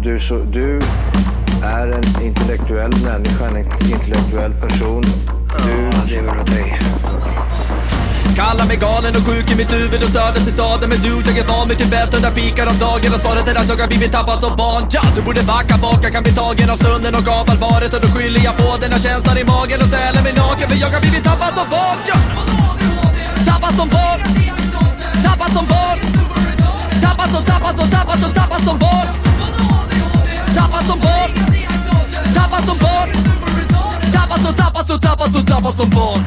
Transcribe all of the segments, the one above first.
Du är en intellektuell människa, en intellektuell person. Du lever åt dig. Kallar mig galen och sjuk i mitt huvud och stördes i staden. Men du, jag är van vid Tibet under fikar om dagen. Och svaret är att jag har blivit tappad som barn. Ja, du borde backa bak, jag kan bli tagen av stunden och av allvaret. Och då skyller jag på den här känslan i magen och ställer mig naken. För jag har blivit tappad som barn. Ja. Tappad som barn. Tappad som barn. Tappad som barn. Tappad som barn. Tappad som barn. Tappad som barn.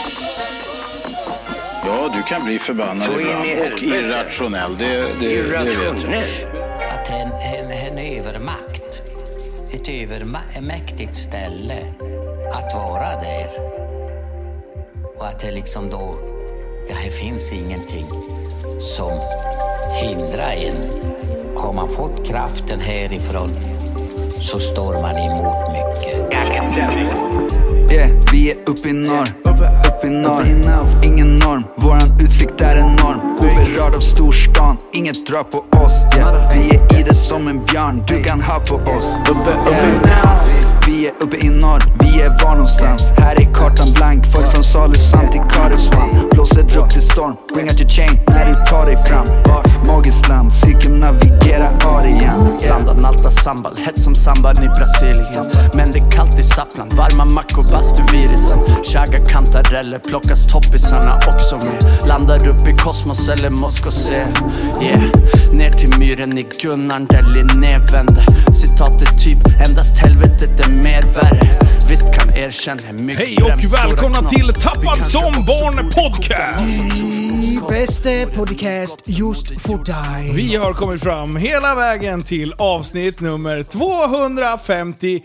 Ja, du kan bli förbannad ibland och irrationell, det vet jag. Att en övermakt, ett övermäktigt ställe att vara där. Och att det liksom då, det finns ingenting som hindrar en. Har man fått kraften härifrån så står man emot mycket. Yeah, vi är uppe i norr, uppe i norr. Ingen norm, våran utsikt är enorm. Oberörd av storstan, inget drar på oss. Yeah, vi är i det som en björn, du kan ha på oss. Vi är uppe i norr, vi är var någonstans. Här är kartan blank, folk från Salusand till Karisvan. Blåser upp till storm, bring out your chain när du tar dig fram. Magiskt land, cirkumnavigera Arian. Blandat nalta sambal, hett som sambal i Brasilien. Men det är kallt i Sappland, varma mack och bastuvirisen. Käga kantareller, plockas toppisarna också med. Landar upp i kosmos eller Moskose. Yeah, ner till myren i Gunnar där Linné vände. Citatet typ, endast helvetet är mer värre. Visst kan erkänna mycket. Hej och välkomna till Tappad som barn podcast. Bästa podcast just för dig. Vi har kommit fram hela vägen till avsnitt nummer 259.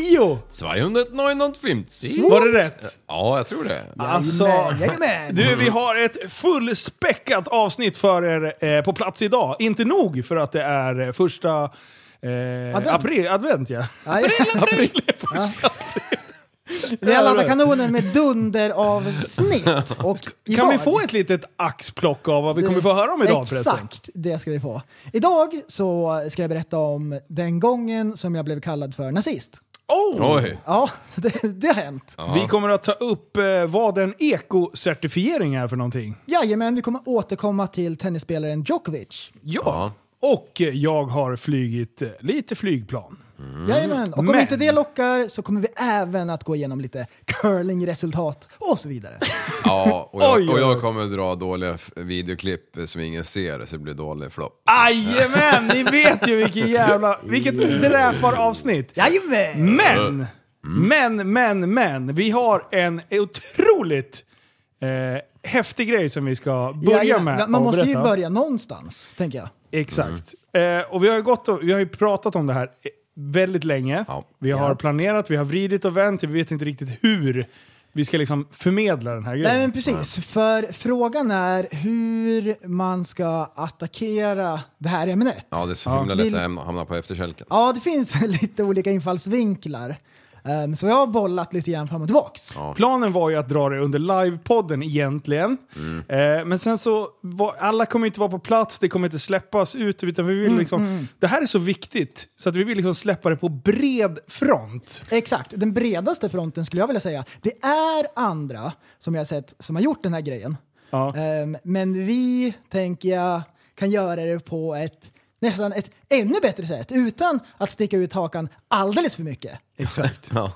259. Var det rätt? Ja, jag tror det. Alltså, du, vi har ett fullspäckat avsnitt för er på plats idag. Inte nog för att det är första advent, ja. April är första april. Vi har laddat kanonen med dunder av snitt. Och kan vi få ett litet axplock av vad vi kommer få höra om idag? Exakt, det ska vi få. Idag så ska jag berätta om den gången som jag blev kallad för nazist. Oj. Ja, det har hänt. Ja. Vi kommer att ta upp vad en ekocertifiering är för någonting. Jajamän, vi kommer återkomma till tennisspelaren Djokovic. Ja. Och jag har flygit lite flygplan. Jajamän, och om inte det lockar så kommer vi även att gå igenom lite curlingresultat och så vidare. Ja, och jag kommer att dra dåliga videoklipp som ingen ser, så det blir dålig flopp. Jajamän, ni vet ju vilket dräparavsnitt. Jajamän! Men, vi har en otroligt häftig grej som vi ska börja med. Man måste ju börja någonstans, tänker jag. Exakt. Och vi har ju pratat om det här väldigt länge. Ja. Vi har planerat, vi har vridit och vänt. Vi vet inte riktigt hur vi ska liksom förmedla den här grejen. Nej, men precis. För frågan är hur man ska attackera det här ämnet. Ja, det är så himla lätt att hamna på efterkälken. Ja, det finns lite olika infallsvinklar. Så jag har bollat lite grann fram och tillbaks. Ja. Planen var ju att dra det under livepodden egentligen. Men sen så alla kommer inte vara på plats, det kommer inte släppas ut, utan vi vill liksom det här är så viktigt så att vi vill liksom släppa det på bred front. Exakt, den bredaste fronten skulle jag vilja säga. Det är andra som jag har sett som har gjort den här grejen. Ja. Men vi tänker jag kan göra det på nästan ett ännu bättre sätt utan att sticka ut hakan alldeles för mycket. Exakt. Ja.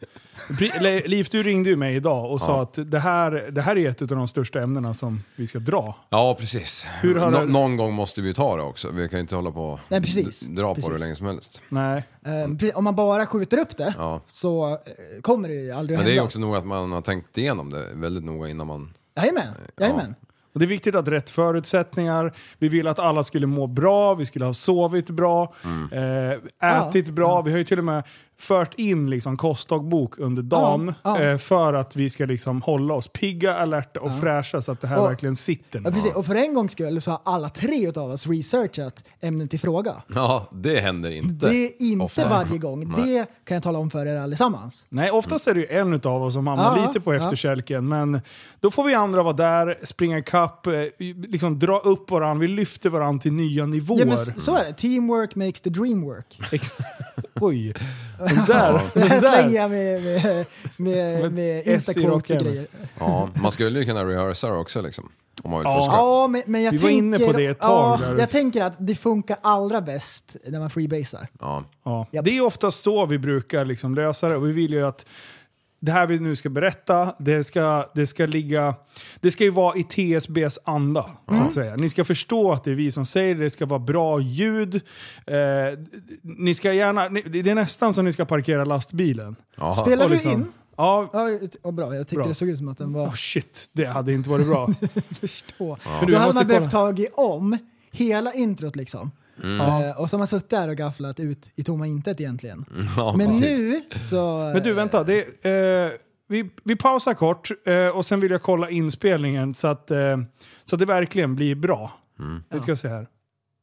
Liv, du ringde ju mig idag och sa att det här är ett av de största ämnena som vi ska dra. Ja, precis. Någon gång måste vi ta det också. Vi kan inte hålla på och dra på det länge som helst. Nej. Om man bara skjuter upp det så kommer det ju aldrig att hända. Men det är också nog att man har tänkt igenom det väldigt noga innan man... Jajamän. Och det är viktigt att rätt förutsättningar. Vi vill att alla skulle må bra. Vi skulle ha sovit bra. Ätit bra. Vi har ju till och med fört in liksom kostdagbok under dagen för att vi ska liksom hålla oss pigga, alerta och fräscha så att det här verkligen sitter. Ja, precis. Och för en gångs skull så har alla 3 av oss researchat ämnet i fråga. Ja, det händer inte. Det är inte ofta. Varje gång. Nej. Det kan jag tala om för er allesammans. Nej, oftast är det ju en av oss som hamnar lite på efterkälken. Men då får vi andra vara där, springa ikapp, liksom dra upp varandra. Vi lyfter varandra till nya nivåer. Ja, men så är det. Teamwork makes the dream work. Oj. Det slänger jag med Instaquotes och grejer. Ja, man skulle ju kunna rehearsa också liksom. Om man vill men jag vi var inne på det ett tag. Jag tänker att det funkar allra bäst när man freebasar. Ja. Det är oftast så vi brukar liksom lösa det. Och vi vill ju att det här vi nu ska berätta, det ska ju vara i TSBs anda, så att säga. Ni ska förstå att det är vi som säger det ska vara bra ljud. Ni ska gärna, det är nästan som ni ska parkera lastbilen. Aha. Spelar liksom, du in? Ja. Bra. Jag tyckte det såg ut som att den var... shit, det hade inte varit bra. Förstå. Ja. Då hade man behövt tagit om hela introt liksom. Och så har man suttit där och gafflat ut i tomma intet egentligen. Men precis. Nu så... Men du, vänta. Vi pausar kort och sen vill jag kolla inspelningen så att det verkligen blir bra. Vi ska se här.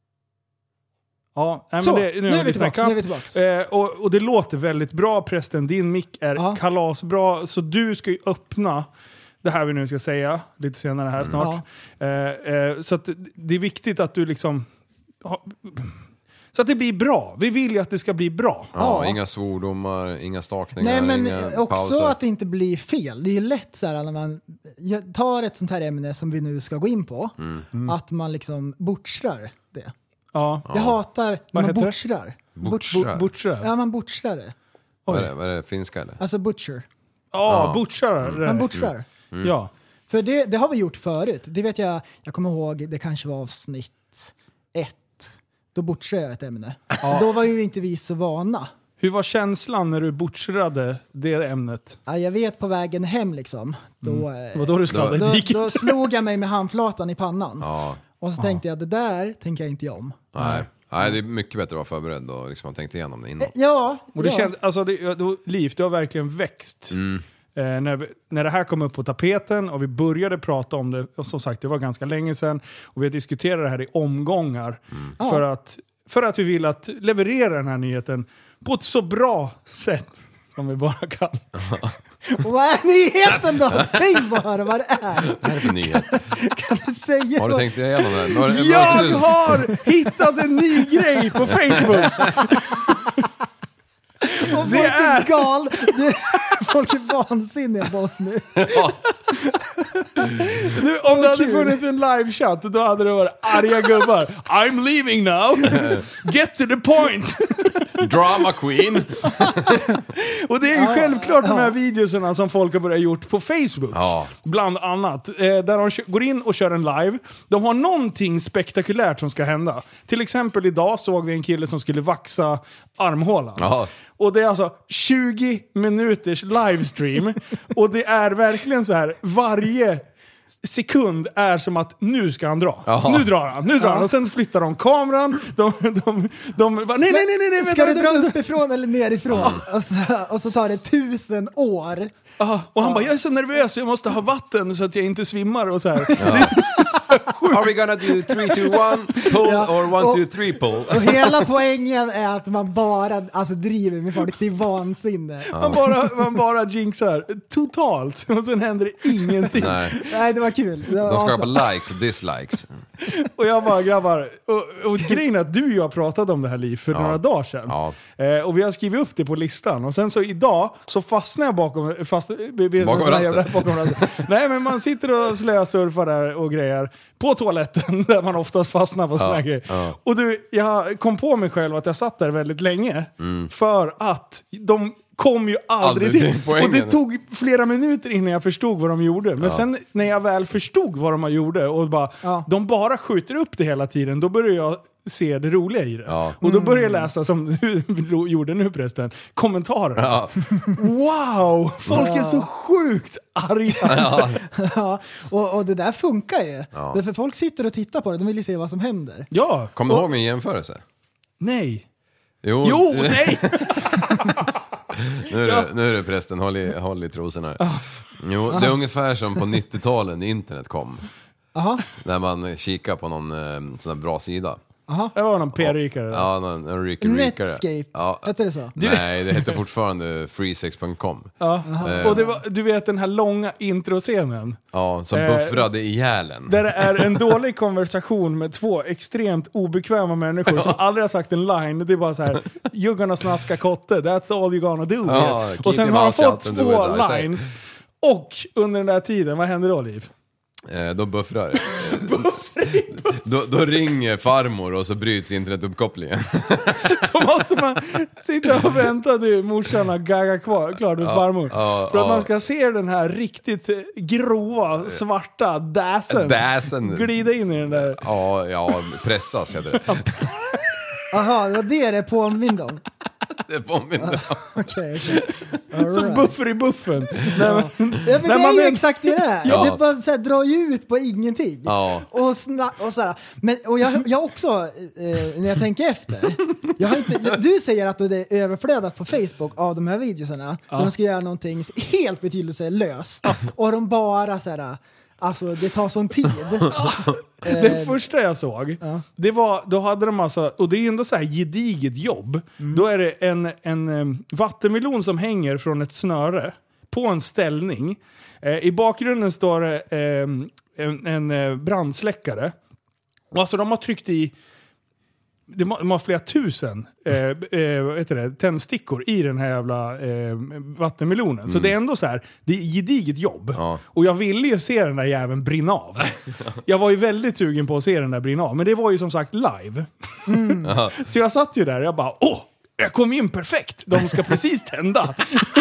Ja, så, men nu är vi tillbaka. Och det låter väldigt bra. Prästen, din mick är kalasbra. Så du ska ju öppna det här vi nu ska säga lite senare här snart. Så att det är viktigt att du liksom... Så att det blir bra. Vi vill ju att det ska bli bra. Ja, inga svordomar, inga stakningar. Nej, men inga också pauser. Att det inte blir fel. Det är ju lätt så här när man tar ett sånt här ämne som vi nu ska gå in på. Att man liksom butchrar det. Ja. Jag hatar när man butchrar. Butchrar? Ja, man butchrar det. Vad är det finska eller? Alltså butcher. Butchrar. Man butchrar. Ja. För det har vi gjort förut. Det vet jag kommer ihåg, det kanske var avsnitt 1. Då butchade jag ett ämne. Då var ju inte vi så vana. Hur var känslan när du butchrade det ämnet? Ja, jag vet på vägen hem liksom. Då slog jag mig med handflatan i pannan. Och så tänkte jag, det där tänker jag inte om. Nej, det är mycket bättre att vara förberedd och liksom ha tänkt igenom det innan. Och det känns, alltså Liv, du har verkligen växt. När det här kom upp på tapeten och vi började prata om det, och som sagt det var ganska länge sedan och vi har diskuterat det här i omgångar för att vi vill att leverera den här nyheten på ett så bra sätt som vi bara kan. Och vad är nyheten då? Säg bara vad det är. Vad är det för nyhet? Kan du säga? Har du tänkt igenom det? Jag har hittat en ny grej på Facebook. Och det är gal. Folk är vansinniga på oss nu. Om det hade funnits en live-chatt då hade det varit arga gubbar. I'm leaving now. Get to the point. Drama queen. Och det är ju självklart de här videorna som folk har börjat gjort på Facebook. Bland annat. Där de går in och kör en live. De har någonting spektakulärt som ska hända. Till exempel idag såg vi en kille som skulle vaxa armhålan. Och det är alltså 20 minuters livestream. Och det är verkligen så här, varje sekund är som att nu ska han dra. Nu drar han. Och sen flyttar de kameran. De bara, nej. Ska du dra uppifrån eller nerifrån? Och så tar det 1000 år. Och han bara, jag är så nervös, jag måste ha vatten så att jag inte svimmar och så här. Are we gonna do 3, 2, 1 pull or 1, 2, 3 pull? Och hela poängen är att man bara driver med folk till vansinne. Man bara jinxar totalt och sen händer det ingenting. Nej, det var kul. De skapar likes och dislikes. Och jag bara, grabbar, och grejen är att du och jag pratade om det här Liv för några dagar sedan. Och vi har skrivit upp det på listan. Och sen så idag så fastnar jag bakom Nej, men man sitter och slösurfar där och grejer på toaletten där man oftast fastnar på såna grejer. Och jag kom på mig själv att jag satt där väldigt länge för att de kom ju aldrig till. Och det tog flera minuter innan jag förstod vad de gjorde. Men sen när jag väl förstod vad de gjorde och de bara skjuter upp det hela tiden, då börjar jag se det roliga i det. Och då börjar jag läsa, som du gjorde nu förresten, kommentarer. Wow! Folk är så sjukt arga. Och det där funkar ju. Därför folk sitter och tittar på det, de vill ju se vad som händer. Kommer du ihåg min jämförelse? Nej. Jo nej! Nu är det prästen, håll i trosorna. Jo, det är ungefär som på 90-talen när internet kom. När man kikar på någon sån här bra sida. Det var någon p-rikare. Ja, någon rikare. Netscape, heter det så? Nej, det heter fortfarande freesex.com. Och det var, du vet den här långa introscenen. Ja, som buffrade ihjäl en. Där det är en dålig konversation med två extremt obekväma människor som aldrig har sagt en line. Det är bara så här: you're gonna snaska kotte, that's all you're gonna do. Och sen har han fått 2 lines. Och under den där tiden, vad händer då, Liv? Då buffrar då ringer farmor och så bryts internetuppkopplingen. Så måste man sitta och vänta till morsan har gaggat klart med farmor. För att man ska se den här riktigt grova svarta dassen glida in i den där. Ja, pressas heter det. Aha, det var det påminner om. Det påminner. Okej. Så buffer i buffen. Ja, men det är ju exakt det där. Det är bara så här, dra ut på ingenting. Och så här. Men och jag också när jag tänker efter. Du säger att det är överflödat på Facebook av de här videorna. När de ska göra någonting helt betydelselöst. Och de bara så här. Alltså det tar sån tid. Det första jag såg, det var, då hade de alltså, och det är ändå så här gediget jobb. Då är det en vattenmelon som hänger från ett snöre på en ställning. I bakgrunden står det en brandsläckare. Och alltså de har tryckt i, de har flera tusen tändstickor i den här jävla vattenmelonen. Så det är ändå så här, det är gediget jobb. Och jag ville ju se den där jäveln brinna av. Jag var ju väldigt sugen på att se den där brinna av. Men det var ju som sagt live. Så jag satt ju där och jag bara, jag kom in perfekt. De ska precis tända.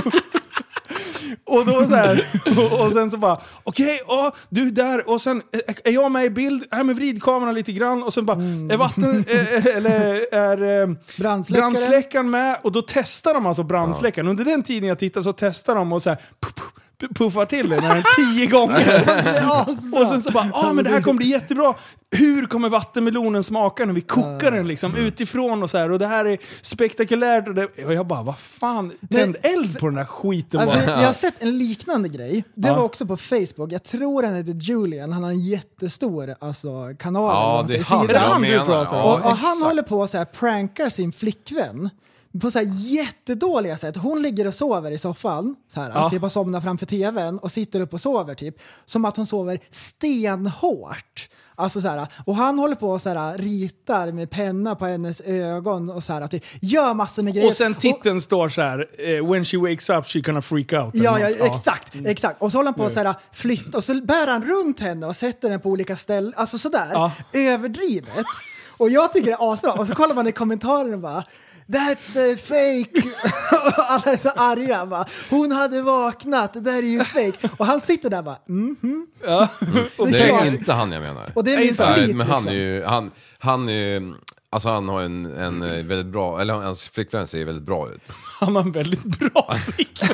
Och då så här, och sen så bara okej, du där, och sen är jag med i bild, här med vrid kameran lite grann, och sen bara är vatten eller är brandsläckaren med, och då testar de alltså brandsläckaren. Under den tiden jag tittar så testar de och så här puffar till den 10 gånger. Och sen så bara, men det här kommer bli jättebra. Hur kommer vattenmelonen smaka när vi kokar den liksom utifrån och så här, och det här är spektakulärt, och jag bara, vad fan, tänd eld på den här skiten. Alltså, jag har sett en liknande grej. Det var också på Facebook. Jag tror han heter Julian. Han har en jättestor kanal. Ja, det är han du pratar om. Och han håller på att så här prankar sin flickvän på så här jättedåliga sätt. Hon ligger och sover i soffan så här, typ bara somnar framför tvn och sitter upp och sover typ som att hon sover stenhårt. Alltså så här, och han håller på och så här ritar med penna på hennes ögon och så här, typ, gör massor med grejer. Och sen titeln står så här, when she wakes up she gonna freak out. Ja, exakt. Och så håller han på att så här flytta, och så bär han runt henne och sätter den på olika ställen, alltså sådär överdrivet. Och jag tycker det är asbra. Och så kollar man i kommentarerna och bara, that's fake. Alla är så arga va? Hon hade vaknat, det där är ju fake. Och han sitter där bara Det är inte han jag menar. Och det är min favorit, men han är ju han är, alltså han har en väldigt bra, eller hans flickvän ser väldigt bra ut. Han har en väldigt bra flickvän.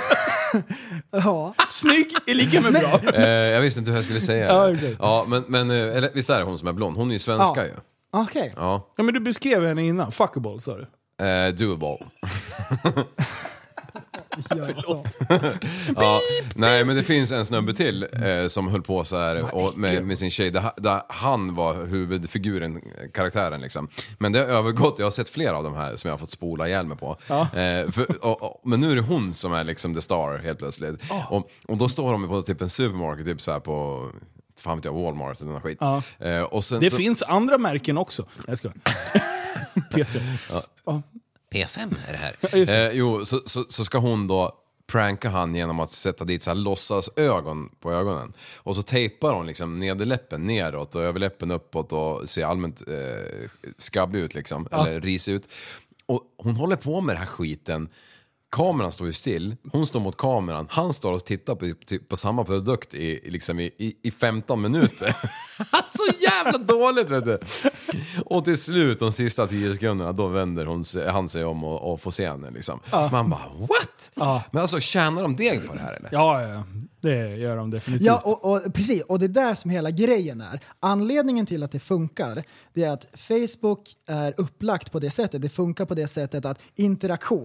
Snygg är lika med bra. Jag visste inte hur jag skulle säga. Men eller, visst är det hon som är blond? Hon är ju svenska ju. Okej. Ja, men du beskrev henne innan. Fuckable, sa du. Doable. Förlåt. Nej, men det finns en snubbe till som höll på så här och med sin tjej där han var huvudfiguren, karaktären liksom. Men det har övergått, jag har sett flera av de här som jag har fått spola ihjäl mig på. Men nu är det hon som är liksom the star helt plötsligt. Och då står de på typ en supermarket typ så här på, fan vet jag, Walmart eller något skit. Och sen, det finns andra märken också. Jag ska. Peter. P5 är det här. Så ska hon då pranka han genom att sätta dit så här låtsas ögon på ögonen. Och så tejpar hon liksom nederläppen neråt och överläppen uppåt och ser allmänt skabbig ut liksom. Eller risig ut. Och hon håller på med den här skiten. Kameran står ju still, hon står mot kameran, han står och tittar på samma produkt i 15 minuter. Så jävla dåligt, vet du. Och till slut, de sista 10 sekunderna, då vänder han sig om och får se henne liksom. Man bara, what? Men alltså, tjänar de deg på det här eller? Ja, det gör de definitivt. Ja, och precis, och det är där som hela grejen är. Anledningen till att det funkar, det är att Facebook är upplagt på det sättet. Det funkar på det sättet att interaktion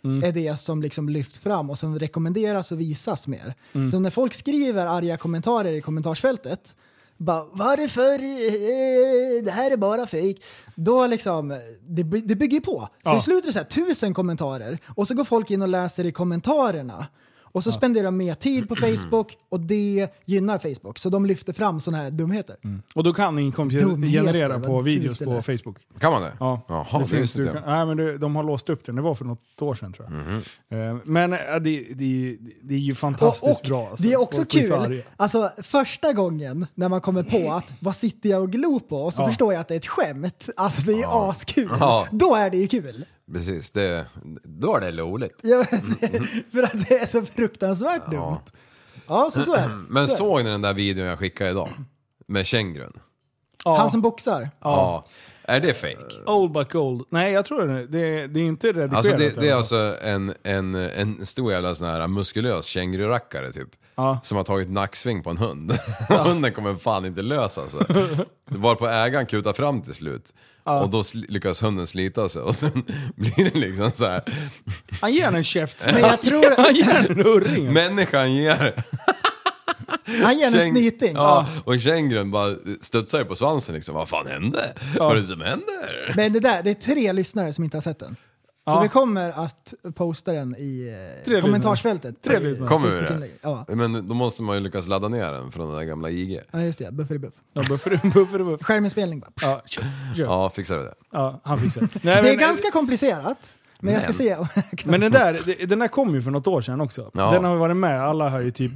är det som liksom lyfts fram och som rekommenderas och visas mer. Så när folk skriver arga kommentarer i kommentarsfältet, bara, varför? Det här är bara fake. Då liksom, det bygger på. Så i slutet är det så här 1000 kommentarer. Och så går folk in och läser i kommentarerna. Och så spenderar de mer tid på Facebook och det gynnar Facebook. Så de lyfter fram såna här dumheter. Och då kan ingen generera på videos på Facebook. Kan man det? Ja. Jaha, det finns det. Nej, men de har låst upp den. Det var för något år sedan tror jag. Men det är ju fantastiskt bra. Alltså. Det är också kul. Alltså första gången när man kommer på att vad sitter jag och glor på? Och så förstår jag att det är ett skämt. Alltså det är askul. Ja. Då är det ju kul. Precis, då är det roligt. Ja, för att det är så fruktansvärt dumt. Ja, så är det. Men såg ni den där videon jag skickade idag? Med Känggrun? Ja. Han som boxar? Ja. Är det fake? Old but gold. Nej, jag tror det är inte redigerat. Alltså det är alltså en stor jävla sån här muskulös kängururackare typ. Som har tagit nacksving på en hund. Hunden kommer fan inte lösa alltså. Var på ägaren kutar fram till slut. Och då lyckas hunden slita sig. Och sen blir det liksom så här. Han ger en käft. Men jag tror han ger en urring. Människan ger. Han ger en snyting. Ja, och Känggrun bara studsar ju på svansen liksom. Vad fan hände? Vad är det som händer? Men det är 3 lyssnare som inte har sett den. Så vi kommer att posta den i kommentarsfältet. 3 lyssnare. Kommer vi det? Ja. Men då måste man ju lyckas ladda ner den från den där gamla IG. Ja, just det. Buffer i buff. Ja, buffer. Skärminspelning bara. Ja, ja, fixar du det? Ja, han fixar det. Nej, det är ganska komplicerat. Men jag ska se. Men den där kom ju för något år sedan också. Ja. Den har varit med. Alla har ju typ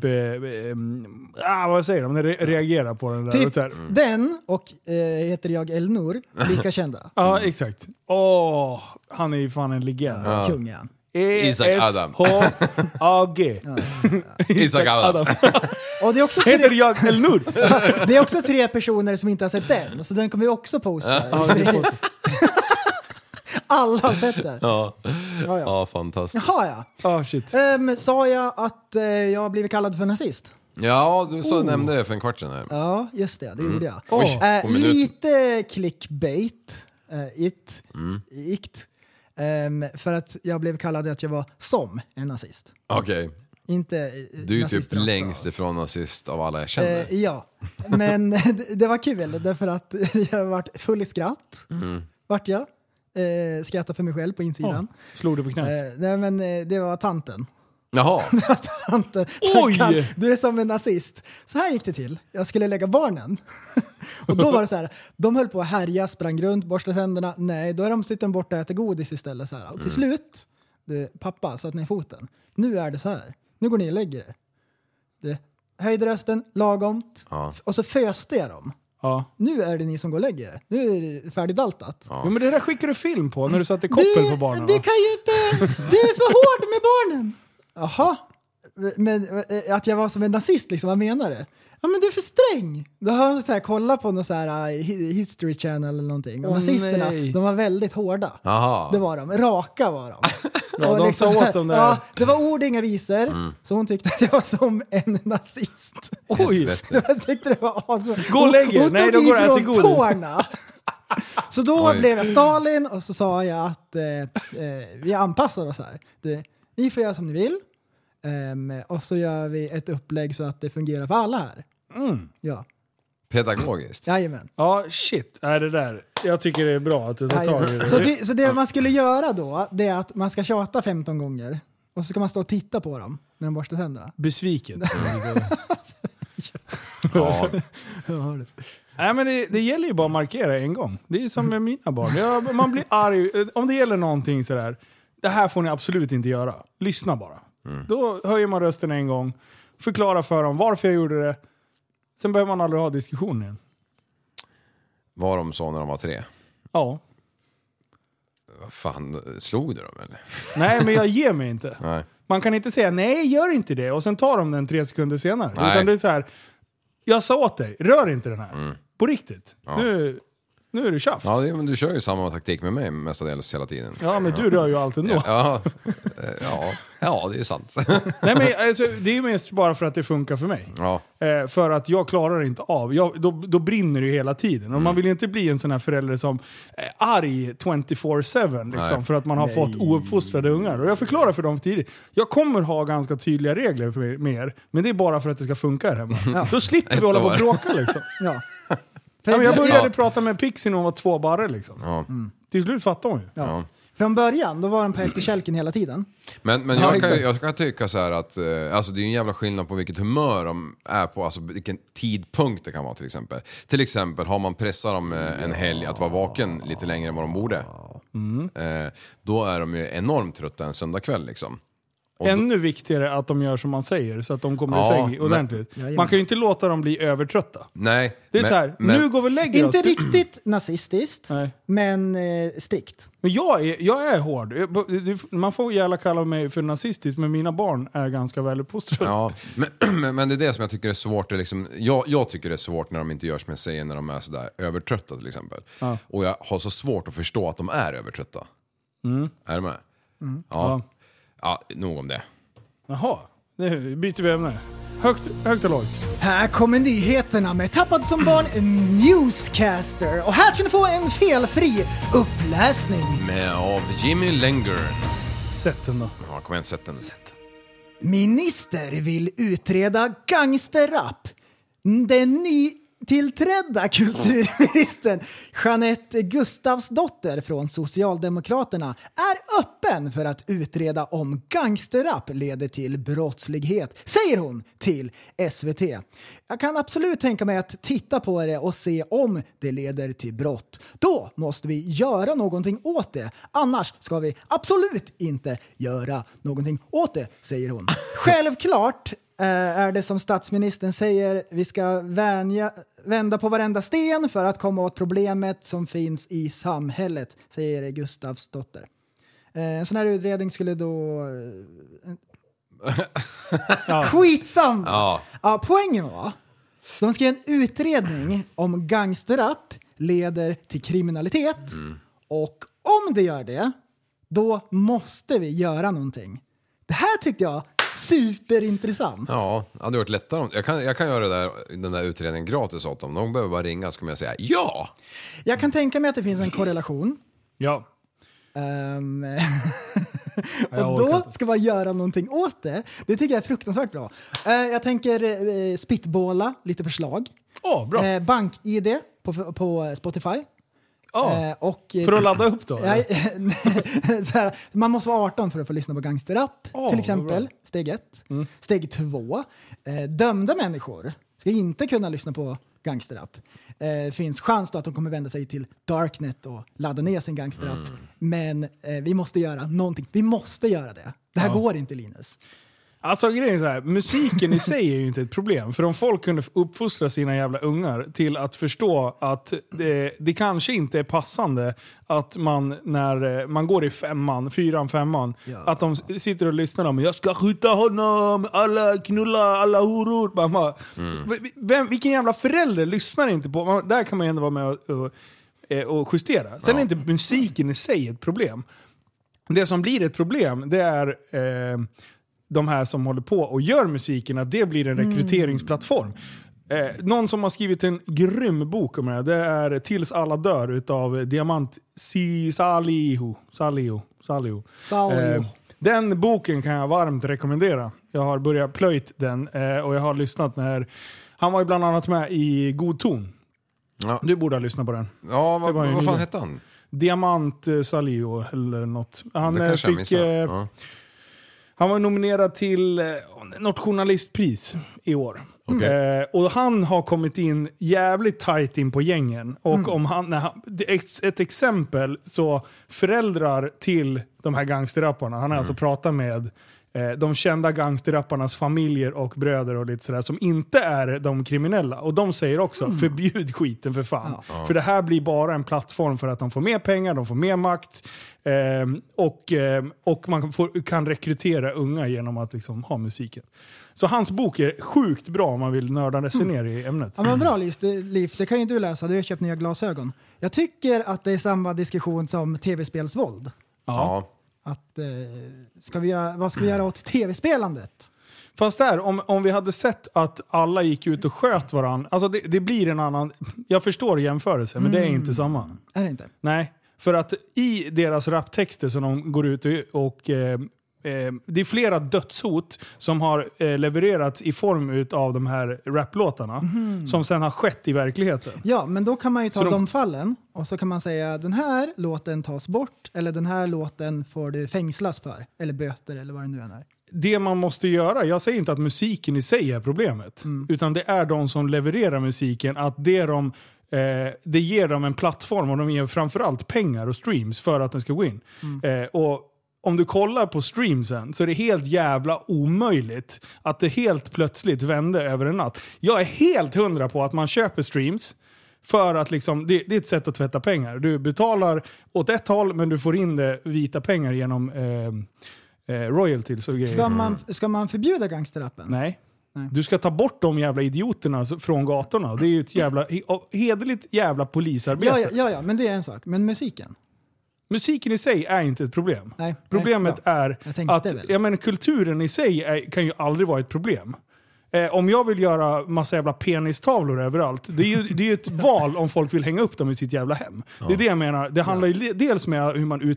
vad säger de? Reagerar på den där. Typ och så här. Den och heter jag Elnur, lika kända. Ja, exakt. Han är ju fan en legend. Ja. Kungen. Isak Adam. H-A-G. Isak Adam. Och det är också heter jag Elnur. Det är också 3 personer som inte har sett den. Så den kommer vi också posta. Alla har sett det. Ja, fantastiskt. Jaha, ja. Shit. Sa jag att jag har blivit kallad för nazist? Ja, du nämnde det för en kvart sedan här. Ja, just det. Det gjorde jag. Lite clickbait. För att jag blev kallad att jag var som en nazist. Okej. Inte du är typ längst ifrån nazist av alla jag känner. Ja, men det var kul därför att jag varit full i skratt. Vart jag? Skrattade för mig själv på insidan. Slog du på knät? Nej, men det var tanten. Jaha. Det var tanten. Oj! Du är som en nazist. Så här gick det till. Jag skulle lägga barnen. Och då var det så här. De höll på att härja, sprang runt, borstade tänderna. Nej, då är de sitter borta och äter godis istället. Så här. Och till slut, pappa satt ner foten. Nu är det så här. Nu går ni och lägger er. Höjde rösten, lagomt. Ja. Och så föste jag dem. Ja. Nu är det ni som går och lägger er. Nu är det färdigdaltat. Ja. Men det där skickar du film på när du satte koppel på barnen. Det kan ju inte... Du är för hård med barnen. Jaha. Men att jag var som en nazist liksom, vad menar du? Ja, men du är för sträng. Då har jag så här, kollat på någon så här History Channel eller någonting. Och nazisterna, de var väldigt hårda. Aha. Det var de. Raka var de. Ja, och de liksom, sa åt dem där. Ja, det var ord, inga visor. Så hon tyckte att jag var som en nazist. Oj. Jag tyckte det var asbra. Gå och lägg er. Nej, då går det till godis. Tårna. Så då blev jag Stalin och så sa jag att vi anpassar oss här. Ni får göra som ni vill. Och så gör vi ett upplägg så att det fungerar för alla här. Ja. Pedagogiskt. Jajamän. Ja, shit. Är det där. Jag tycker det är bra att du tar tag i det. Så det man skulle göra då, det är att man ska tjata 15 gånger. Och så ska man stå och titta på dem när de borstar tänderna. Besviken. Ja. Nej, men det gäller ju bara att markera en gång. Det är som med mina barn. Man blir arg. Om det gäller någonting sådär. Det här får ni absolut inte göra. Lyssna bara. Då höjer man rösten en gång. Förklara för dem varför jag gjorde det. Sen behöver man aldrig ha diskussion igen. Var de så när de var 3? Ja. Vad fan, slog du dem eller? Nej, men jag ger mig inte. Nej. Man kan inte säga nej, gör inte det. Och sen tar de den 3 sekunder senare. Utan det är så här. Jag sa åt dig, rör inte den här. På riktigt. Ja. Nu är det tjafs. Ja, men du kör ju samma taktik med mig mestadels hela tiden. Ja, men du rör ju allt ändå. Ja, det är sant. Nej, men alltså, det är mest bara för att det funkar för mig. Ja. För att jag klarar inte av. Då brinner det ju hela tiden. Och man vill inte bli en sån här förälder som är arg 24/7 liksom, för att man har fått ouppfostrade ungar. Och jag förklarar för dem tidigt. Jag kommer ha ganska tydliga regler för er, men det är bara för att det ska funka här hemma. Ja. Då slipper vi hålla på och bråka liksom. Ja. Ja, jag började prata med Pixie när hon var 2 barre liksom. Ja. Till slut fattade hon ju. Ja. Från början, då var den på efterkälken hela tiden. Men jag kan tycka så här att alltså det är en jävla skillnad på vilket humör de är på, alltså vilken tidpunkt det kan vara till exempel. Till exempel har man pressat dem en helg att vara vaken lite längre än vad de borde. Då är de ju enormt trötta en söndagkväll liksom. Ännu viktigare att de gör som man säger så att de kommer i säng ordentligt. Man kan ju inte låta dem bli övertrötta. Nej. Det är så här, nu går vi och lägger oss. Inte riktigt nazistiskt, men strikt. Men jag är hård. Man får gärna kalla mig för nazistisk, men mina barn är ganska väluppfostrade. Ja, men det är det som jag tycker är svårt. Liksom, jag tycker det är svårt när de inte gör som jag säger när de är sådär övertrötta till exempel. Ja. Och jag har så svårt att förstå att de är övertrötta. Är du med? Ja. Ja, nog om det. Jaha, nu byter vi ämne. Högt och lågt. Här kommer nyheterna med Tappad som barn Newscaster. Och här ska ni få en felfri uppläsning. Av Jimmy Lenger. Sätt den då. Ja, kom igen, sätt den. Minister vill utreda gangsterrap. Den nytillträdda kulturministern Jeanette Gustafsdotter från Socialdemokraterna är öppen för att utreda om gangsterrap leder till brottslighet, säger hon till SVT. Jag kan absolut tänka mig att titta på det och se om det leder till brott. Då måste vi göra någonting åt det. Annars ska vi absolut inte göra någonting åt det, säger hon. Självklart är det som statsministern säger, vi ska vända på varenda sten för att komma åt problemet som finns i samhället, säger Gustafsdotter. En sån här utredning skulle då... Skitsam! Ja, poängen var, de ska göra en utredning om gangsterrap leder till kriminalitet och om det gör det, då måste vi göra någonting. Det här tyckte jag superintressant. Ja, det hade varit lättare. Jag kan göra den där utredningen gratis åt dem. De behöver bara ringa så kommer jag säga ja. Jag kan tänka mig att det finns en korrelation. Ja. Och då ska man göra någonting åt det. Det tycker jag är fruktansvärt bra. Jag tänker spitballa lite förslag. Bra. Bank-ID på Spotify. Och, för att ladda upp då? Så här, man måste vara 18 för att få lyssna på gangsterrap. Till exempel, steg 1. Steg 2. Dömda människor ska inte kunna lyssna på gangsterrap. Finns chans då att de kommer vända sig till Darknet och ladda ner sin gangsterrap. Men vi måste göra någonting. Vi måste göra det. Det här går inte, Linus. Alltså grejen är så här, musiken i sig är ju inte ett problem. För om folk kunde uppfostra sina jävla ungar till att förstå att det kanske inte är passande att man, när man går i 4-5, att de sitter och lyssnar om jag ska skjuta honom, alla knulla, alla horor. Vilken jävla förälder lyssnar inte på? Där kan man ändå vara med och justera. Sen är inte musiken i sig ett problem. Det som blir ett problem, det är... de här som håller på och gör musiken, att det blir en rekryteringsplattform. Någon som har skrivit en grym bok om det är Tills alla dör utav Diamant Salihou. Den boken kan jag varmt rekommendera. Jag har börjat plöjt den och jag har lyssnat när han var ju bland annat med i God ton. Ja. Du borde ha lyssnat på den. Ja, vad fan hette han? Diamant Salihou eller något. Han fick... Han var nominerad till något journalistpris i år. Okay. Och han har kommit in jävligt tight in på gängen. Och om ett exempel, så föräldrar till de här gangsterrapparna, han har alltså pratat med de kända gangsterrapparnas familjer och bröder och lite sådär som inte är de kriminella. Och de säger också, förbjud skiten för fan. För det här blir bara en plattform för att de får mer pengar, de får mer makt och man kan rekrytera unga genom att liksom ha musiken. Så hans bok är sjukt bra om man vill nörda sig ner i ämnet. Ja, men bra Liv, det kan ju du läsa, du har köpt nya glasögon. Jag tycker att det är samma diskussion som tv-spelsvåld. Ja. Att, vad ska vi göra åt tv-spelandet? Fast där, om vi hade sett att alla gick ut och sköt varandra, alltså det blir en annan, jag förstår jämförelse, men det är inte samma. Är det inte? Nej, för att i deras raptexter som de går ut och det är flera dödshot som har levererats i form av de här raplåtarna som sen har skett i verkligheten. Ja, men då kan man ju ta de fallen och så kan man säga den här låten tas bort eller den här låten får du fängslas för eller böter eller vad det nu är. Det man måste göra, jag säger inte att musiken i sig är problemet, utan det är de som levererar musiken, att det ger dem en plattform och de ger framförallt pengar och streams för att den ska gå in. Och om du kollar på streamsen så är det helt jävla omöjligt att det helt plötsligt vände över en natt. Jag är helt 100 på att man köper streams för att liksom, det är ett sätt att tvätta pengar. Du betalar åt ett håll men du får in det vita pengar genom royalties och grejer. Ska man förbjuda gangsterrappen? Nej. Du ska ta bort de jävla idioterna från gatorna. Det är ju ett jävla hederligt jävla polisarbete. Ja, men det är en sak. Men musiken? Musiken i sig är inte ett problem. Nej, problemet är att kulturen i sig kan ju aldrig vara ett problem. Om jag vill göra massa jävla penistavlor överallt, det är ju ett val om folk vill hänga upp dem i sitt jävla hem. Det är det jag menar. Det handlar ju dels med hur man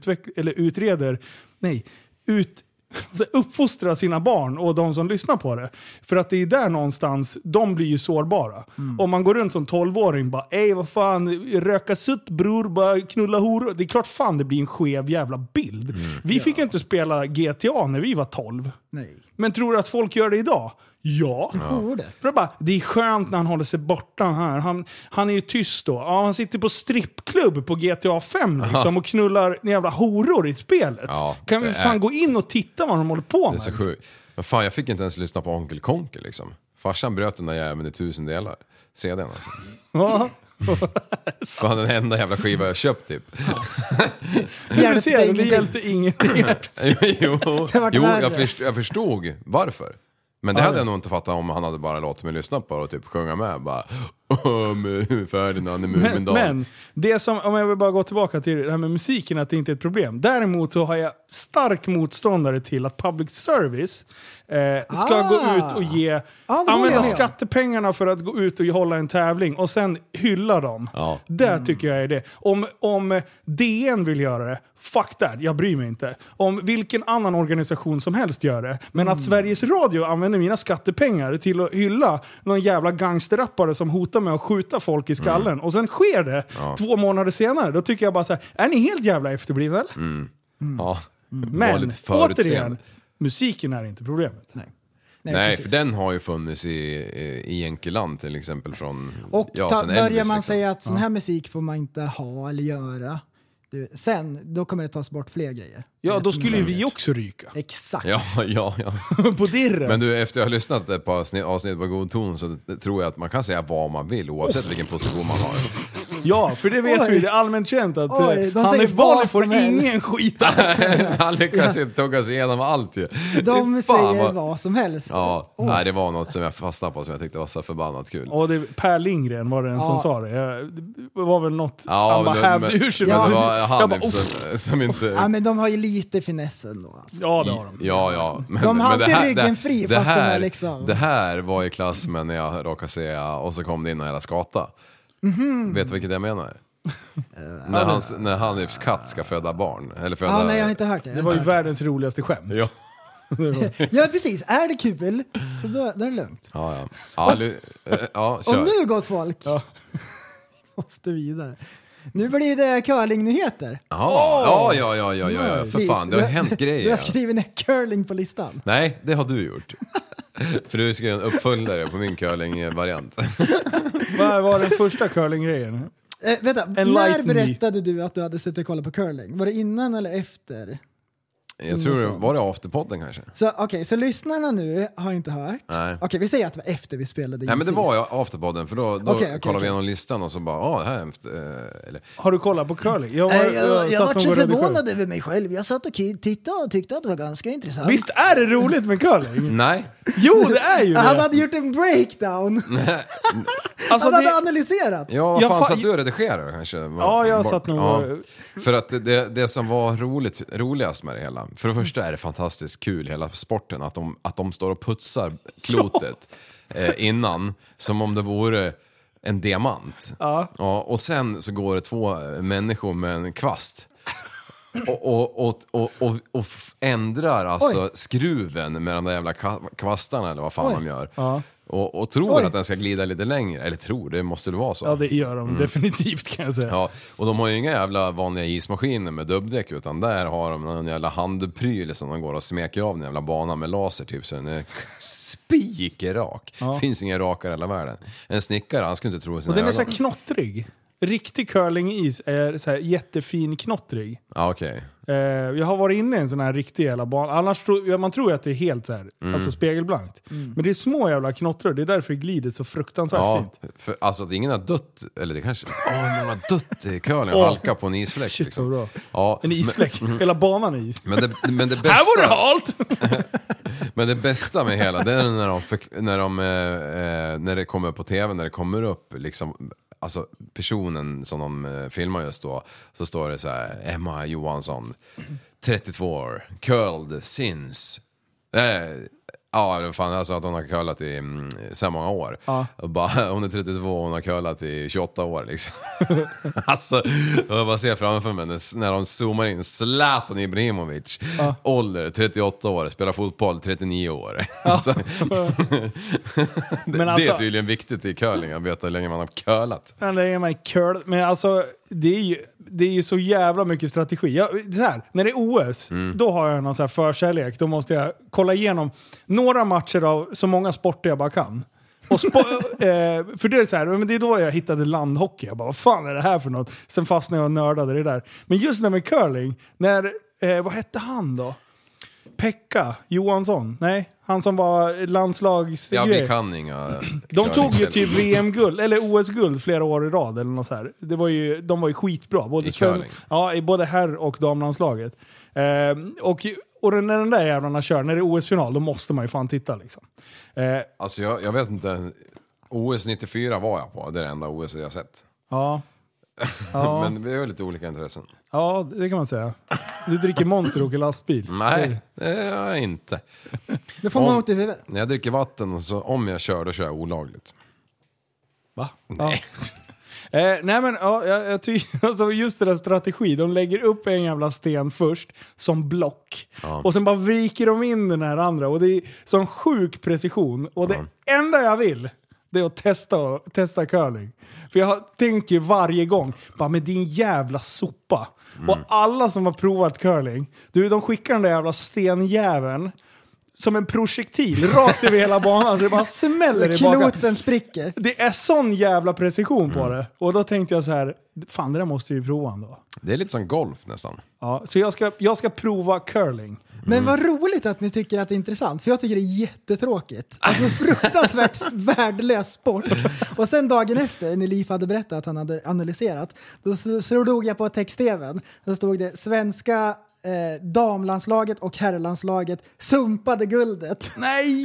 uppfostra sina barn och de som lyssnar på det. För att det är där någonstans, de blir ju sårbara. Om man går runt som 12-åring bara, vad fan, röka sutt bror, bara knulla hor. Det är klart fan det blir en skev jävla bild. Vi fick inte spela GTA när vi var 12. Nej. Men tror du att folk gör det idag? Ja. Det är skönt när han håller sig borta här. Han är ju tyst då. Ja, han sitter på strippklubb på GTA 5 liksom, och knullar jävla horor i spelet. Ja, kan vi fan gå in och titta vad de håller på med? Det är så sjukt. Men fan, jag fick inte ens lyssna på Onkel Konkel liksom. Farsan bröt den där jäveln i 1000 delar. Se den alltså. Ja. Fan, den enda jävla skiva jag köpt typ. Det hjälpte ingenting. Jag förstod varför. Men det hade jag nog inte fattat om han hade bara låtit mig lyssna på och typ sjunga med. Bara, Ferdinand i Mumindal. Men det som, om jag vill bara gå tillbaka till det här med musiken, att det inte är ett problem. Däremot så har jag stark motståndare till att public service ska gå ut och använda skattepengarna för att gå ut och hålla en tävling och sen hylla dem. Ja. Det tycker jag är det. Om DN vill göra det, fuck that, jag bryr mig inte. Om vilken annan organisation som helst gör det. Men att Sveriges Radio använder mina skattepengar till att hylla någon jävla gangsterrappare som hotar med att skjuta folk i skallen. Och sen sker det 2 månader senare. Då tycker jag bara så här, är ni helt jävla efterblivna? Ja. Men återigen, musiken är inte problemet. Nej, för den har ju funnits i Enkeland till exempel från... Och börjar man säga att sån här musik får man inte ha eller göra, sen, då kommer det tas bort fler grejer. Ja, då skulle vi också ryka. Exakt. Ja. På dirren. Men du, efter jag har lyssnat ett par avsnitt på God ton så tror jag att man kan säga vad man vill oavsett vilken position man har. Ja, för det vet vi, det är allmänt känt att Hanif Bali får ingen skit alls. Han lyckas ju tugga sig igenom allt ju. De säger vad som helst. Ja, nej, det var något som jag fastnade på som jag tyckte var så förbannat kul. Och Per Lindgren var det en som sa det. Det var väl något han bara hävde ur sig. Men det var han som inte... Ja, men de har ju lite finessen då. Alltså. Ja, det har de. Ja. Men, de har alltid ryggen fri fast de är liksom... Det här var i klass med när jag råkade säga och så kom det in en jävla skata. Vet du vilket jag menar? När Hanifs katt ska föda barn eller föda... nej, jag har inte hört det. Det var ju världens roligaste skämt. Ja. Ja, precis. Är det kul så då är det lugnt. Ja, kör. Och nu gott folk. Ja. Måste vidare. Nu blir det curling-nyheter. Ja, för fan, det har hänt grejer. Du har skrivit ner curling på listan. Nej, det har du gjort. För du ska en uppföljare på min curling-variant. Vad var den första curling-grejen? När berättade du att du hade suttit och kollat på curling? Var det innan eller efter? Jag tror det var det Afterpodden kanske. Så okej, så lyssnarna nu har inte hört. Nej. Okej, vi säger att det var efter vi spelade in. Nej, men det sist. var ju Afterpodden, för då kollade vi igenom listan och så bara, det här är eller... Har du kollat på curling? Jag var så förvånad över mig själv. Jag satt och tittade och tyckte att det var ganska intressant. Visst är det roligt med curling? Nej. Jo, det är ju det. Han hade gjort en breakdown. Alltså, han hade analyserat. Ja, vad fan satt du och redigerade kanske? Ja, jag satt nog... Ja. För att det som var roligast med det hela, för det första är det fantastiskt kul hela sporten, att de står och putsar klotet innan, som om det vore en diamant. Ja, och sen så går det 2 människor med en kvast och ändrar alltså skruven med de där jävla kvastarna eller vad fan de gör. Ja. Och tror att den ska glida lite längre. Eller tror, det måste det vara så. Ja, det gör de definitivt, kan jag säga. Ja, och de har ju inga jävla vanliga ismaskiner med dubbdäck, utan där har de en jävla handpryl som de går och smeker av den jävla banan med laser typ, så den är spikrak. Finns ingen rakare i hela världen. En snickare, han skulle inte tro sina och den är ögon. så här knottrig. Riktig curling-is är så här jättefin knottrig. Ja, okej. Jag har varit inne i en sån här riktig jävla bana. Annars man tror ju att det är helt så här, alltså spegelblankt. Men det är små jävla knottror, det är därför det glider så fruktansvärt fint. För, alltså att ingen har dött, eller det kanske... någon har dött i curling och halka på en isfläck. Shit, liksom. så bra. Ja, en isfläck, hela banan är is. Men det bästa... Här var det halt! Men det bästa med hela, det är när det kommer på tv, när det kommer upp liksom... Alltså personen som de filmar just då, så står det så här: Emma Johansson, 32 år, curled since ja, fan, alltså att hon har curlat i så många år. Och bara, hon är 32 och hon har curlat i 28 år liksom. Alltså, jag bara ser framför mig när de zoomar in Zlatan Ibrahimovic, ålder 38 år, spelar fotboll 39 år. Alltså, men alltså, det är tydligen viktigt i curling att veta hur länge man har curlat. Ja, det är man curl, men alltså det är ju så jävla mycket strategi. Så här, när det är OS, då har jag någon så här förkärlek. Då måste jag kolla igenom några matcher av så många sporter jag bara kan. Och för det är så här, men det är då jag hittade landhockey. Jag bara, vad fan är det här för något? Sen fastnade jag och nördade det där. Men just när med curling, när, vad hette han då? Pekka Johansson? Nej, han som var landslags... Ja, vi kan inga... De tog ju typ VM-guld, eller OS-guld flera år i rad eller något så här. De var ju skitbra. Både både herr- och damlandslaget. Och när den där jävlarna kör, när det är OS-final, då måste man ju fan titta liksom. Alltså jag vet inte, OS 94 var jag på, det är det enda OS jag sett. Ja. Men vi har lite olika intressen. Ja, det kan man säga. Du dricker Monster och åker lastbil. Nej, det är jag inte. Det får man åt i huvudet. När jag dricker vatten, och så, om jag kör, då kör jag olagligt. Va? Nej. Nej men jag tycker alltså just det där strategi, de lägger upp en jävla sten först som block och sen bara vriker de in den här andra, och det är sån sjuk precision, och det enda jag vill, det är att testa curling. För jag tänker varje gång, bara med din jävla sopa. Och alla som har provat curling, de skickar den där jävla stenjäveln som en projektil rakt över hela banan, så det bara smäller i bakan. Kloten spricker. Det är sån jävla precision på det. Och då tänkte jag så här, fan, det där måste vi prova ändå. Det är lite som golf nästan. Ja, så jag ska prova curling. Men vad roligt att ni tycker att det är intressant, för jag tycker det är jättetråkigt. Alltså fruktansvärt värdelös sport. Och sen dagen efter, när Liv hade berättat att han hade analyserat, då slog jag på text-tvn. Då stod det: svenska damlandslaget och herrlandslaget sumpade guldet. Nej!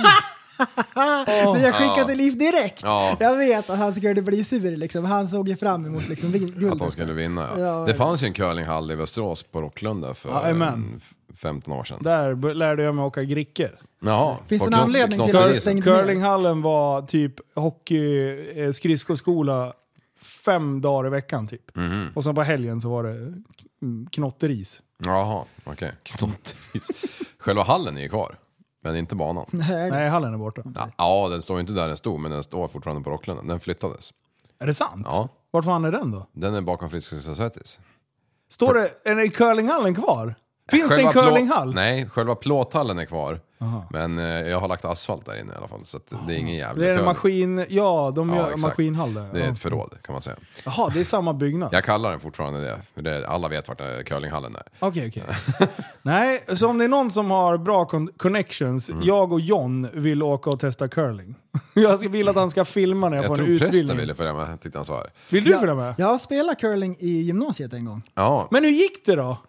Jag skickade Liv direkt. Jag vet att han skulle bli sur liksom. Han såg ju fram emot liksom guldet. Att de skulle vinna, ja. Det fanns ju en curlinghall i Västerås på Rocklunda för 15 år sedan. Där lärde jag mig åka grickor. Jaha, finns en anledning till att det stängde ner? Curlinghallen var typ hockey, skridskoskola 5 dagar i veckan typ. Och sen på helgen så var det knotteris. Jaha, okej. Knotteris. Själva hallen är ju kvar, men inte banan. Nej, hallen är borta. Ja, den står ju inte där den stod, men den står fortfarande på Rocklunda. Den flyttades. Är det sant? Ja. Vart fan är den då? Den är bakom Friskis Svettis. Står det, är curlinghallen kvar? Finns det en curlinghall? Nej, själva plåthallen är kvar. Aha. Men jag har lagt asfalt där inne i alla fall, så att det är ingen jävla Det är en curling. maskin, de gör exakt. maskinhall där. Det är ett förråd kan man säga. Jaha, det är samma byggnad. Jag kallar den fortfarande det, för alla vet vart curlinghallen är. Okej. Nej, så om det är någon som har bra connections, jag och John vill åka och testa curling. Jag vill att han ska filma när jag får en utbildning. Jag tror prästen ville följa med, tyckte han sa. Vill du följa med? Jag spelade curling i gymnasiet en gång. Ja. Men hur gick det då?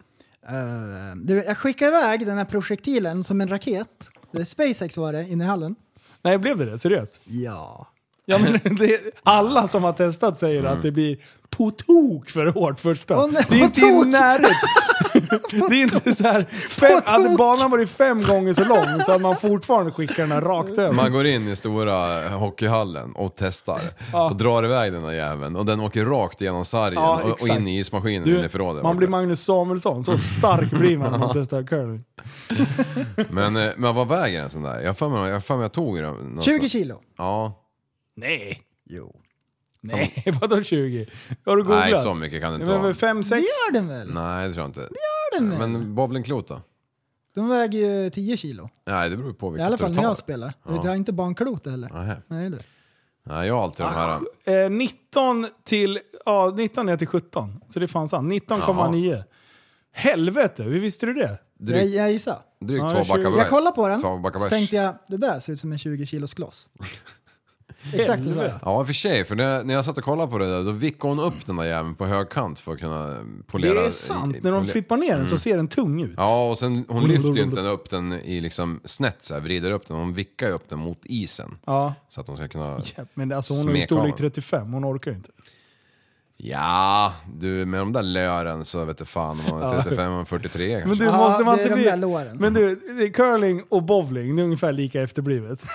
Jag skickade iväg den här projektilen som en raket. SpaceX var det inne i hallen. Nej, blev det? Seriöst? Ja. Ja, men alla som har testat säger att det blir på tok för hårt första. Det är inte i närhet. Det är inte så här att banan var 5 gånger så lång så att man fortfarande skickar den här rakt över. Man går in i stora hockeyhallen och testar och drar iväg den där jäveln och den åker rakt genom sargen och in i ismaskinen in i förrådet. Man blir Magnus Samuelsson, så stark blir man när man testar curling. Men vad väger en sån där? Jag får mig jag tog den. 20 kilo. Ja. Nej. Jo. Nej, vadå 20? Har du googlat? Nej, så mycket kan det inte vara. 5-6? Det gör den väl? Nej, det tror jag inte. Det gör den väl? Men bowlingklot då? De väger ju 10 kilo. Nej, det beror på vilket. I alla fall när jag spelar. Jag har inte barnklot heller. Nej. Nej, Nej, jag har alltid de här. 19 ner till 17. Så det fanns han. 19,9. Helvete, hur visste du det? Jag gissar. Drygt 2 backar bärs. Jag kollade på den, så tänkte jag, det där ser ut som en 20 kilos kloss. Exakt så. Ja, för sig. För när jag satt och kollade på det där, då vickade hon upp den där jäveln på högkant för att kunna polera. Det är sant, när de flippar ner den så ser den tung ut. Ja, och sen hon lyfter ju inte upp den i liksom snett så här, vrider upp den. Hon vickar ju upp den mot isen. Ja. Så att hon ska kunna men alltså hon är ju storlek 35, hon orkar ju inte. Ja, du med de där lören så vet du fan om 35 och 43 kanske. Men du måste man inte bli. Låren. Men du, curling och bowling, det är ungefär lika efterblivet.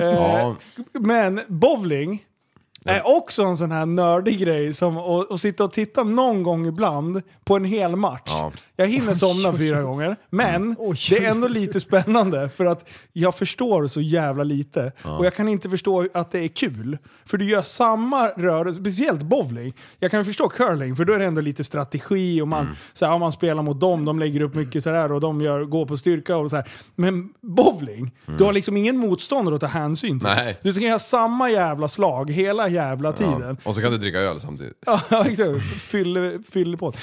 Men bowling är också en sån här nördig grej som att sitta och titta någon gång ibland på en hel match. Ja. Jag hinner somna 4 gånger, men det är ändå lite spännande för att jag förstår så jävla lite. Och jag kan inte förstå att det är kul. För du gör samma rörelse, speciellt bowling. Jag kan förstå curling, för då är det ändå lite strategi och man, så här, man spelar mot dem, de lägger upp mycket så här och de går på styrka och så här. Men bowling, du har liksom ingen motståndare att ta hänsyn till. Nej. Du ska göra samma jävla slag hela jävla tiden. Och så kan du dricka öl samtidigt. Ja, exakt. Fyller på.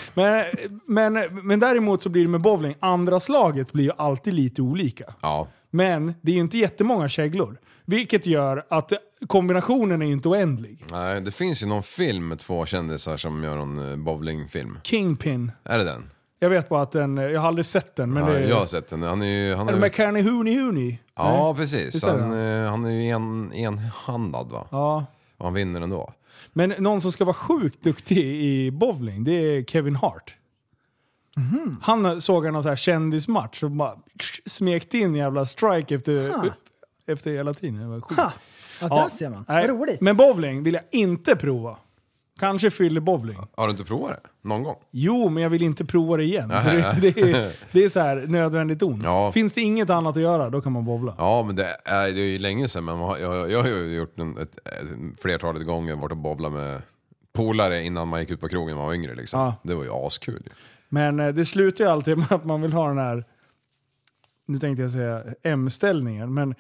Men däremot så blir det med bowling, andra slaget blir ju alltid lite olika. Ja. Men det är ju inte jättemånga käglor. Vilket gör att kombinationen är inte oändlig. Nej, det finns ju någon film med 2 kändisar som gör en bowlingfilm. Kingpin. Är det den? Jag vet bara att jag har aldrig sett den. Men jag har sett den. Han är med Carney Hooney. Ja, precis. Han är ju enhandad va? Ja. Och han vinner ändå. Men någon som ska vara sjukt duktig i bowling, det är Kevin Hart. Mm. Han såg en sån här kändismatch och bara smekte in jävla strike efter hela tiden. Det var sjukt. Där ser man. Vad roligt. Men bowling vill jag inte prova. Kanske fyller bowling. Har du inte provat det? Någon gång? Jo, men jag vill inte prova det igen. För det är så här nödvändigt ont. Ja. Finns det inget annat att göra, då kan man bowla. Ja, men det är ju länge sedan. Men jag har ju gjort flertalet gånger varit och bowla med polare innan man gick ut på krogen när man var yngre. Liksom. Ja. Det var ju askul. Men det slutar ju alltid med att man vill ha den här, nu tänkte jag säga M-ställningen, men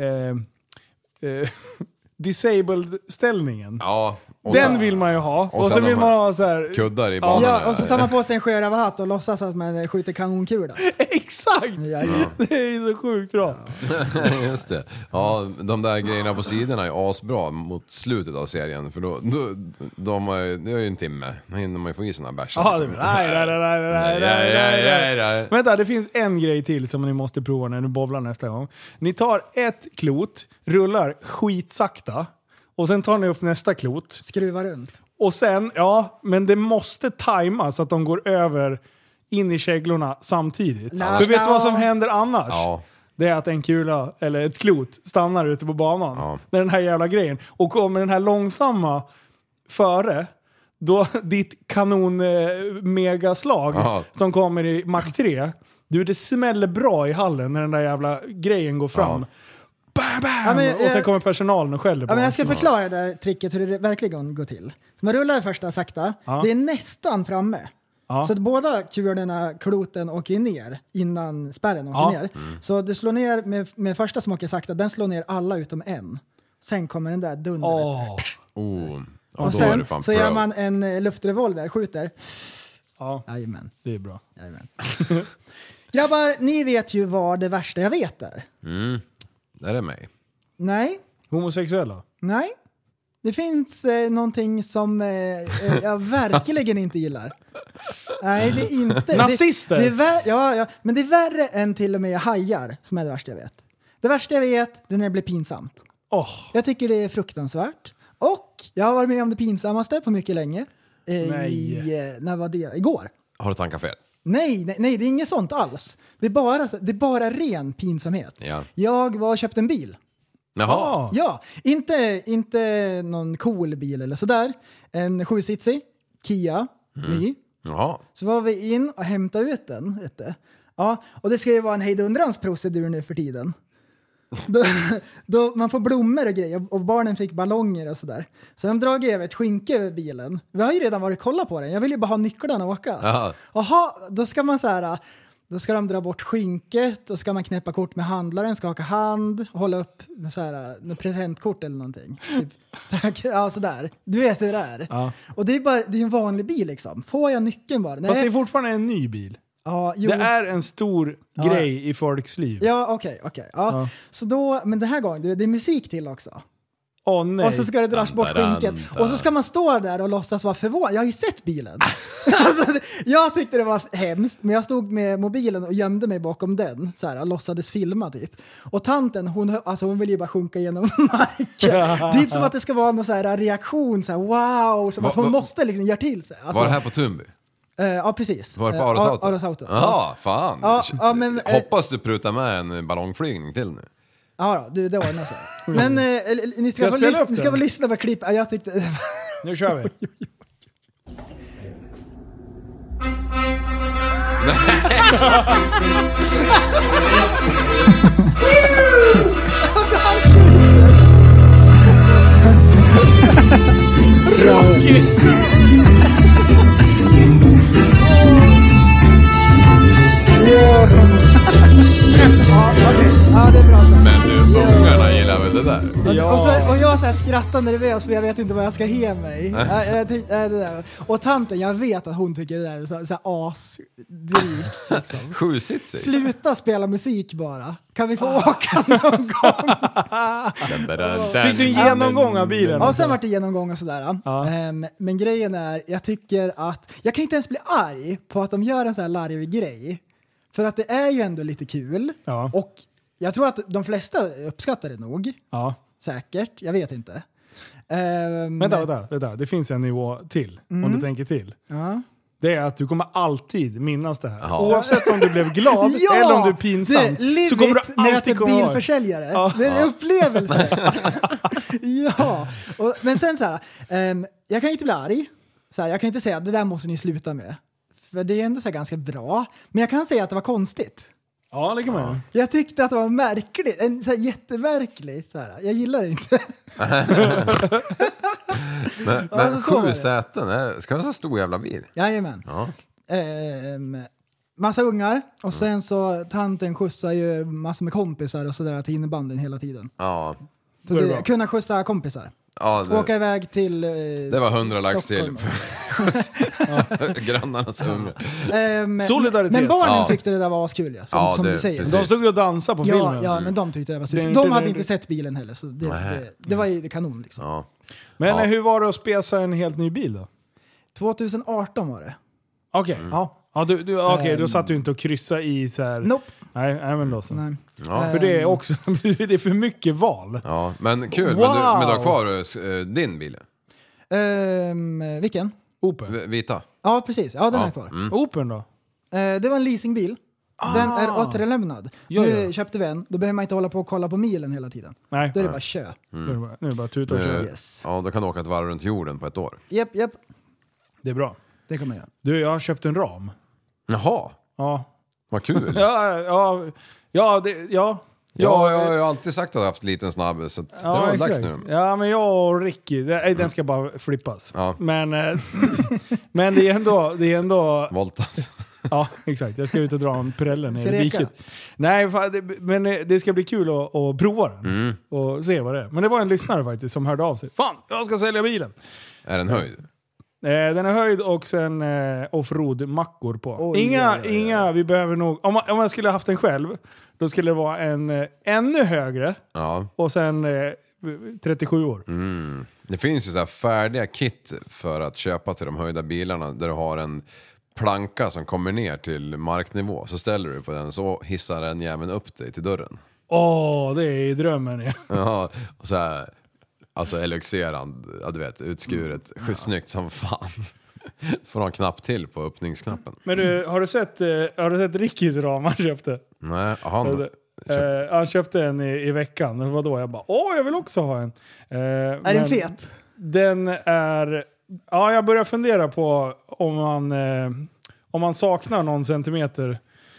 disabled-ställningen. Ja. Den vill man ju ha. Och så vill man ha så här kuddar i banan. Ja, och så tar man på sig en sjörövarhatt och låtsas att man skjuter kanonkula. Exakt! Ja. Det är så sjukt bra. Ja. Just det. Ja, de där grejerna på sidorna är asbra mot slutet av serien. För då det är ju en timme. Då hinner man ju få i såna bärs. Nej. Vänta, det finns en grej till som ni måste prova när ni bowlar nästa gång. Ni tar ett klot, rullar skitsakta. Och sen tar ni upp nästa klot. Skruva runt. Och sen, men det måste tajma så att de går över in i käglorna samtidigt. För vet du vad som händer annars? Ja. Det är att en kula, eller ett klot, stannar ute på banan. Ja. När den här jävla grejen. Och kommer den här långsamma före, då ditt kanon-megaslag som kommer i Mach 3, det smäller bra i hallen när den där jävla grejen går fram. Ja. Bam, bam. Och sen kommer personalen och skäller på. Men jag ska förklara det där tricket hur det verkligen går till. Så man rullar första sakta. Det är nästan framme. Så att båda kulorna, kloten, åker ner innan spärren åker ner. Så du slår ner med första som åker sakta, den slår ner alla utom en. Sen kommer den där dunder. Och sen så gör man en luftrevolver, skjuter. Ja, jajamän. Det är bra. Jajamän. Grabbar, ni vet ju vad det värsta jag vet är. Det är mig. Nej. Homosexuella? Nej. Det finns någonting som jag verkligen inte gillar. Nej, det är inte... Nazister? Ja, men det är värre än till och med hajar som är det värsta jag vet. Det värsta jag vet, det är när det blir pinsamt. Jag tycker det är fruktansvärt. Och jag har varit med om det pinsammaste på mycket länge. När var det? Igår. Har du tankat fel? Nej, det är inget sånt alls. Det är bara ren pinsamhet. Ja. Jag var och köpte en bil. Jaha. Ja, inte någon cool bil eller sådär. En 7-sitsig Kia ny. Jaha. Så var vi in och hämtade ut den, vet du. Ja, och det ska ju vara en hejdundrans procedur nu för tiden. Då man får blommor och grejer och barnen fick ballonger och sådär. Så de drog över ett skynke över bilen. Vi har ju redan varit och kollat på den. Jag vill ju bara ha nycklarna och åka. Jaha, då ska man så här... Då ska de dra bort skynket och ska man knäppa kort med handlaren, skaka hand, hålla upp så här, presentkort eller någonting. Tack, ja sådär. Du vet hur det är. Ja. Och det är en vanlig bil liksom. Får jag nyckeln bara? Nej. Fast det är fortfarande en ny bil. Ja, det är en stor grej i folks liv. Ja, okej. Ja. Så då, men den här gången, det är musik till också. Nej. Och så ska det dras bort skynket. Och så ska man stå där och låtsas vara förvånad. Jag har ju sett bilen. Alltså, jag tyckte det var hemskt. Men jag stod med mobilen och gömde mig bakom den. Så här, och låtsades filma typ. Och tanten, hon vill ju bara sjunka genom marken. Typ som att det ska vara någon så här reaktion. Så här, wow. Som att hon måste liksom göra till sig. Alltså, var det här på Tumby? Ja, precis. Var det på Aros Auto? Ja, fan. Ja, men, hoppas du prutar med en ballongflygning till nu. Ja då, det ordnar sig. Men ni ska få lyssna på klipp. Jag tyckte... Nu kör vi. Ja, det är bra så. Men du, ungarna gillar väl det där? Och jag så här skrattar nervös för jag vet inte vad jag ska ge mig. Det där. Och tanten, jag vet att hon tycker det där är så här asdrygt. Liksom. 7-sitsig. Sluta spela musik bara. Kan vi få åka någon gång? Fick du en genomgång av bilen? Ja, sen var det genomgång och sådär. Ja. Men grejen är, jag tycker att jag kan inte ens bli arg på att de gör en så här larvig grej. För att det är ju ändå lite kul. Ja. Och jag tror att de flesta uppskattar det nog. Ja. Säkert, jag vet inte. Vänta. Det finns en nivå till, om du tänker till. Ja. Det är att du kommer alltid minnas det här. Ja. Oavsett om du blev glad eller om du är pinsamt. Så kommer du alltid komma ihåg. Bilförsäljare. Ja. Det är en upplevelse. Ja. Men sen så här, jag kan inte bli arg. Så här, jag kan inte säga att det där måste ni sluta med. För det är ändå så här ganska bra. Men jag kan säga att det var konstigt. Ja, det kan man. Jag tyckte att det var märkligt. Så här jättemärkligt. Så här. Jag gillar det inte. men alltså, 7 säten, ska det vara så stor jävla bil? Jajamän. Ja. Massa ungar. Och sen så tanten skjutsar ju massor med kompisar och sådär till innebanden hela tiden. Ja. Så det, kunna skjutsa kompisar. Ja, åka iväg till det var 100 lax till grannarnas ungar. Solidaritet. Men barnen tyckte det där var askul, som du säger. De stod och dansade på filmen. Ja, men de tyckte det var super. De hade inte sett bilen heller, så det var ju kanon liksom. Ja. Men hur var det att spesa en helt ny bil då? 2018 var det. Okej. Okej, då satt du inte och kryssa i så här. Nope. Nej, men då så. Nej. Ja. För det är också det är för mycket val. Ja, men kul. Wow. Men du har kvar din bil? Vilken? Opel. Vita? Ja, precis. Ja, den är kvar. Opel då? Det var en leasingbil. Den är återlämnad. Nu köpte vi en. Då behöver man inte hålla på och kolla på milen hela tiden. Nej. Då är det bara kö. Nu är det bara tuta och kö. Yes. Ja, då kan du åka ett varv runt jorden på ett år. Japp. Det är bra. Det kan man göra. Du, jag har köpt en ram. Jaha. Ja. Vad kul. Ja, jag har ju alltid sagt att jag har haft liten snabb, så det var dags nu. Ja, men jag och Ricky, den ska bara flippas. Ja. Men det är ändå... Voltas. Ja, exakt. Jag ska ut och dra en Pirelli ner i diket. Nej, men det ska bli kul att prova den och se vad det är. Men det var en lyssnare faktiskt som hörde av sig. Fan, jag ska sälja bilen. Är den höjd? Den är höjd och sen offroad-mackor på. Inga, vi behöver nog... Om jag skulle haft den själv, då skulle det vara en ännu högre. Ja. Och sen 37 år. Det finns ju så här färdiga kit för att köpa till de höjda bilarna där du har en planka som kommer ner till marknivå. Så ställer du på den, så hissar den jäveln upp dig till dörren. Det är ju drömmen. Ja. Ja, och så här, alltså elixerand, ja, du vet, utskuret, snyggt som fan. Får ha en knapp till på öppningsknappen. Men du, har du sett Rickys ram han köpte? Nej, han köpte en i veckan. Det var då jag bara, jag vill också ha en. Är den fet? Den är... Ja, jag börjar fundera på om man saknar någon centimeter.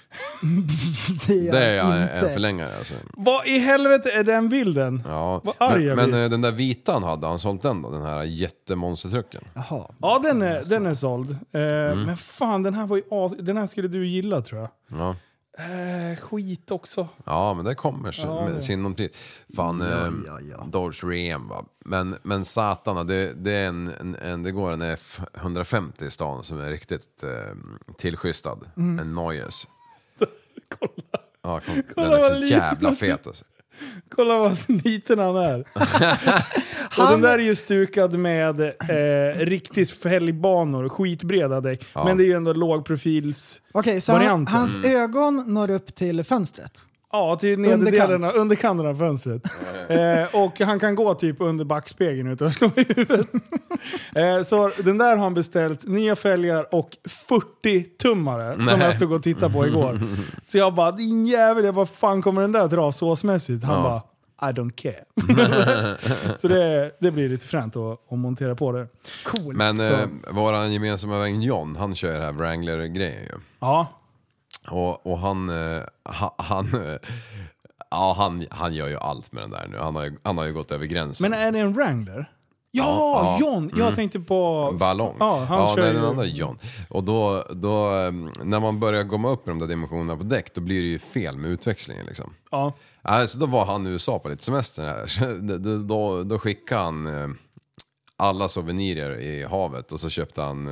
Det är en förlängare alltså. Vad i helvete är den bilden? Ja, vad arg men den där vitan hade han sålt den då, den här jättemonstertrucken. Jaha. Ja, den är såld. Men fan, den här var ju den här skulle du gilla, tror jag. Ja. Skit också. Ja, men det kommer med sinom tid. Fan, Dodge Ram, va. Men satana, det är det går en F150 i stan som är riktigt tillskystad. En Noyes. Kolla. Ja, den är så jävla fet alltså. Kolla vad liten han är. Och den där är ju stukad med riktigt fälgbanor, skitbreda däck. Ja. Men det är ju ändå lågprofils varianten. Hans ögon når upp till fönstret. Ja, till nederdelen, underkanten av fönstret. Och han kan gå typ under backspegeln utan att slå i huvudet. Så den där har han beställt nya fälgar och 40-tummare som jag stod och tittade på igår. Så jag bara, din jävel, vad fan kommer den där dra såsmässigt? Han bara, I don't care. Så det blir lite fränt att montera på det. Cool. Men våran gemensamma vän John, han kör det här Wrangler-grejen ju. Ja. Och han gör ju allt med den där nu. Han har ju gått över gränsen. Men är det en Wrangler? Ja, John! Jag tänkte på... Ballong. Ja, det är den andra John. Och då när man börjar komma upp med de där dimensionerna på däck, då blir det ju fel med utväxlingen liksom. Ja. Alltså då var han i USA på lite semester här. Då skickade han alla souvenirer i havet och så köpte han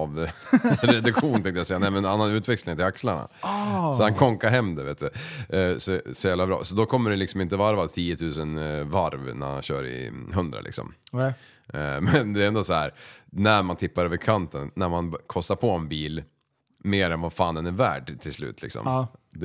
reduktion tänkte jag säga. Nej, men annan utväxling till axlarna. Så han konkade hem det, vet du. Så jävla bra. Så då kommer det liksom inte varva 10 000 varv när han kör i 100 liksom. Nej. Men det är ändå så här, när man tippar över kanten, när man kostar på en bil mer än vad fan den är värd till slut liksom.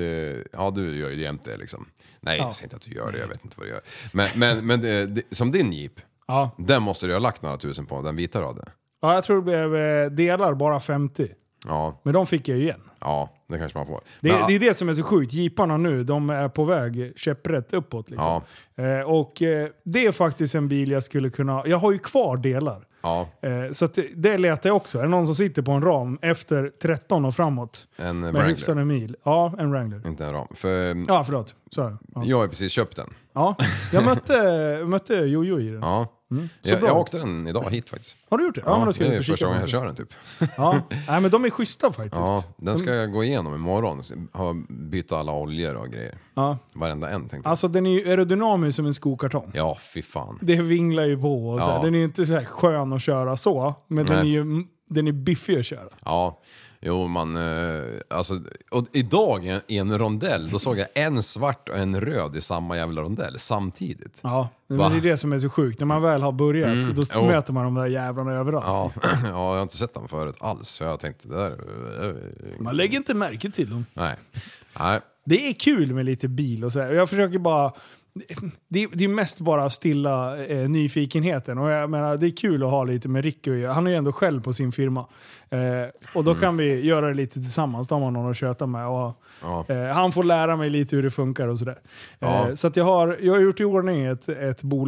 Du gör ju det jämte liksom. Nej, jag säger inte att du gör det, jag vet inte vad du gör. Men det, som din Jeep, den måste du ha lagt några tusen på, den vita raden. Ja, jag tror det blev delar bara 50. Ja. Men de fick jag ju igen. Ja, det kanske man får. Det är det som är så sjukt. Jeeparna nu, de är på väg käpprätt uppåt liksom. Och det är faktiskt en bil jag skulle kunna... Jag har ju kvar delar. Ja. Så att det letar jag också. Är det någon som sitter på en ram efter 13 och framåt? En med Wrangler. Hyfsade mil. Ja, en Wrangler. Inte en ram. Ja, förlåt. Så, jag har precis köpt den. Ja, jag mötte Jojo i den. Ja. Jag åkte den idag hit faktiskt. Har du gjort det? Ja, men då ska det är första gången jag kör den typ. Ja, nej, men de är schyssta faktiskt. Ja, den ska jag gå igenom imorgon. Byta alla oljor och grejer. Ja. Varenda en tänkte jag. Alltså den är ju aerodynamisk som en skokartong. Ja, fy fan. Det vinglar ju på. Och så. Den är ju inte så här skön att köra så. Men den är biffig att köra. Ja. Jo, alltså, och idag i en rondell, då såg jag en svart och en röd i samma jävla rondell samtidigt. Ja, men det är det som är så sjukt. När man väl har börjat, då möter man de där jävlarna överallt. Ja, jag har inte sett dem förut alls. För jag tänkte, det där... Man lägger inte märke till dem. Nej. Det är kul med lite bil och så här. Jag försöker bara... Det är mest bara stilla nyfikenheten. Och jag menar, det är kul att ha lite med Ricky. Han är ju ändå själv på sin firma. Och då kan vi göra det lite tillsammans. Då har man någon att köta med. Och, han får lära mig lite hur det funkar och sådär. Så att jag har gjort i ordning ett bolag.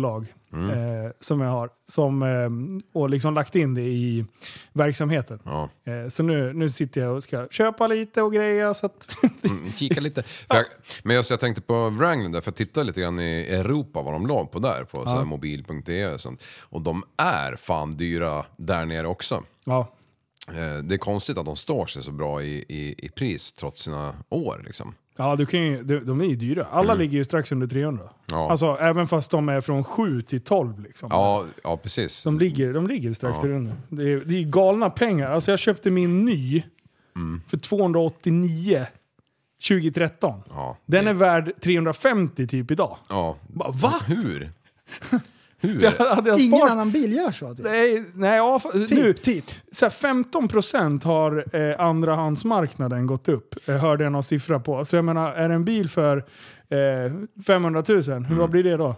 som jag har. Och liksom lagt in det i verksamheten. Ja. Så nu sitter jag och ska köpa lite och grejer. Så att kika lite. Men jag tänkte på Wrangler där, för jag tittade lite grann i Europa vad de låg på där. På så här mobil.de och sånt. Och de är fan dyra där nere också. Ja. Det är konstigt att de står sig så bra i pris trots sina år liksom. Ja, de är ju dyra. Alla ligger ju strax under 300. Ja. Alltså även fast de är från 7 till 12 liksom. Ja, precis. De ligger strax under. Det är galna pengar. Alltså jag köpte min ny för 289 2013. Ja, Den är värd 350 typ idag. Ja. Va? Hur? Ingen annan bil gör så? Typ. Nej, typ. Så 15% har andrahandsmarknaden gått upp. Hörde jag någon siffra på. Så jag menar, är det en bil för 500 000, vad blir det då?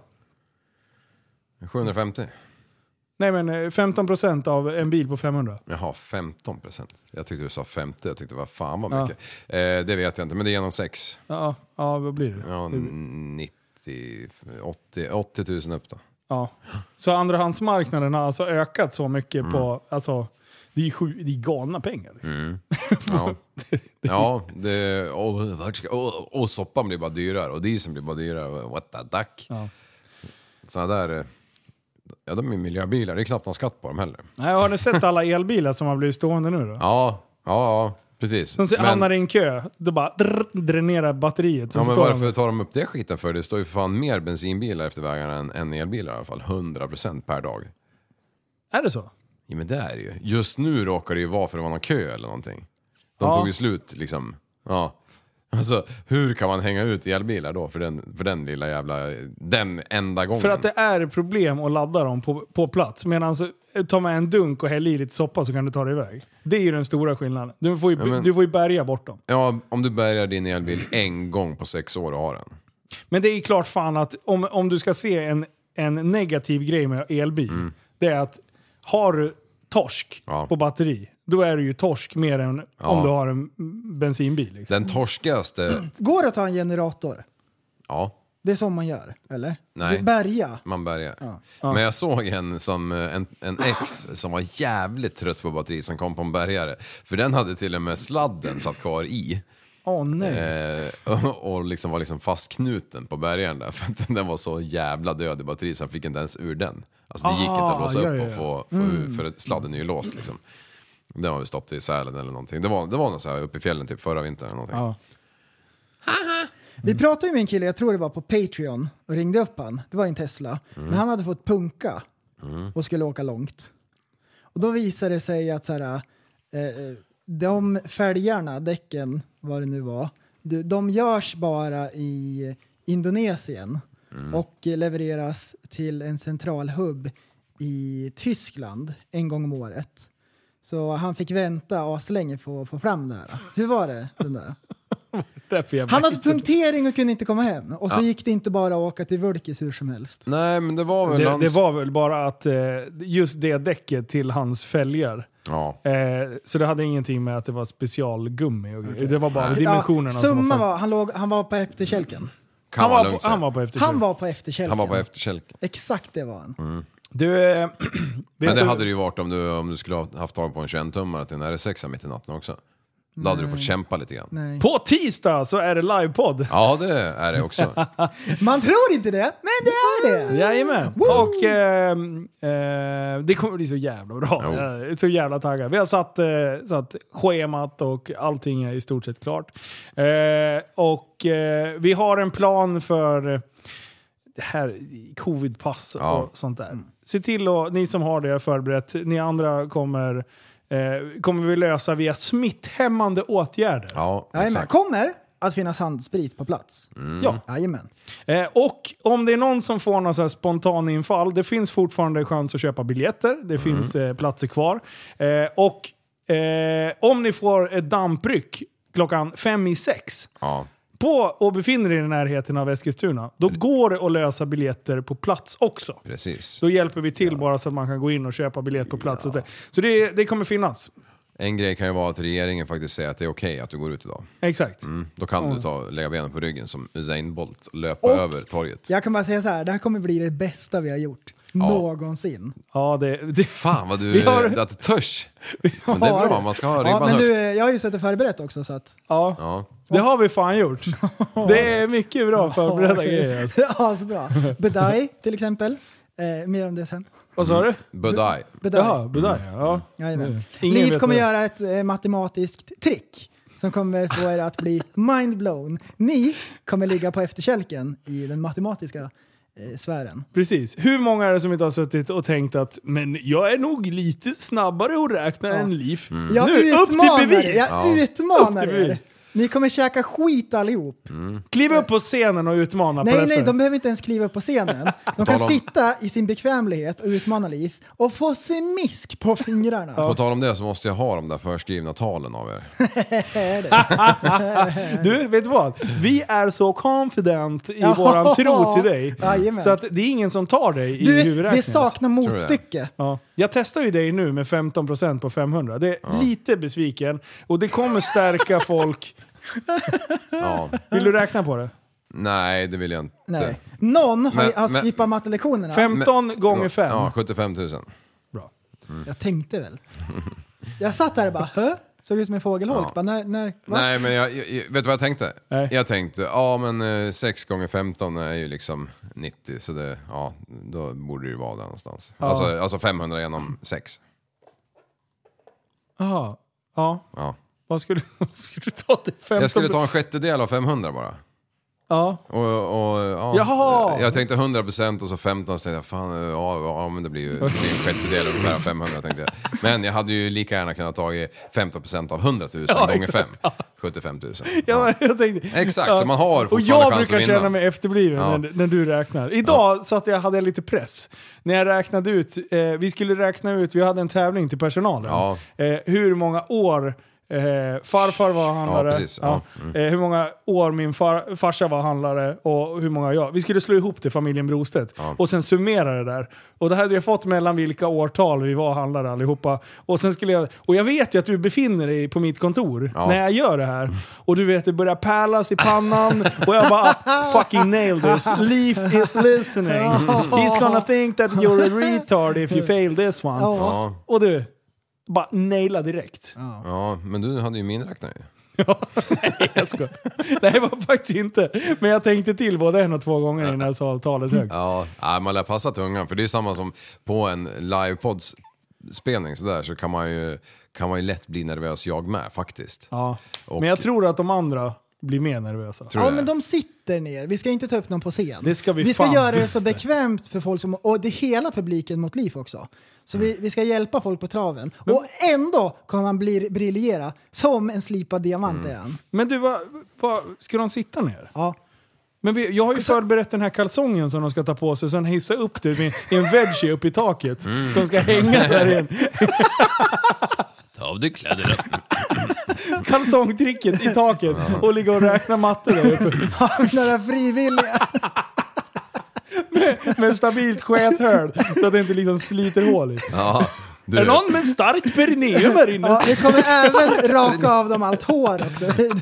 750. Nej men 15% av en bil på 500. Jaha, 15%. Jag tyckte du sa 50. Jag tyckte vad fan vad mycket. Det vet jag inte, men det är genom 6. Ja, vad blir det? Ja, 80 000 upp då. Ja. Så andrahandsmarknaden har alltså ökat så mycket på, alltså det är galna pengar liksom. Och soppan blir bara dyrare och dieseln blir bara dyrare. What the duck. Ja. Såna där, de är miljöbilar, det är knappt någon skatt på dem heller. Nej, har ni sett alla elbilar som har blivit stående nu då? Ja, precis. De hamnar i en kö, då bara dränerar batteriet. Ja, men varför tar de upp det skiten för? Det står ju för fan mer bensinbilar efter vägarna än elbilar i alla fall. 100% per dag. Är det så? Ja, men det är det ju. Just nu råkar det ju vara för att det var någon kö eller någonting. De tog ju slut liksom. Ja. Alltså, hur kan man hänga ut elbilar då för den lilla jävla, den enda gången? För att det är problem att ladda dem på plats. Men alltså, tar man en dunk och häller i lite soppa så kan du ta det iväg. Det är ju den stora skillnaden. Du får ju bärga bort dem. Ja, om du bärgar din elbil en gång på 6 år och har den. Men det är klart fan att om du ska se en negativ grej med elbil, det är att har du torsk på batteri, då är det ju torsk mer än om du har en bensinbil. Liksom. Den torskigaste... Går det att ta en generator? Ja. Det är så man gör, eller? Nej. Bärga. Man bärgar. Ja. Men jag såg en ex som var jävligt trött på batteri som kom på en bärgare. För den hade till och med sladden satt kvar i. Nej. Och liksom var liksom fastknuten på bärgaren där. För att den var så jävla död i batteri så han fick inte ens ur den. Alltså det gick inte att låsa upp och få för sladden är ju låst liksom. Det har vi stått i Sälen eller någonting. Det var något så här uppe i fjällen typ förra vintern eller någonting. Ja. Vi pratade ju med en kille, jag tror det var på Patreon, och ringde upp han. Det var en Tesla. Men han hade fått punka och skulle åka långt. Och då visade det sig att så här, de fälgarna, däcken, vad det nu var, de görs bara i Indonesien och levereras till en centralhubb i Tyskland en gång om året. Så han fick vänta aslänge på att få fram det här. Hur var det, den där? Han hade punktering och kunde inte komma hem. Och så gick det inte bara att åka till Völkis hur som helst. Nej, men det var väl det var väl bara att just det däcket till hans fälgar. Ja. Så det hade ingenting med att det var specialgummi. Okay. Det var bara dimensionerna som var han var på efterkälken. Han var på efterkälken. Han var på efterkälken. Han var på efterkälken. Exakt det var han. Men det hade det ju varit om du skulle ha haft tag på en 21-tummare till en RS6 mitt i natten också. Då hade du fått kämpa lite grann. Nej. På tisdag så är det livepodd. Ja, det är det också. Man tror inte det, men det är det. Jajamän. Och det kommer bli så jävla bra. Jag är så jävla taggad. Vi har satt schemat och allting är i stort sett klart. Vi har en plan för det här covid-pass och sånt där. Se till att ni som har det förberett, ni andra kommer vi lösa via smitthämmande åtgärder. Ja, exakt. Kommer att finnas handsprit på plats. Ja. Jajamän. Och om det är någon som får någon så här spontan infall, det finns fortfarande chans att köpa biljetter. Det finns platser kvar. Om ni får ett dampryck 5:05 och befinner er i närheten av Eskilstuna, då går det att lösa biljetter på plats också. Precis. Då hjälper vi till bara så att man kan gå in och köpa biljett på plats. Ja. Så det kommer finnas. En grej kan ju vara att regeringen faktiskt säger att det är okej att du går ut idag. Exakt. Då kan du lägga benen på ryggen som Usain Bolt och löpa över torget. Jag kan bara säga så här, det här kommer bli det bästa vi har gjort. någonsin. Ja, det Fan vad du att du törs. Men det är bra, man ska ha ribban men högt. jag har ju suttit förberett också så att... Ja. Det har vi fan gjort. Det är mycket bra förberedda grejer. Alltså. Ja, så bra. Budai till exempel. Mer om det sen. Vad sa du? Budai. Jaha, Budai. Ja. Liv kommer göra ett matematiskt trick som kommer få er att bli mindblown. Ni kommer ligga på efterkälken i den matematiska sfären. Precis. Hur många är det som inte har suttit och tänkt att men jag är nog lite snabbare att räkna än Liv. Jag nu, upp till bevis! Jag utmanar er. Ni kommer käka skit allihop. Kliv upp på scenen och utmana. Nej, de behöver inte ens kliva upp på scenen. De kan sitta i sin bekvämlighet och utmana Liv och få smisk på fingrarna. På tal om det så måste jag ha de där förskrivna talen av er. Du, vet du vad? Vi är så confident i våran tro till dig. Så att det är ingen som tar dig i huvudräkningen. Det saknar motstycke. Ja. Jag testar ju dig nu med 15% på 500. Det är lite besviken. Och det kommer stärka folk. Vill du räkna på det? Nej, det vill jag inte. Nej. Någon har skippat mattelektionerna. 15 gånger 5. Ja, 75 000. Bra. Jag tänkte väl. Jag satt där och bara, såg ut som en fågelholk. Bara, Nej, men jag vet du vad jag tänkte? Nej. Jag tänkte, 6 gånger 15 är ju liksom 90. Så det, då borde det ju vara där någonstans. Alltså 500 genom 6. Jaha. Ja. Vad skulle du ta till 15? Jag skulle ta en sjättedel av 500 bara. Ja. Och jag tänkte 100% och så 15 så tänkte jag fan, men det blir ju en sjättedel ungefär 500 tänkte jag. Men jag hade ju lika gärna kunnat ta 15% av 100 000 gånger 5. 75 000. Ja, jag tänkte, exakt, så man har och jag brukar känna mig efterbliven när du räknar. Idag så att jag hade lite press. När jag räknade ut, vi skulle räkna ut, vi hade en tävling till personalen. Hur många år farfar var handlare. Precis. Hur många år min farsa var handlare och hur många jag. Vi skulle slå ihop till familjen Brostedt och sen summera det där. Och det hade jag fått mellan vilka årtal vi var handlare allihopa. Och sen skulle jag vet ju att du befinner dig på mitt kontor när jag gör det här. Och du vet, det börjar pärlas i pannan och jag bara fucking nailed this. Leaf is listening. He's gonna think that you're a retard if you fail this one. Och du bara naila direkt. Ja, men du hade ju min räknare. Nej, jag ska. Det var faktiskt inte. Men jag tänkte till både 1 och 2 gånger innan jag sa talet högt. Ja, man lär passa tungan. För det är samma som på en livepods-spelning så kan man ju lätt bli nervös jag med faktiskt. Ja, men jag tror att de andra blir mer nervösa. Men de sitter ner. Vi ska inte ta upp någon på scen. Det ska vi ska göra det så bekvämt för folk som... Och det är hela publiken mot Liv också. Så vi ska hjälpa folk på traven. Och ändå kommer man briljera som en slipad diamant är han. Men du, ska de sitta ner? Ja. Men jag har ju förberett den här kalsongen som de ska ta på sig och sen hissa upp det med en veggie upp i taket som ska hänga där igen. Ta av dig kläderna. Kalsongtricket i taket och ligga och räkna matte där uppe. Några frivilliga. med stabilt skäthörd så att det inte liksom sliter hål i. Ja, är någon med starkt perineum här inne? Ja, det kommer även raka av dem allt hår också.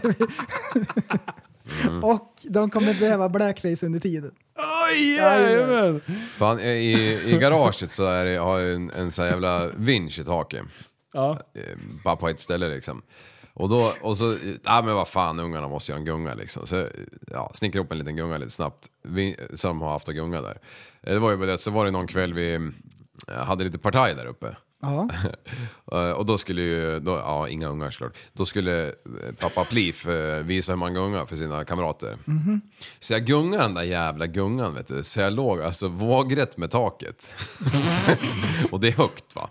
Och de kommer behöva blackface under tiden. Oj, jajamän. Fan, i garaget så har jag en sån jävla vinsch i taket. Ja. Bara på ett ställe liksom. Och så, men vad fan, ungarna måste ju ha en gunga liksom. Så snickra upp en liten gunga lite snabbt. Så de har haft en gunga där. Det var ju med det, så var det någon kväll vi hade lite partaj där uppe. Ja. Och då skulle ju, inga ungar såklart. Då skulle pappa Plif visa hur man gungar för sina kamrater. Mm-hmm. Så jag gungar den där jävla gungan, vet du. Så jag låg alltså vågrätt med taket. Och det är högt, va?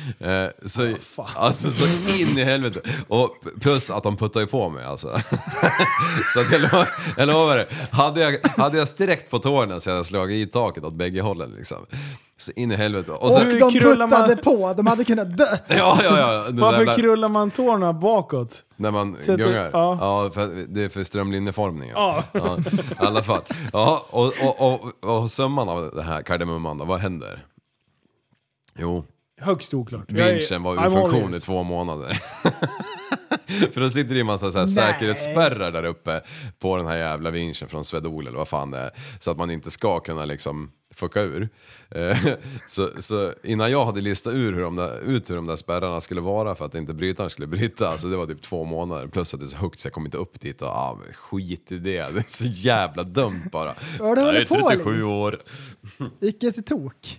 Så in i helvete. Och plus att de puttar ju på mig alltså. Så att jag lovar det. Hade jag sträckt på tårna så hade jag slagit i taket åt bägge hållen liksom. Så in i helvete. Och de puttade på, de hade kunnat dött. Ja. Varför krullar man tårna bakåt? När man gungar? Ja, för det är för strömlinjeformningen. Ja. I alla fall. Ja, och summan av det här kardemumman då, vad händer? Jo. Högst oklart. Vinschen var ur funktion i 2 månader. För då sitter det en massa så här säkerhetsspärrar där uppe på den här jävla vinschen från Svedol eller vad fan det är. Så att man inte ska kunna liksom fucka ur. Så innan jag hade listat ut hur de där spärrarna skulle vara för att inte brytaren skulle bryta, alltså det var typ 2 månader, plus att det är så högt så jag kom inte upp dit och skit i det är så jävla dumt bara. Jag är 37 år. Vilket tok.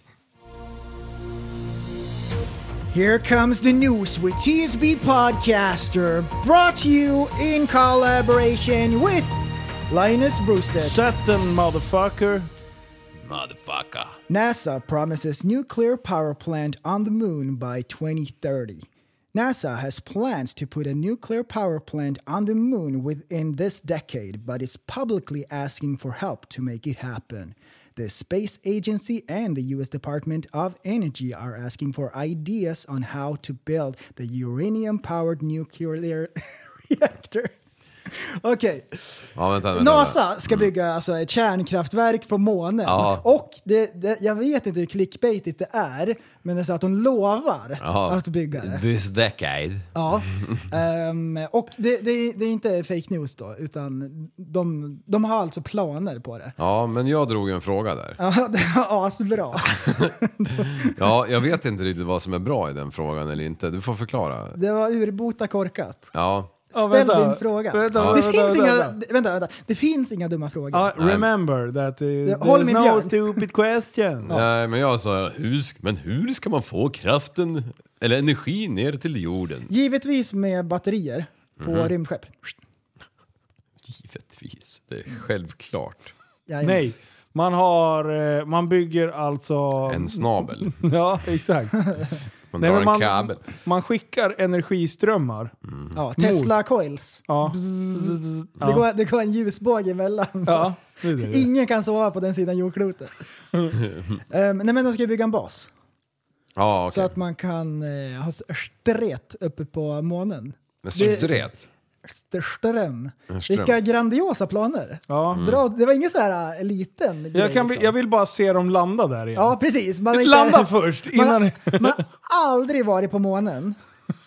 Here comes the news with TSB Podcaster, brought to you in collaboration with Linus Brewster. Saturn, motherfucker. NASA promises nuclear power plant on the moon by 2030. NASA has plans to put a nuclear power plant on the moon within this decade, but it's publicly asking for help to make it happen. The Space Agency and the US Department of Energy are asking for ideas on how to build the uranium-powered nuclear reactor. Okej. Ja, vänta. NASA ska bygga alltså ett kärnkraftverk på månen. Ja. Och jag vet inte hur clickbaitigt det är, men det är så att de lovar att bygga det. This decade. Ja. Och det är inte fake news då, utan de har alltså planer på det. Ja, men jag drog en fråga där. Ja, det var asbra. Ja, jag vet inte riktigt vad som är bra i den frågan eller inte. Du får förklara. Det var urbota korkat. Ja. Ställ din fråga. Det finns inga dumma frågor. Remember that there's no stupid questions. Nej, men jag sa, hur ska man få kraften eller energi ner till jorden? Givetvis med batterier på rymdskepp. Givetvis, det är självklart. Nej, man bygger alltså... En snabel. Ja, exakt. Man skickar energiströmmar. Ja, Tesla coils. Ja. Det går en ljusbåge emellan. Ja, det. Ingen kan sova på den sidan jordklotet. Nej, men de ska bygga en bas. Ja, okay. Så att man kan ha stret uppe på månen. Men stret? Ström. Vilka grandiosa planer. Ja. Det var ingen så här liten grej, jag vill bara se dem landa där igen. Ja, precis. Landa först. Man har aldrig varit på månen.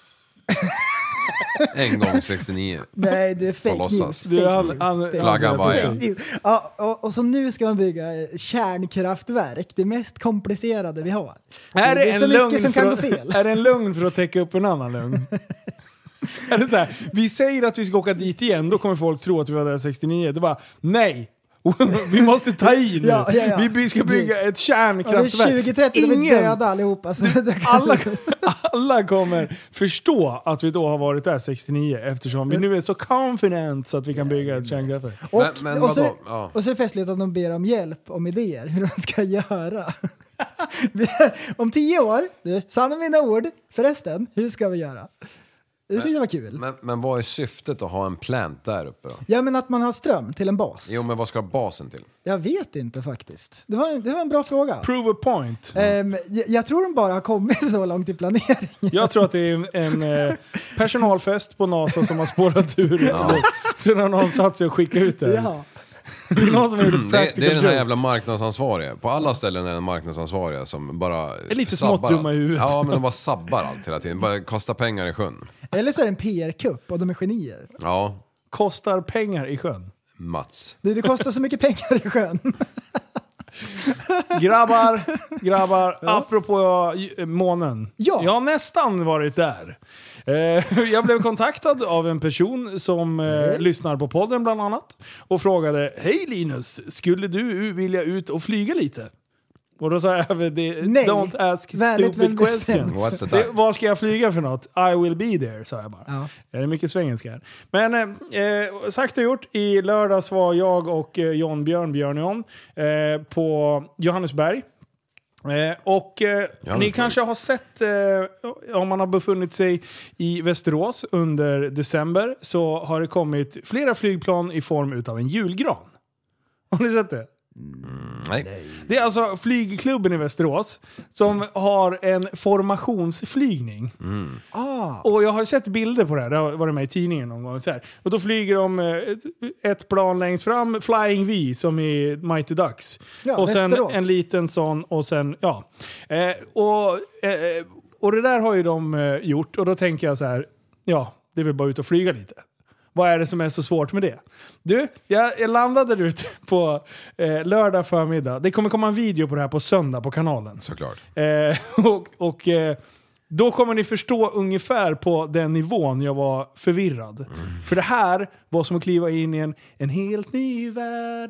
En gång 69. Nej, det är fake news. Flaggan var ja, och så nu ska man bygga kärnkraftverk. Det mest komplicerade vi har. Är det är så mycket som kan gå fel. Är det en lugn för att täcka upp en annan lugn? Är det så här, vi säger att vi ska åka dit igen, då kommer folk tro att vi var där 69. Det bara, nej. Vi måste ta i nu. Ja. Vi ska bygga ett kärnkraftverk. 2030 är vi döda allihopa. Alla kommer förstå att vi då har varit där 69, eftersom vi nu är så confident så att vi kan bygga ett kärnkraftverk. Och så är det festligt att de ber om hjälp, om idéer hur de ska göra. Om 10 år, sanna mina ord, förresten, hur ska vi göra? Det tyckte jag var kul. Men vad är syftet att ha en plant där uppe då? Ja, men att man har ström till en bas. Jo, men vad ska basen till? Jag vet inte faktiskt. Det var en bra fråga. Prove a point. Jag tror de bara har kommit så långt i planeringen. Jag tror att det är en personalfest på NASA som har spårat ur. Så när någon satt sig och skickade ut det. Ja. Det är någon som det är den här jävla marknadsansvariga. På alla ställen är det en marknadsansvariga som bara är lite smått dumma i huvudet. Ja, men de bara sabbar allt hela tiden. Bara kostar pengar i sjön. Eller så är det en PR-kupp och de är genier. Ja. Kostar pengar i sjön. Mats. Det kostar så mycket pengar i sjön. Grabbar, apropå månen. Ja. Jag har nästan varit där. Jag blev kontaktad av en person som lyssnar på podden bland annat och frågade: hej Linus, skulle du vilja ut och flyga lite? Och då sa jag, don't ask stupid question. Vad ska jag flyga för något? I will be there, sa jag bara. Ja. Det är mycket svengelska här. Men sagt och gjort, i lördags var jag och John Björn på Johannesberg. Ni kanske har sett, om man har befunnit sig i Västerås under december, så har det kommit flera flygplan i form utav en julgran. Har ni sett det? Nej. Det är alltså flygklubben i Västerås som har en formationsflygning. Och jag har sett bilder på det här. Det har varit med i tidningen någon gång så här. Och då flyger de ett plan längst fram, Flying V, som i Mighty Ducks. Ja, och sen Västerås. En liten sån och sen och det där har ju de gjort. Och då tänker jag så här, ja, det är väl bara ut och flyga lite. Vad är det som är så svårt med det? Du, jag landade ute på lördag förmiddag. Det kommer komma en video på det här på söndag på kanalen. Såklart. Då kommer ni förstå ungefär på den nivån jag var förvirrad. För det här var som att kliva in i en helt ny värld.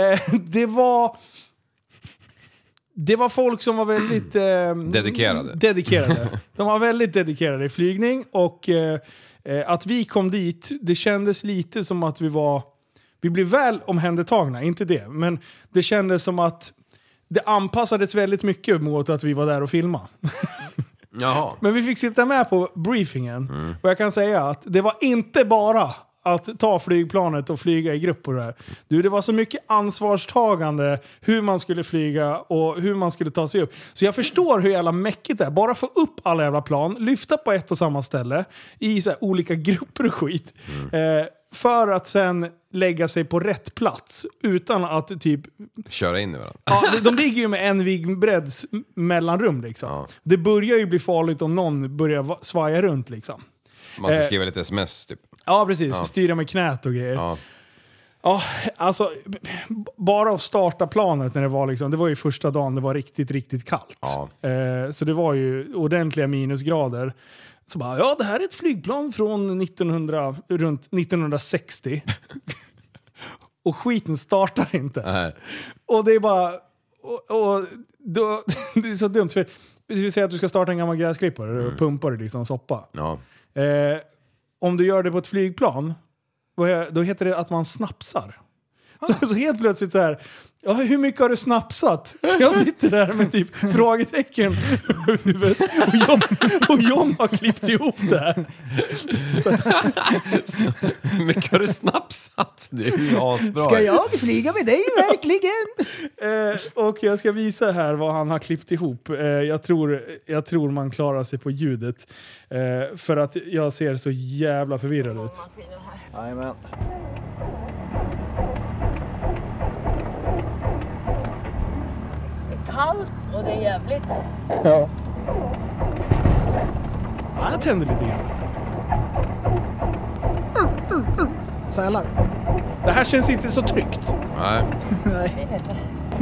Det var folk som var väldigt dedikerade. De var väldigt dedikerade i flygning. Och att vi kom dit, det kändes lite som att vi blev väl omhändertagna, inte det. Men det kändes som att det anpassades väldigt mycket mot att vi var där och filmade. Jaha. Men vi fick sitta med på briefingen. Och jag kan säga att det var inte bara att ta flygplanet och flyga i grupp på det här. Det var så mycket ansvarstagande hur man skulle flyga och hur man skulle ta sig upp. Så jag förstår hur jävla mäckigt det är. Bara få upp alla jävla plan, lyfta på ett och samma ställe i så här olika grupper och skit. För att sen lägga sig på rätt plats utan att typ köra in i varandra. Ja, de ligger ju med en vigbreds mellanrum liksom. Ja. Det börjar ju bli farligt om någon börjar svaja runt liksom. Man ska skriva lite sms typ. Ja, precis. Ja. Styra med knät och grejer. Ja. Ja, alltså bara att starta planet när det var liksom, det var ju första dagen det var riktigt, riktigt kallt. Ja. Så det var ju ordentliga minusgrader. Så bara, ja, det här är ett flygplan från runt 1960. Och skiten startar inte. Nej. Och det är bara... Och då, det är så dumt, för det vill säga att du ska starta en gammal gräsklippare och pumpar det liksom soppa. Ja. Om du gör det på ett flygplan, då heter det att man snapsar. Så helt plötsligt så här, ja, hur mycket har du snapsat? Så jag sitter där med typ frågetecken och John har klippt ihop det här. Hur mycket har du snapsat? Det är ju asbra. Ska jag flyga med dig verkligen? Och jag ska visa här vad han har klippt ihop. Jag tror man klarar sig på ljudet. För att jag ser så jävla förvirrad ut. Jajamän. Kallt och det är jävligt. Ja. Jag tänder lite grann. Sälar. Det här känns inte så tryggt. Nej. Nej. Hur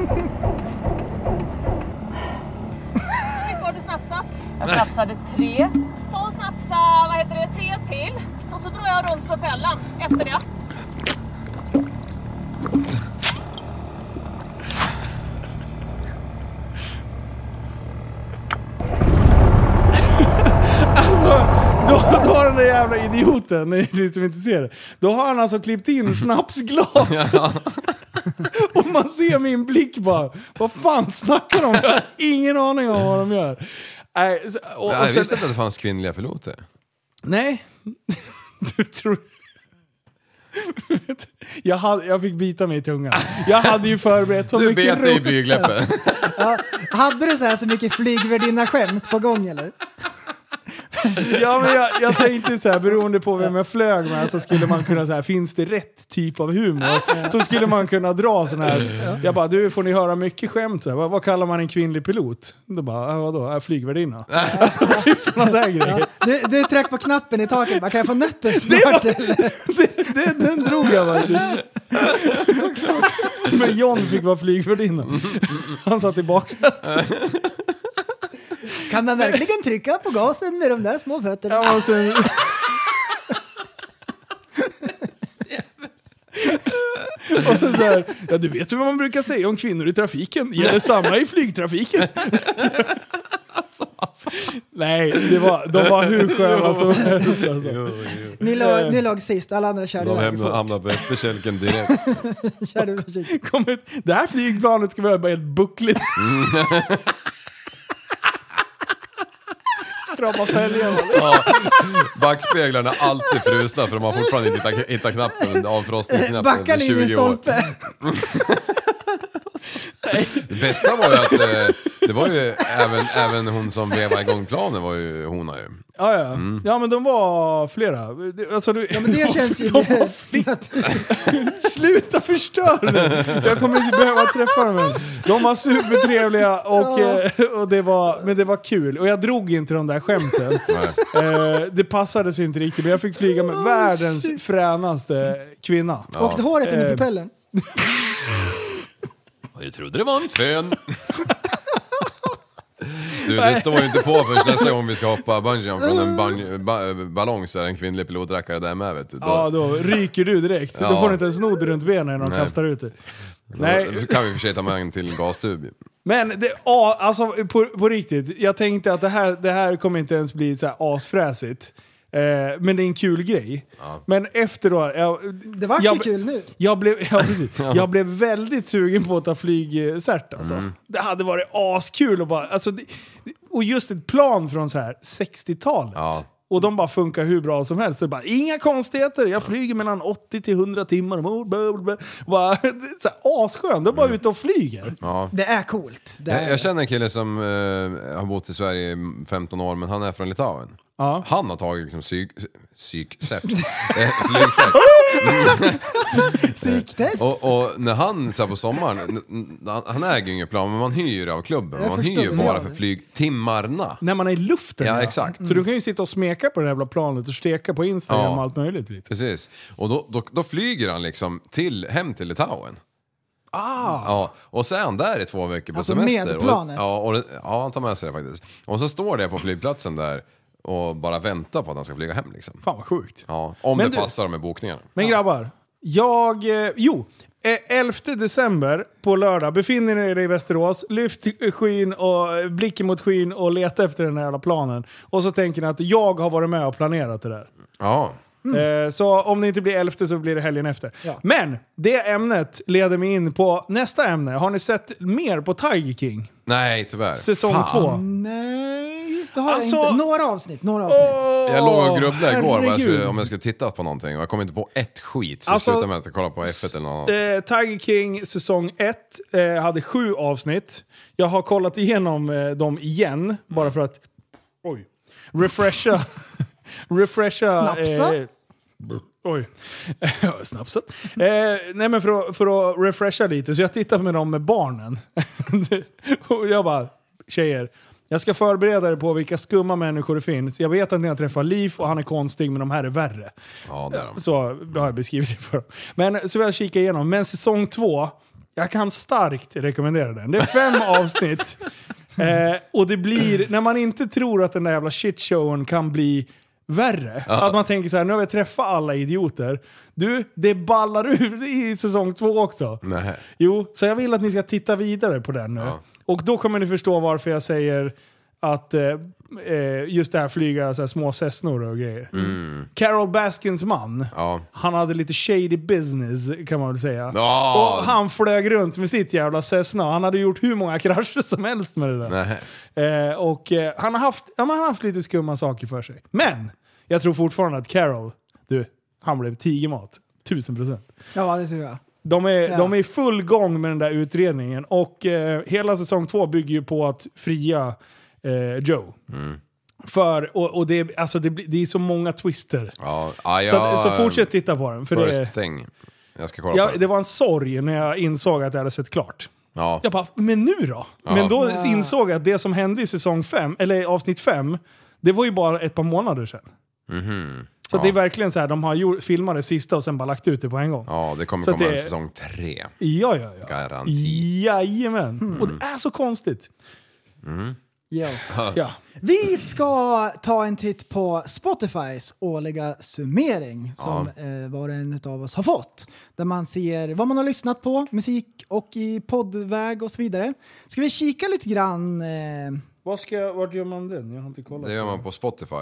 mycket har du snapsat? Jag snapsade 3. Ta och snapsa, 3 till. Och så drar jag runt propellen efter det. Då har den där jävla idioten, ni som inte ser det, då har han alltså klippt in snapsglas. Ja. Och man ser min blick bara, vad fan snackar de? Jag har ingen aning om vad de gör. Jag visste inte att det fanns kvinnliga piloter. Nej. Du tror... Jag fick bita mig i tungan. Jag hade ju förberett så mycket. Du bet dig i blygläppen. Ja, hade du så mycket flygvärdinna skämt på gång eller? Ja, men jag tänkte så här, beroende på vem jag flög med, så skulle man kunna så här, finns det rätt typ av humor, så skulle man kunna dra sån här. Jag bara, du, får ni höra mycket skämt så här. Vad kallar man en kvinnlig pilot? Då bara, vadå, flygvärdinna. Typ såna där grejer. Ja. Du tryck på knappen i taket, kan jag få nötter snart? Den drog jag faktiskt. Men John fick vara flygvärdinna. Han satt i baksätet. Kan man verkligen trycka på gasen med de där små fötterna? Ja, och sen... och så här, ja, du vet ju vad man brukar säga om kvinnor i trafiken. Gör det samma i flygtrafiken. Alltså, nej, de var hur sköna som helst. Alltså. Ni låg sist, alla andra körde iväg. De hamnade på efterkälken direkt. Det här flygplanet ska vara bara helt buckligt. Skrapa fälgen. Ja, backspeglarna är alltid frusna för de har fortfarande inte hittat knappen, avfrostningsknappen. Backar in i stolpe. Det bästa var ju att Det var ju även hon som vevade igång planen var ju hona ju. Ja. Ja, men de var flera. Alltså, ja, men det känns ju... De var flera. Sluta förstör nu. Jag kommer inte behöva träffa dem. De var supertrevliga och det var kul. Och jag drog inte de där skämten. Det passade sig inte riktigt. Men jag fick flyga med världens fränaste kvinna. Ja. Och håret in i propellen. Jag trodde det var en fön. Du, det står ju inte på först nästa gång vi ska hoppa bungee från en ballong så är en kvinnlig pilotrackare där med, vet du. Då ryker du direkt. Då får du inte en snodd runt benen när de kastar ut det. Nej. Då kan vi försöka ta med en till gastub. Men alltså på riktigt, jag tänkte att det här kommer inte ens bli så här asfräsigt. Men det är en kul grej. Ja. Men efteråt... Det var ju kul nu. Jag blev väldigt sugen på att ta flygcert. Alltså. Det hade varit askul. Och just ett plan från så här 60-talet. Ja. Och de bara funkar hur bra som helst. Det bara, inga konstigheter. Jag flyger mellan 80 till 100 timmar om året. Så här askönt. De är bara ute och flyger. Ja. Det är coolt. Jag känner en kille som har bott i Sverige i 15 år, men han är från Litauen. Ja. Han har tagit liksom psykcert. Flygcert. Psyktest. Och när han så här på sommaren, han äger ju inget plan, men man hyr av klubben. Man hyr ju bara för flygtimmarna. När man är i luften. Ja, exakt. Så du kan ju sitta och smeka på det här jävla planet och steka på Instagram och allt möjligt. Liksom. Precis. Och då flyger han liksom hem till Litauen. Ja, och så är han där i 2 veckor på semester. Med planet. Han tar med sig det faktiskt. Och så står det på flygplatsen där och bara väntar på att han ska flyga hem liksom. Fan vad sjukt. Ja, om det passar med bokningarna. Men grabbar, 11 december på lördag befinner ni er i Västerås, lyft skyn och blicken mot skyn och leta efter den här jävla planen. Och så tänker ni att jag har varit med och planerat det där. Ja. Så om det inte blir 11 så blir det helgen efter. Ja. Men det ämnet leder mig in på nästa ämne. Har ni sett mer på Tiger King? Nej, tyvärr. Säsong 2. Nej, det har jag inte. Några avsnitt. Jag låg och grubblade igår om jag skulle titta på någonting. Och jag kom inte på ett skit. Så slutade med att jag kollade på F1 eller något annat. Tiger King säsong 1 hade 7 avsnitt. Jag har kollat igenom dem igen. Bara för att refresha. Snapsa? Snapsat. Nej, men för att refresha lite. Så jag tittar med dem med barnen. Och jag bara, tjejer, jag ska förbereda er på vilka skumma människor det finns. Jag vet att ni har träffat Liv och han är konstig, men de här är värre. Ja, det är de. Så har jag beskrivit det för dem. Men så vill jag kika igenom. Men säsong 2, jag kan starkt rekommendera den. Det är 5 avsnitt. Och det blir, när man inte tror att den där jävla shitshowen kan bli värre. Ja. Att man tänker så här, nu har vi träffat alla idioter. Du, det ballar ur i säsong 2 också. Nej. Jo, så jag vill att ni ska titta vidare på den nu. Ja. Och då kommer ni förstå varför jag säger att just det här flyga så här små Cessnor och grejer. Carol Baskins man, han hade lite shady business kan man väl säga. Och han flög runt med sitt jävla Cessna. Han hade gjort hur många krascher som helst med det där. Och han har haft lite skumma saker för sig. Men jag tror fortfarande att Carol, han blev tigermat. 1000%. Ja, det tror jag. De är i full gång med den där utredningen. Och hela säsong 2 bygger ju på att fria Joe. För, det är så många twister. Så fortsätt titta på den. För first thing. Jag ska kolla på det var en sorg när jag insåg att jag hade sett klart. Ja. Jag bara, men nu då? Ja. Men då insåg jag att det som hände i säsong 5, eller avsnitt 5, det var ju bara ett par månader sedan. Så det är verkligen så här, de har filmat det sista och sen bara lagt ut det på en gång. Ja, det kommer komma en säsong 3. Ja. Garanti. Jajamän. Och det är så konstigt. Ja. Vi ska ta en titt på Spotifys årliga summering som var en av oss har fått. Där man ser vad man har lyssnat på, musik och i poddväg och så vidare. Ska vi kika lite grann? Vart gör man den? Jag har inte kollat. Det gör man på Spotify.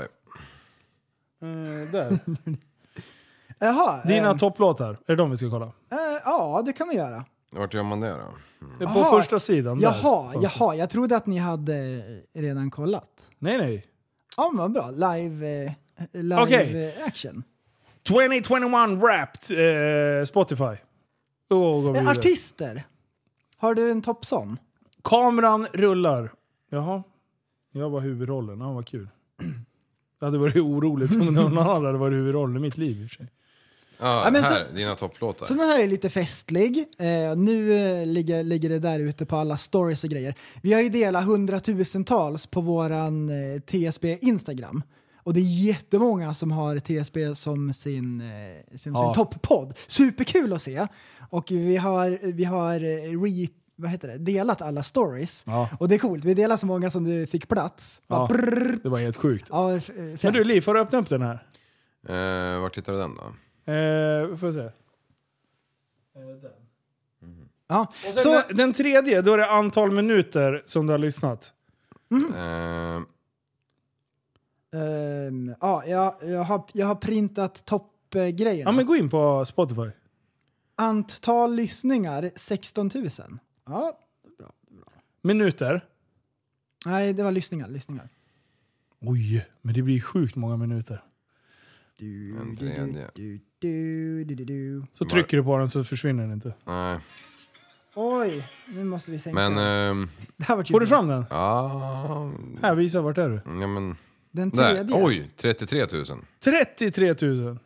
Där. Jaha, dina topplåtar, är det de vi ska kolla? Ja, det kan vi göra. Vart gör man det då? På första sidan. Jaha, jag trodde att ni hade redan kollat. Nej. Ja, men vad bra. Live action. 2021 Wrapped Spotify. Artister. Har du en toppsång? Kameran rullar. Jaha. Jag var huvudrollen. Ja, vad kul. Det hade varit oroligt om någon annan hade varit huvudrollen i mitt liv i och för sig. Ja, men här, dina topplåtar. Så den här är lite festlig. Nu ligger det där ute på alla stories och grejer. Vi har ju delat 100,000-tals på våran TSB Instagram. Och det är jättemånga som har TSB som sin topppodd. Superkul att se. Och vi har delat alla stories. Ja. Och det är coolt. Vi delar så många som det fick plats. Ja, det var helt sjukt. Alltså. Ja, men du, Liv, får du öppna upp den här? Vart hittar du den då? Får se. Den. Mm. Ja. Och sen den tredje, då är det antal minuter som du har lyssnat. Jag har printat toppgrejerna. Ja, men gå in på Spotify. Antal lyssningar 16 000. Ja, bra. Minuter? Nej, det var lyssningar. Oj, men det blir sjukt många minuter. En tredje. Så trycker du på den så försvinner den inte. Nej. Oj, nu måste vi sänka. Men det här var får du fram den? Ja. Här, visa vart är du? Ja, men den tredje. Där. Oj, 33 000. 33 000.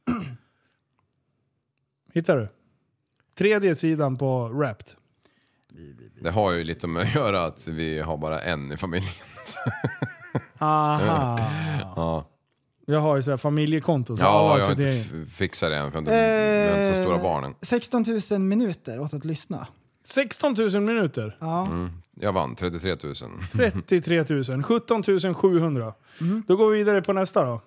Hittar du? Tredje sidan på Wrapped. Det har ju lite med att göra att vi har bara en i familjen. Aha. Ja. Jag har ju så här familjekonto. Så ja, jag har inte fixat det än för jag har inte så stora barnen. 16 000 minuter åt att lyssna. 16 000 minuter? Ja. Jag vann 33 000. 33 000. 17 700. Då går vi vidare på nästa då.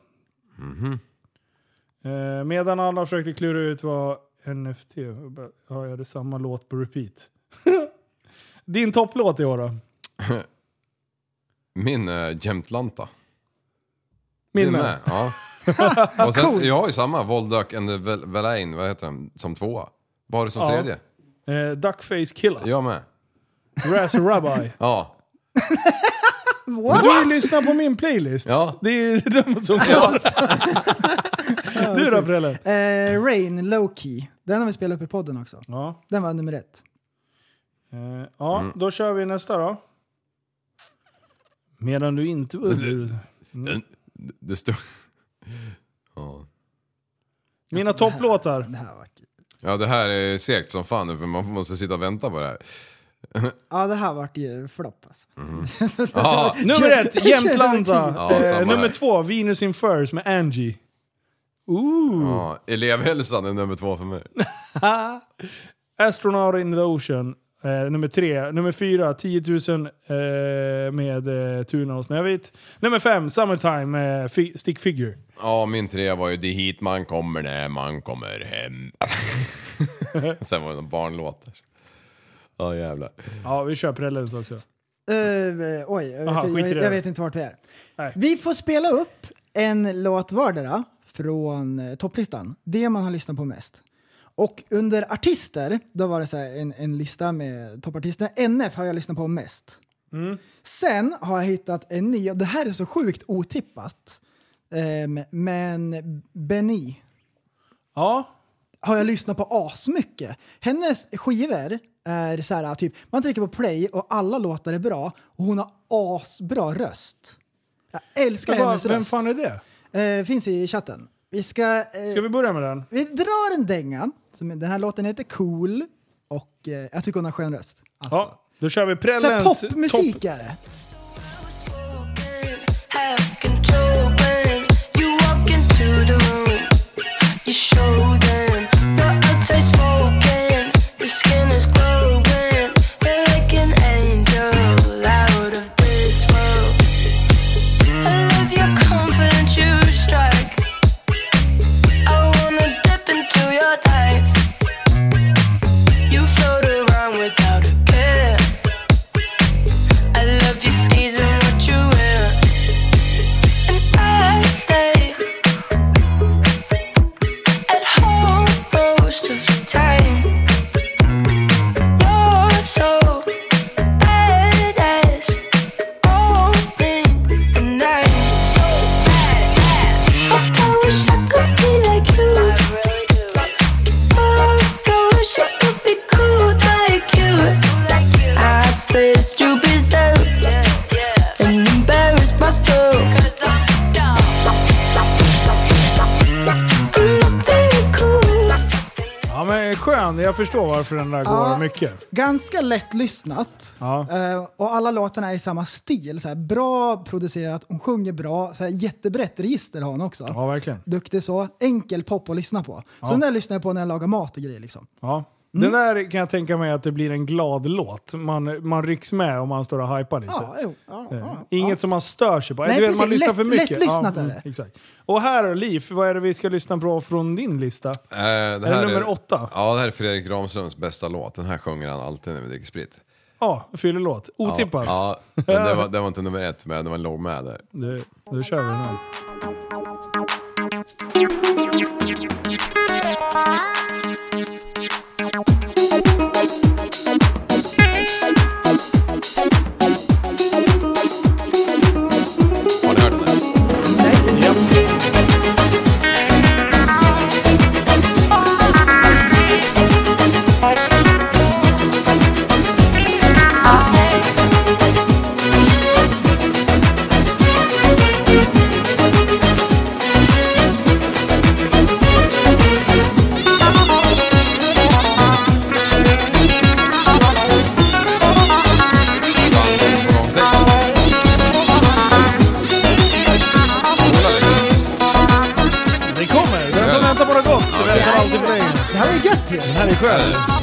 Medan alla försökte klura ut vad NFT har jag det samma låt på repeat. Din topplåt i år då? Min Jämtlanta. Min med. Ja. Och sen, jag har ju samma Volduck and the Verlaine, vad heter den, som tvåa. Vad har du som tredje? Duckface Killer. Jag med. Razz Rabbi. Ja. Men du har ju lyssnat på min playlist. Ja. Det är de som Du då, Prelle? Rain, Low-Key. Den har vi spelat upp i podden också. Ja. Den var nummer 1. Då kör vi nästa då. Medan du inte... Det står... Ja. Mina topplåtar. Det här var... Ja, det här är segt som fan nu för man måste sitta och vänta på det här. Ja, det här vart ju flopp alltså. Nummer 1, Jämtlanta. Nummer 2, Venus in Furs med Angie. Ja, elevhälsan är nummer 2 för mig. Astronaut in the Ocean. Nummer 3. Nummer 4, 10 000 med Tuna och Snövit. Nummer 5, Summertime med Stick Figure. Ja, min 3 var ju Det hit man kommer när man kommer hem. Sen var det en barnlåt där. Ja, jävlar. Ja, vi kör Prellens också. Jag vet inte vart det är. Nej. Vi får spela upp en låt vardera från topplistan. Det man har lyssnat på mest. Och under artister, då var det så här en lista med toppartister. NF har jag lyssnat på mest. Sen har jag hittat en ny, och det här är så sjukt otippat. Men Benny. Ja. Har jag lyssnat på asmycket. Hennes skivor är så här typ, man trycker på play och alla låtar är bra. Och hon har asbra röst. Jag älskar hennes röst. Vem fan är det? Finns i chatten. Ska vi börja med den? Vi drar en dänga. Den här låten heter Cool. Och jag tycker hon har skön röst. Alltså. Ja, då kör vi Prellens popmusik är det. You float around without a care. I love you. men skön. Jag förstår varför den där går mycket. Ganska lättlyssnat. Ja. Och alla låtarna är i samma stil. Så här, bra producerat, hon sjunger bra. Så här, jättebrett register har hon också. Ja, verkligen. Duktig så. Enkel pop att lyssna på. Så den där lyssnar jag på när jag lagar mat och grejer liksom. Ja. Den där kan jag tänka mig att det blir en glad låt. Man rycks med om man står och hypar lite. Inget som man stör sig på. Nej, du vet, man lyssnar för mycket. Lättlyssnat är det. Exakt. Och här, Liv, vad är det vi ska lyssna på från din lista? Det här är nummer 8. Ja, det här är Fredrik Ramströms bästa låt. Den här sjunger han alltid när vi dricker sprit. Ja, fyllelåt. Otippat. Ja, men det var inte nummer 1, men det var låg med där. Då kör vi den här. Den här är skön.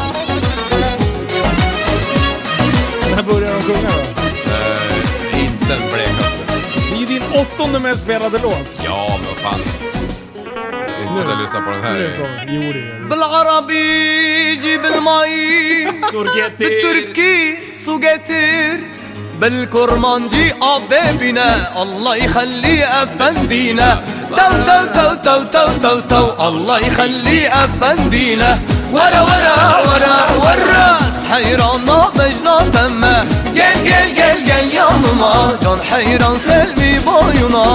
Den här börjar de sjunga då? Inte den blekaste. Det är ju din 8:e mest spelade låt. Ja, men vad fan. Inte så att jag lyssnar på den här. Jo, det är det. بالعربي جيب المي بالتركي سجاتير بالكرمانجي أبابنا الله يخلي أفندينا تو تو تو تو تو تو تو الله يخلي أفندينا ورا ورا ورا والراس حيرانا مجنى تما قل قل قل قل يا ماما جان حيران سلمي بايونا.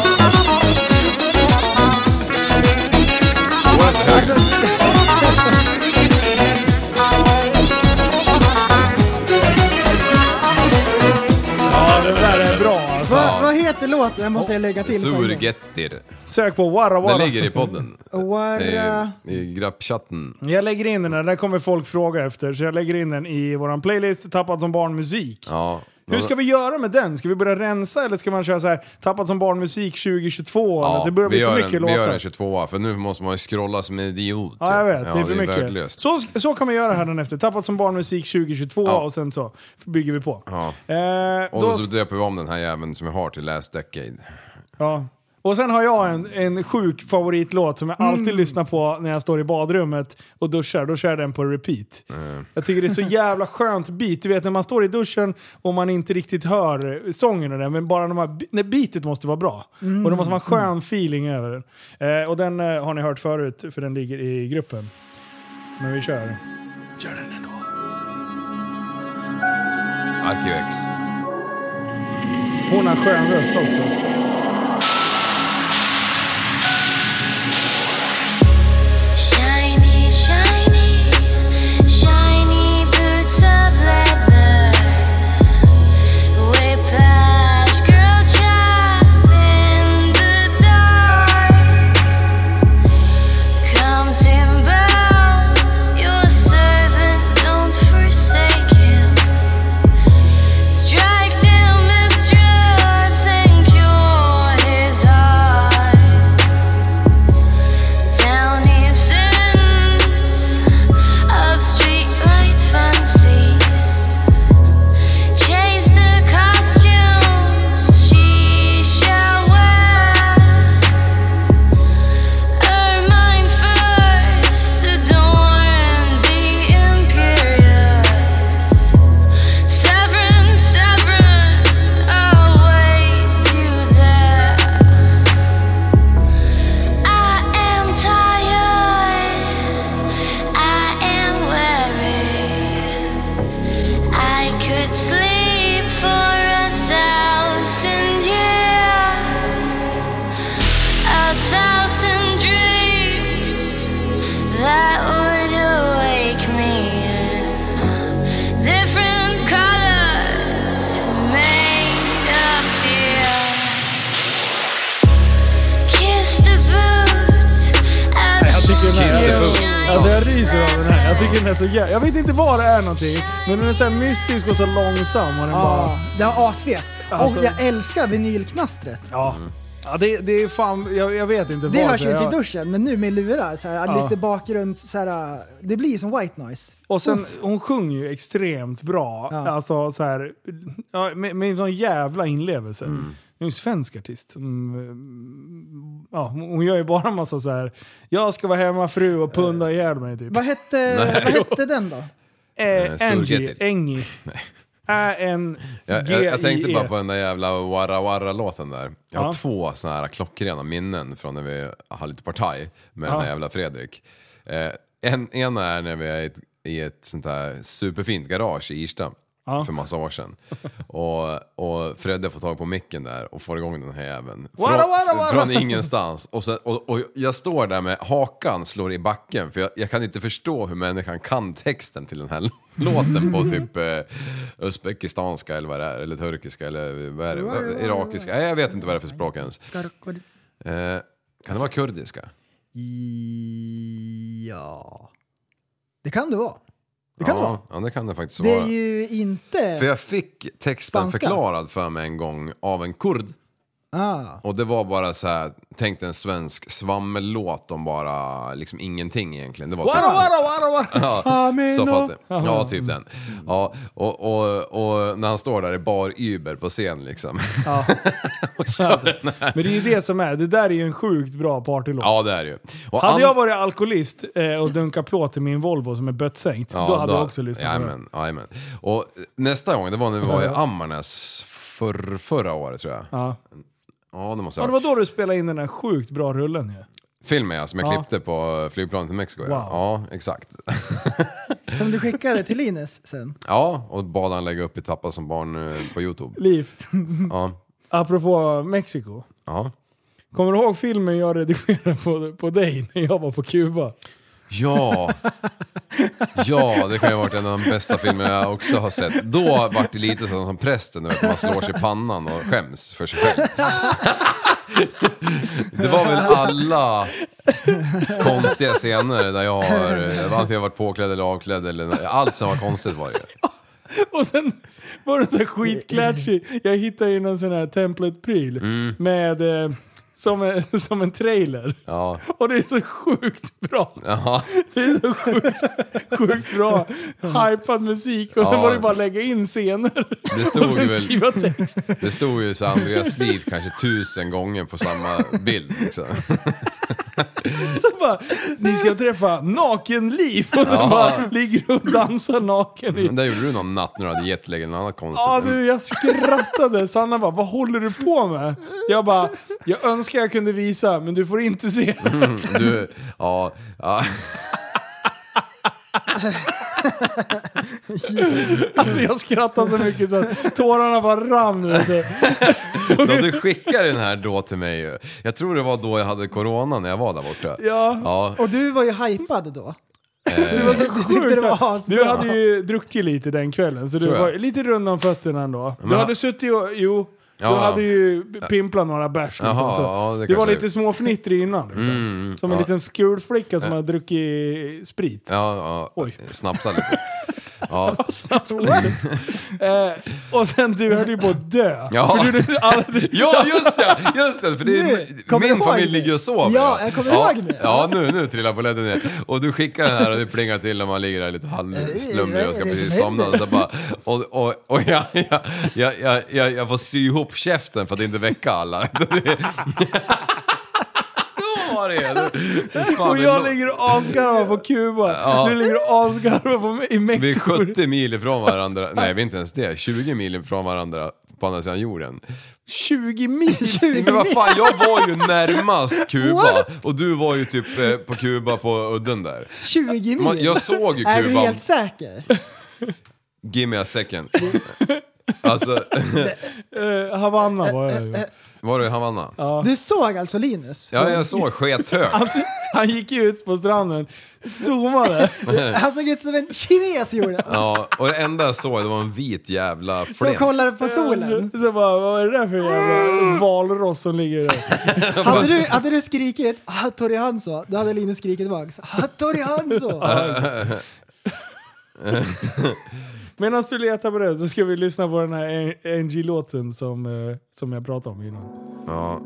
Ja, det där är bra alltså. Vad heter låten? Jag måste lägga till. Surgettir. Sök på Warra Warra. Den ligger i podden. Warra. I grabbchatten. Jag lägger in den där kommer folk fråga efter. Så jag lägger in den i våran playlist Tappad som barnmusik. Ja. Hur ska vi göra med den? Ska vi börja rensa eller ska man köra så här Tappad som barnmusik 2022? Ja, det börjar bli för mycket låtar. Vi gör en 22, för nu måste man ju scrolla som en idiot. Ja, jag vet. Det är för mycket. Värdelöst. Så kan man göra här den efter. Tappad som barnmusik 2022 och sen så bygger vi på. Ja. Och då döper vi om den här jäveln som jag har till Last Decade. Ja. Och sen har jag en sjuk favoritlåt som jag alltid lyssnar på när jag står i badrummet och duschar. Då kör jag den på repeat. Jag tycker det är så jävla skönt beat. Du vet när man står i duschen och man inte riktigt hör sången och det, men bara när beatet måste vara bra. Och det måste vara en skön feeling över den. Och den har ni hört förut för den ligger i gruppen. Men vi kör. Kör den ändå. Arkivex. Hon har skön röst också. Shiny, shiny, shiny boots of leather. Whiplash, girl trapped in the dark. Comes in bounds, your servant, don't forsake him. Strike down mistrust and cure. tycker den här. Kiss. Alltså jag ryser av den här. Jag tycker den är så jävla... Jag vet inte vad det är någonting. Men den är så här mystisk och så långsam. Och den bara... Den är asfet. Alltså... Och jag älskar vinylknastret. Ja. Ja, det är fan, jag vet inte det vad hörs ju inte i duschen, men nu med lurar, så här, lite bakgrund, så här, det blir som white noise. Och sen, hon sjunger ju extremt bra, alltså så här, med en sån jävla inlevelse. Hon är en svensk artist. Ja, hon gör ju bara en massa så här. Jag ska vara hemmafru och punda ihjäl mig typ. Vad hette den då? Engi. Jag tänkte bara på den där jävla Warra Warra-låten där. Jag har 2 såna här klockrena minnen från när vi har lite partaj med den här jävla Fredrik. En är när vi är i ett sånt här superfint garage i Irsta för massa år sedan. Och Fredde får tag på micken där och får igång den här jäveln. Från ingenstans. Och jag står där med hakan slår i backen. För jag kan inte förstå hur människan kan texten till den här låten på typ uzbekistanska eller vad det är. Eller turkiska eller vad är det? Irakiska. Jag vet inte vad det är för språk ens. Kan det vara kurdiska? Ja. Det kan det vara. Det kan vara. Ja, det kan det faktiskt vara. Det är ju inte... För jag fick texten spanska förklarad för mig en gång av en kurd. Och det var bara så här, tänkte en svensk svammellåt om bara liksom ingenting egentligen. Det var ja, typ den. Ja, och när han står där i bar Uber på scen liksom. Ja. Men det är ju det som är. Det där är ju en sjukt bra partylåt. Ja, det är det ju. Och hade jag varit alkoholist och dunkat plåt i min Volvo som är bötsänkt, då hade jag också lyssnat på den. Jajamän. Och nästa gång, det var när vi var i Ammarnäs förra året tror jag. Ja, det måste jag. Det var då du spelade in den här sjukt bra rullen ju. Filmen som jag klippte på flygplanet till Mexiko. Wow. Ja, exakt. Som du skickade till Linus sen. Ja, och bad han lägga upp i Tappa som barn på YouTube. Liv. Ja. Apropå Mexiko. Ja. Kommer du ihåg filmen jag redigerade på dig när jag var på Kuba? Ja. Ja, det kan ju ha varit en av de bästa filmer jag också har sett. Då var det lite som prästen, du vet, man slår sig i pannan och skäms för sig själv. Det var väl alla konstiga scener där jag har varit påklädd eller avklädd eller allt som var konstigt var det. Och sen var det så här skitklatschig. Jag hittade ju någon sån här template-pryl med som en trailer. Ja. Och det är så sjukt bra. Jaha. Det är så sjukt bra. Hypad musik. Och sen var det bara lägga in scener. Det stod och sen ju väl, skriva text. Det stod ju så Andreas liv kanske 1000 gånger på samma bild liksom. Så bara, ni ska träffa nakenliv. Och den bara ligger och dansar naken i. Där gjorde du någon natt när du hade jetlag eller något annat konstigt. Ja du, jag skrattade. Sanna bara, vad håller du på med? Jag bara, jag önskar jag kunde visa, men du får inte se. Ja. Alltså jag skrattade så mycket så att tårarna bara rann. Du skickade den här då till mig ju. Jag tror det var då jag hade corona när jag var där borta. Ja. Och du var ju hypad då. Så det var så sjukt. Du hade ju druckit lite den kvällen, så du var lite rund om fötterna ändå. Du hade suttit och... Du hade ju pimplat några bärs. Liksom, det var lite småfnittrig innan. Liksom. Som en liten skulflicka som hade druckit sprit. Oj. Snapsa lite. Ja. Och sen du höll ju på att dö. Ja, just det. För det är, min familj ligger och sover. Ja, jag kommer ihåg det. Ja, nu trillar på ledden ner. Och du skickar den här och det plingar till när man ligger där lite halvslumrig och ska precis somna. Och, så bara, och jag får sy ihop käften för att inte väcka alla. Och jag ligger och asgarvar på Kuba. Du ligger och asgarvar i Mexiko. Vi är 70 mil ifrån varandra. Nej, vi är inte ens det. 20 mil ifrån varandra på andra sidan jorden. 20 mil? Men vad fan, jag var ju närmast Kuba. Och du var ju typ på Kuba på udden där. 20 mil? Jag såg ju Kuba. Är du helt säker? Give me a second. Alltså Havanna var jag ju. Var du i Havanna? Ja. Du såg alltså Linus? Ja, jag såg skethög. Han gick ut på stranden, zoomade. Han såg ut som en kines gjorde. Ja, och det enda jag såg det var en vit jävla Så flem. kollade på solen. Så bara, vad är det där för jävla valross som ligger där? Hade du skrikit Hattori Hanzo, då hade Linus skrikit tillbaka. Hattori Hanzo! Medan du letar på det så ska vi lyssna på den här NG-låten som jag pratade om innan. Ja.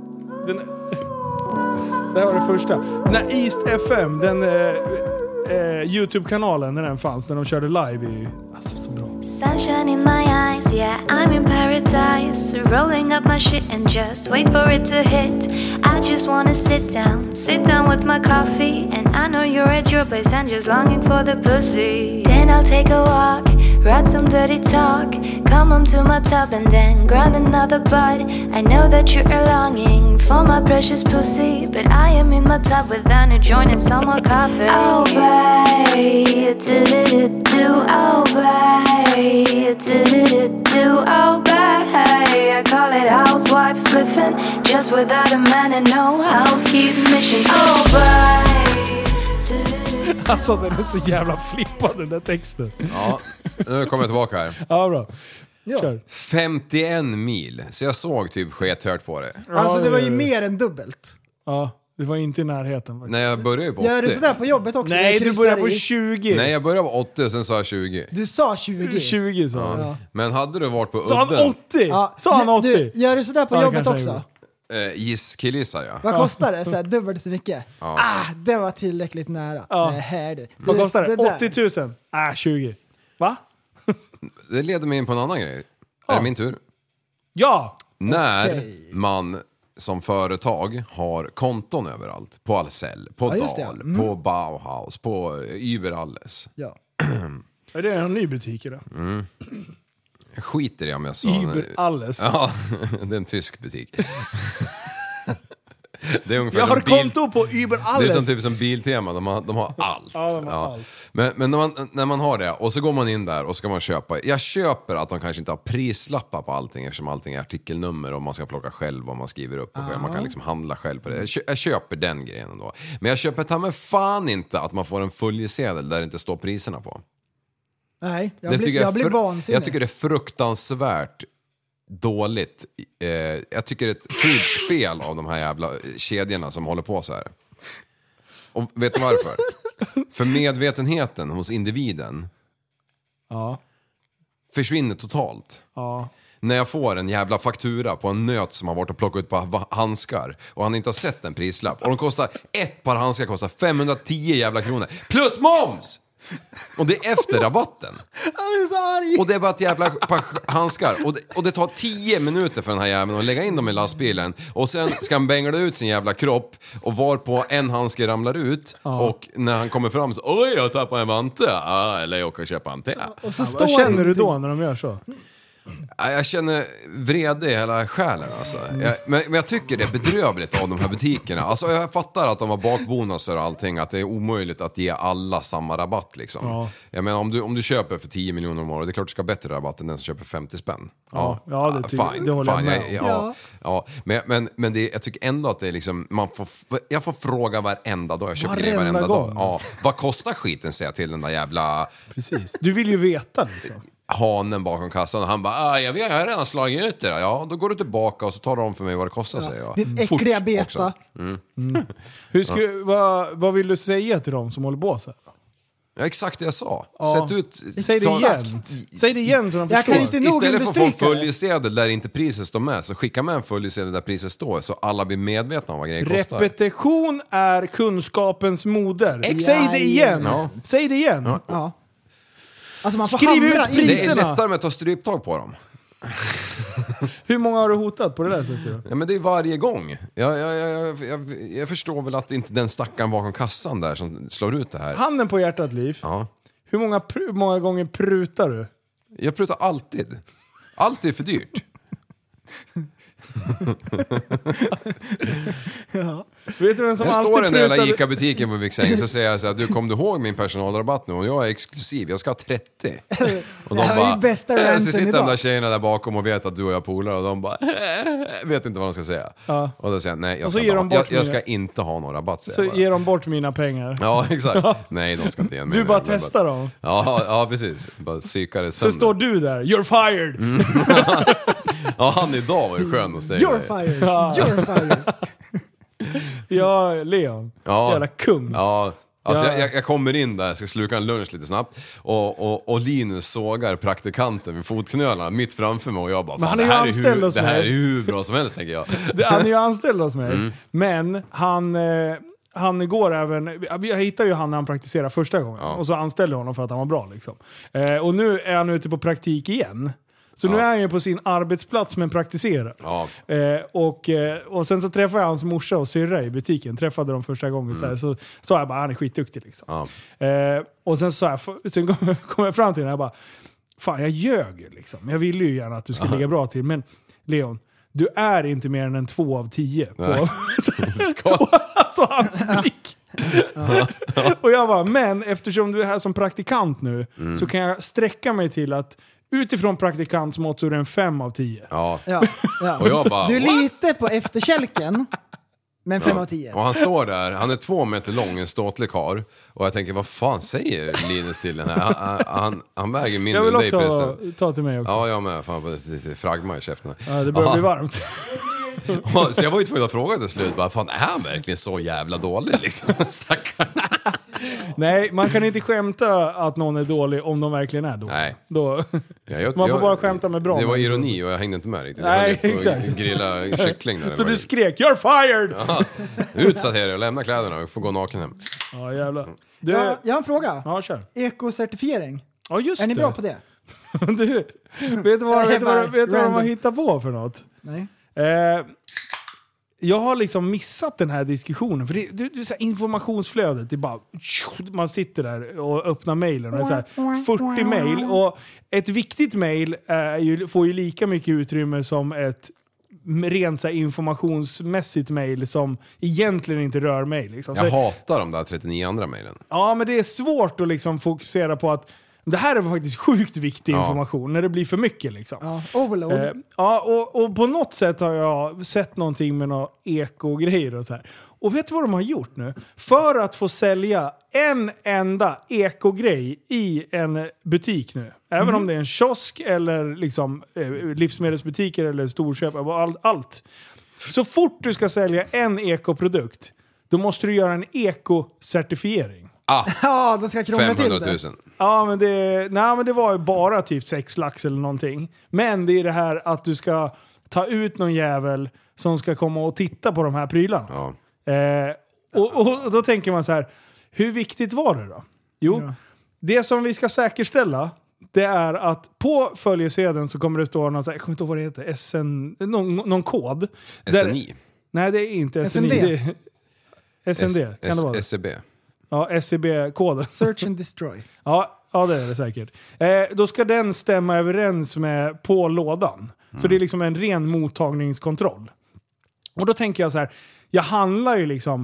Det här var det första. När East FM, den YouTube-kanalen, när den fanns, när de körde live i... Alltså så bra. Sunshine in my eyes, yeah, I'm in paradise. Rolling up my shit and just wait for it to hit. I just wanna sit down with my coffee. And I know you're at your place and just longing for the pussy. Then I'll take a walk, write some dirty talk. Come home to my tub and then grind another bud. I know that you're longing for my precious pussy, but I am in my tub without no joint and some more coffee. Oh, babe, do-do-do-do, oh, babe, do-do-do-do, oh, babe. I call it housewife spliffing, just without a man and no housekeeping mission. Oh, babe. Alltså den är så jävla flippad, den där texten. Ja, nu kommer jag tillbaka här. Ja, bra. Ja. 51 mil, så jag såg typ skethört på det. Alltså det var ju mer än dubbelt. Ja, det var inte i närheten faktiskt. Nej, jag började ju på 80. Gör du sådär på jobbet också? Nej, du började på 20. Nej, jag började på 80 och sen sa jag 20. Du sa 20. 20 sa han. Ja. Men hade du varit på Sa han udden... 80? Ja. Sa han 80? Du, gör du sådär på Ja, jobbet kanske också? Killgissar jag. Vad kostar det? Såhär, dubbelt så mycket? Ja. Det var tillräckligt nära. Ja. Nej, här du. Vad kostar det? där. 80 000? 20. Va? Det leder mig in på en annan grej. Ja. Är det min tur? Ja! När Okej. man som företag har konton överallt. På Ahlsell, på Ja, just det. Dahl, på Bauhaus, på Überalles. Ja. Är det en ny butik eller? Jag skiter i om jag sa... Überalles. Ja, det är en tysk butik. Det är ungefär Jag som har konto på Überalles. Det är som typ som Biltema, de har allt. Ja, de har allt. Men när man har det och så går man in där och ska man köpa. Jag köper att de kanske inte har prislappar på allting eftersom allting är artikelnummer och man ska plocka själv och man skriver upp och man kan liksom handla själv på det. Jag köper den grejen då. Men jag köper ta med fan inte att man får en följesedel där det inte står priserna på. Nej, jag blir vansinnig. Jag tycker det är fruktansvärt dåligt. Jag tycker det är ett skyddsspel av de här jävla kedjorna som håller på så här. Och vet du varför? För medvetenheten hos individen försvinner totalt. Ja. När jag får en jävla faktura på en nöt som har varit och plockat ut på handskar och han inte har sett en prislapp och de kostar, ett par handskar kostar 510 jävla kronor plus moms! Och det är efter rabatten. Han är så arg. Och det är bara ett jävla par handskar. Och det tar 10 minuter för den här jäveln att lägga in dem i lastbilen. Och sen ska han bängla ut sin jävla kropp. Och varpå en handske ramlar ut. Och när han kommer fram så, oj, jag tappar en vante. Eller jag kan köpa en till. Och så Vad känner du då när de gör så? Jag känner vrede i hela själen alltså. Men jag tycker det är bedrövligt av de här butikerna. Alltså jag fattar att de har bakbonusar och allting, att det är omöjligt att ge alla samma rabatt liksom. Ja. Jag menar om du köper för 10 miljoner om året, det är klart du ska ha bättre rabatt än den som köper 50 spänn. Ja, det tycker fine, det håller jag med om. Ja. Men det, jag tycker ändå att det är liksom, jag får fråga varenda dag, jag köper grejer varenda dag. Ja. Vad kostar skiten, säger jag till den där jävla... Precis, du vill ju veta liksom. Hanen bakom kassan och han bara, jag har redan slagit ut det då. Ja, då går du tillbaka och så tar du om för mig vad det kostar, säger jag. Din äckliga beta. Vad vill du säga till dem som håller på så här? Ja, exakt det jag sa. Ja. Sätt ut... Säg det igen. Säg det igen så de förstår. Istället för att få en följesedel där inte priset står med, så skicka med en följesedel där priset står, så alla blir medvetna om vad grejer kostar. Repetition är kunskapens moder. Exakt. Säg det igen. Ja. Säg det igen. Ja. Alltså man får skriv ut hamra in. priserna. Det är lättare med att ta stryptag på dem. Hur många har du hotat på det där sättet? Ja, men det är varje gång. Jag förstår väl att inte den stackaren bakom kassan där som slår ut det här. Handen på hjärtat, Liv. Ja. Hur många gånger prutar du? Jag prutar alltid. Allt är för dyrt. Ja. Vet du vem som Jag alltid står i den där prutade- ICA-butiken på Viksäng så säger jag så här, du kom du ihåg min personalrabatt nu? Och jag är exklusiv, jag ska ha 30. Och Det här är ju bästa så ranten sitter de idag." där tjejerna där bakom och vet att du och jag polar och de bara vet inte vad de ska säga. Ja. Och då säger jag, nej, Och så ger de bort jag ska mina- inte ha någon rabatt. Så säger jag bara. ger de bort mina pengar. Ja, exakt. Nej, de ska inte ge mig Du någon bara rabatt. testar dem. Ja, precis. Bara psykar det Så sönder. står du där, you're fired! Ja, han idag var ju skön hos dig. You're fired! You're fired! Ja, Leon. Ja. Jävla kung. Ja. Alltså Ja. jag kommer in där, ska sluka en lunch lite snabbt och Linus sågar praktikanten vid fotknölarna mitt framför mig och jag bara, Men fan, han är ju anställd hos det här mig. är hur bra som helst tänker jag. Han är ju anställd hos mig. Men han går även... Jag hittade ju han när han praktiserade första gången. Ja. Och så anställde jag honom för att han var bra. Liksom. Och nu är han ute på praktik igen. Så nu är han ju på sin arbetsplats men praktiserar. Ja. Och sen så träffade jag hans morsa och syrra i butiken. Träffade dem första gången. Så sa jag bara, han är skitduktig liksom. Ja. Och sen så sen kom jag fram till den och jag bara, fan jag ljög ju liksom. Jag ville ju gärna att du skulle ligga bra till. Men Leon, du är inte mer än en 2 av 10. Alltså hans blick. Och jag bara, men eftersom du är här som praktikant nu så kan jag sträcka mig till att utifrån praktikantsmått så är det en 5 av 10. Ja. Ja, ja. Och jag bara, Du är what? lite på efterkälken, men 5 av 10. Och han står där, han är 2 meter lång, en ståtlig karl. Och jag tänker, vad fan säger Linus till den här? Han väger Jag mindre vill än dig också förresten. ta till mig också. Ja, jag med. Fan, lite fragma i käften. Ja, det börjar bli varmt. Så jag var ju tvungen att fråga till slut, bara, fan, är han verkligen så jävla dålig liksom? Stackarna. Nej, man kan inte skämta att någon är dålig om de verkligen är dåliga. Nej. Då, Ja, man får bara skämta med bra. Det var ironi och jag hängde inte med riktigt. Nej, jag höll på exakt. att grilla kyckling där. Så du skrek, you're fired! Ja, utsatt här och lämna kläderna och får gå naken hem. Ja, jävlar. Du, Jag har en fråga. Ja, kör. Ekocertifiering. Ja, just Är ni det. bra på det? Du, vet du vad Random. man hittar på för något? Nej. Jag har liksom missat den här diskussionen. För det är så här informationsflödet. Det är bara, man sitter där och öppnar mejlen. Och det är så här 40 mejl. Och ett viktigt mejl får ju lika mycket utrymme som ett rent så här informationsmässigt mejl som egentligen inte rör mig. Liksom. Jag Så, hatar de där 39 andra mejlen. ja, men det är svårt att liksom fokusera på att det här är faktiskt sjukt viktig information när det blir för mycket. Liksom. Ja, overload. Ja, och på något sätt har jag sett någonting med några eko-grejer och så här. Och vet du vad de har gjort nu? För att få sälja en enda eko-grej i en butik nu. Även om det är en kiosk eller liksom, livsmedelsbutiker eller storköp. Allt. Så fort du ska sälja en ekoprodukt, då måste du göra en ekocertifiering. Ja, de ska krångla till 500 000. det. Ja, men det var ju bara typ 6 lax eller någonting. Men det är det här att du ska ta ut någon jävel som ska komma och titta på de här prylarna. Ja. Och då tänker man så här, hur viktigt var det då? Jo, det som vi ska säkerställa, det är att på följesedeln så kommer det stå någon, jag kommer inte ihåg vad det heter, någon kod. SNI. Nej, det är inte SNI. SND. Det är SND, kan det vara det? SCB. Ja, SCB-koden. Search and destroy. Ja, det är det säkert. Då ska den stämma överens med på lådan. Så det är liksom en ren mottagningskontroll. Och då tänker jag så här, jag handlar ju liksom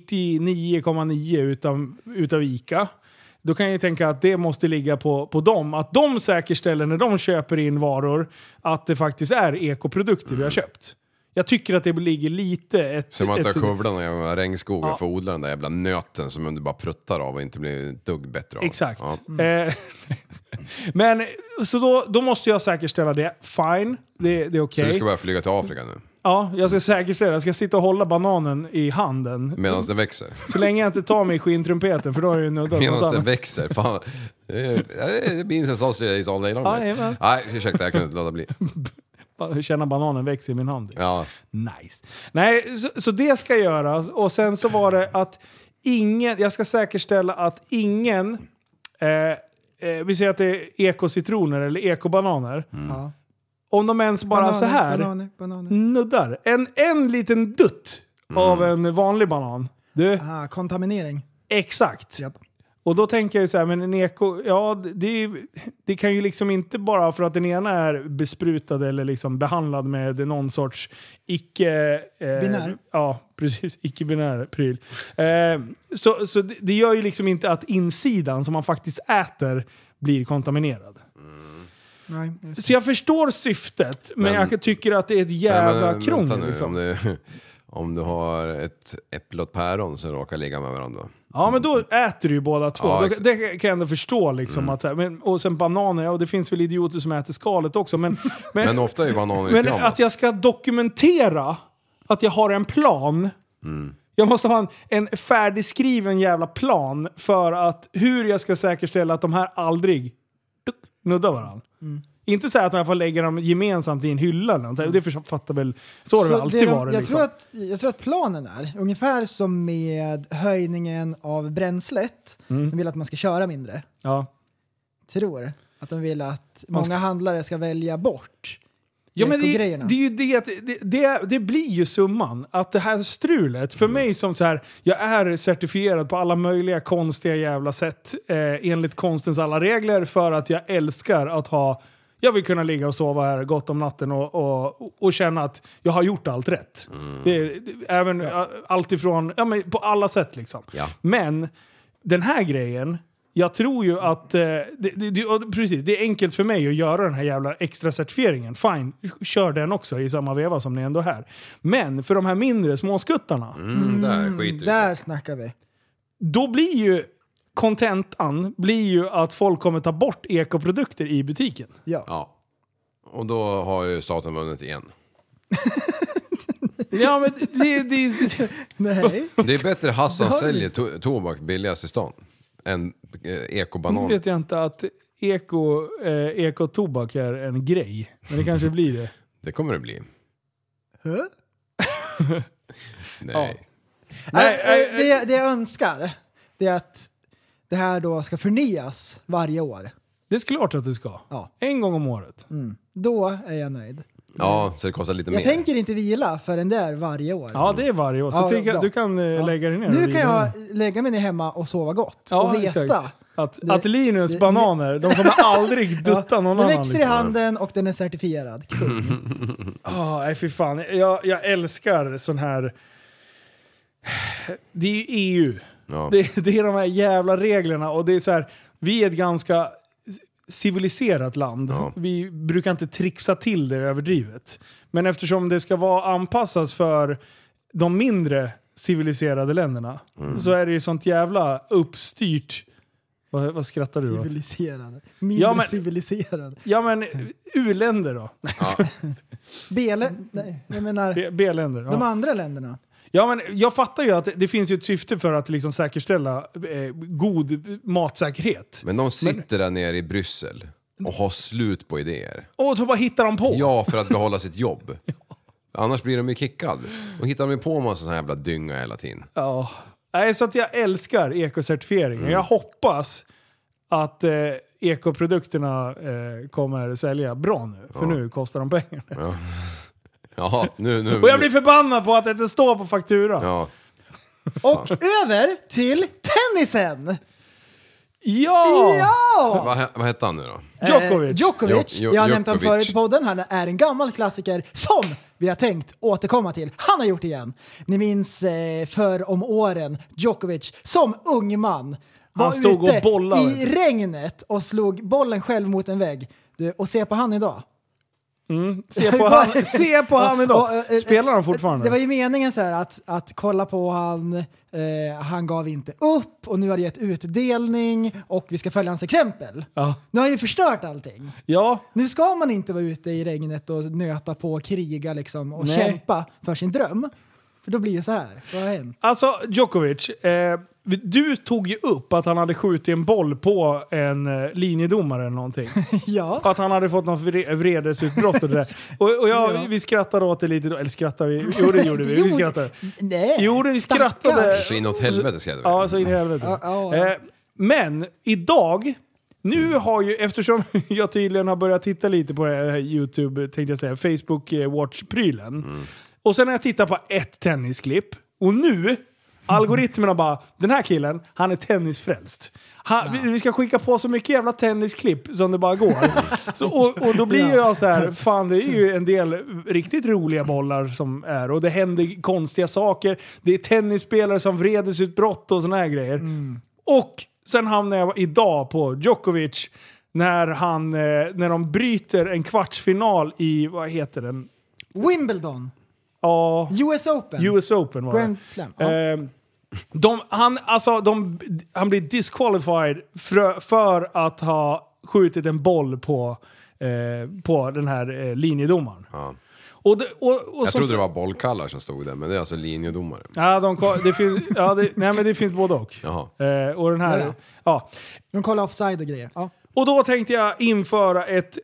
99,9 utav ICA. Då kan jag tänka att det måste ligga på dem. Att de säkerställer när de köper in varor att det faktiskt är ekoprodukter vi har köpt. Jag tycker att det ligger lite... Så man tar skövlarna i en regnskog och får odla den där jävla nöten som du bara pruttar av och inte blir ett dugg bättre av. Exakt. Ja. Men så då måste jag säkerställa det. Fine, det är okej. Så du ska bara flyga till Afrika nu? Ja, jag ska säkerställa. Jag ska sitta och hålla bananen i handen. Medan det växer? Så länge jag inte tar mig i skintrumpeten, för då är det ju nuddat. Medan det växer? Fan. Det blir en sausage all day long. Nej, ursäkta, jag kunde inte låta bli. Känna bananen växa i min hand. Ja. Nice. Nej, så det ska göras. Och sen så var det att jag ska säkerställa att ingen, vi säger att det är ekocitroner eller ekobananer. Ja. Om de ens bara Bananer, så här bananer. nuddar. En liten dutt av en vanlig banan. Kontaminering. Exakt. Japp. Och då tänker jag ju så här, men en eko, ja det kan ju liksom inte bara för att den ena är besprutad eller liksom behandlad med någon sorts binär. Ja, precis, icke-binär pryl. Så det gör ju liksom inte att insidan som man faktiskt äter blir kontaminerad. Nej, så jag förstår syftet, men jag tycker att det är ett jävla krångel. Liksom. Om du har ett äpple och ett päron som råkar ligga med varandra. Ja, men då äter du ju båda två. Ja, det kan jag ändå förstå. Liksom, att, och sen bananer, och det finns väl idioter som äter skalet också. Men ofta är ju bananer i men pyjamas. att jag ska dokumentera att jag har en plan. Jag måste ha en färdigskriven jävla plan för att hur jag ska säkerställa att de här aldrig nuddar varandra. Inte så att man får lägga dem gemensamt i en hylla. Det fattar väl. Så har det alltid varit. Jag tror att planen är ungefär som med höjningen av bränslet. De vill att man ska köra mindre. Ja. Tror att de vill att många handlare ska välja bort. Ja, men det är ju det blir ju summan. Att det här strulet, för mig som så här, jag är certifierad på alla möjliga konstiga jävla sätt enligt konstens alla regler, för att jag älskar att ha, jag vill kunna ligga och sova här gott om natten och känna att jag har gjort allt rätt. Även allt ifrån, men på alla sätt liksom. Ja. Men den här grejen, jag tror ju att precis, det är enkelt för mig att göra den här jävla extra certifieringen. Fine, kör den också i samma veva som ni ändå är här. Men för de här mindre småskuttarna, där snackar vi. Då blir ju kontentan att folk kommer ta bort ekoprodukter i butiken. Ja. Och då har ju staten vunnit igen. Ja, men nej. Det är bättre Hassan säljer tobak billigast i stan än ekobanan. Nu vet jag inte att ekotobak är en grej. Men det kanske blir det. Det kommer det bli. Nej. Det jag önskar, det är att det här då ska förnyas varje år. Det är klart att det ska. Ja. En gång om året. Då är jag nöjd. Ja, så det kostar lite mer. Jag tänker inte vila för den där varje år. Ja, det är varje år. Så du kan lägga dig ner. Nu kan jag lägga mig ner hemma och sova gott. Och veta exakt. Att Linus bananer, de kommer aldrig dutta någon annan. Den växer i handen och den är certifierad. Nej, fy fan. Jag älskar sån här. Det är ju EU. Ja. Det är de här jävla reglerna. Och det är så här, vi är ett ganska civiliserat land. Ja. Vi brukar inte trixa till det överdrivet. Men eftersom det ska vara anpassas för de mindre civiliserade länderna, så är det ju sånt jävla uppstyrt. Vad skrattar du åt? Civiliserade. Mindre civiliserade. Ja, men u-länder då? Ja. B-länder. De andra länderna. Ja, men jag fattar ju att det finns ju ett syfte för att liksom säkerställa god matsäkerhet. Men de sitter där nere i Bryssel och har slut på idéer. Och så bara hittar de på. Ja, för att behålla sitt jobb. Annars blir de ju kickad. Och hittar de på massa sån här jävla dynga hela tiden. Ja. Nej, så att jag älskar ekocertifieringen. Jag hoppas att ekoprodukterna kommer sälja bra nu. För nu kostar de pengar. Ja. Jaha, nu. Och jag blir förbannad på att det inte står på fakturan. Ja. Och över till tennisen! Ja! Vad heter han nu då? Djokovic. Jag har nämnt honom förut i podden. Han är en gammal klassiker som vi har tänkt återkomma till. Han har gjort det igen. Ni minns för om åren Djokovic som ung man var stod ute och bollade i regnet och slog bollen själv mot en vägg. Och se på han idag. Se på han idag. Spelar han fortfarande? Det var ju meningen så här att kolla på han gav inte upp och nu har det gett utdelning och vi ska följa hans exempel. Ja. Nu har han ju förstört allting. Ja. Nu ska man inte vara ute i regnet och nöta på och kriga liksom och kämpa för sin dröm. För då blir det så här. Vad har hänt? Alltså Djokovic, du tog ju upp att han hade skjutit en boll på en linjedomare eller någonting. Ja. Att han hade fått något vredesutbrott och det där. Och vi skrattade åt det lite då. Eller skrattade vi? Jo, det gjorde vi. Vi skrattade. Nej. Jo, vi skrattade. Så inåt helvete skrev vi. Ja, så in i helvete. Men idag, nu har ju, eftersom jag tydligen har börjat titta lite på det här YouTube, tänkte jag säga, Facebook Watch-prylen. Och sen har jag tittat på ett tennisklipp. Och nu Algoritmerna bara, den här killen, han är tennisfrälst. Vi ska skicka på så mycket jävla tennisklipp som det bara går. Och då blir jag så här, fan det är ju en del riktigt roliga bollar som är. Och det händer konstiga saker. Det är tennisspelare som vredesutbrott och såna här grejer. Och sen hamnar jag idag på Djokovic när de bryter en kvartsfinal i, vad heter den? Wimbledon. Ja. US Open var det. Grand Slam. Ja. Han blir disqualified för att ha skjutit en boll på den här linjedomaren. Ja. Jag trodde det var bollkallar som stod där, men det är alltså linjedomare. Ja, det finns både och. Och den här, ja. De kollar offside och grejer. Ja. Och då tänkte jag införa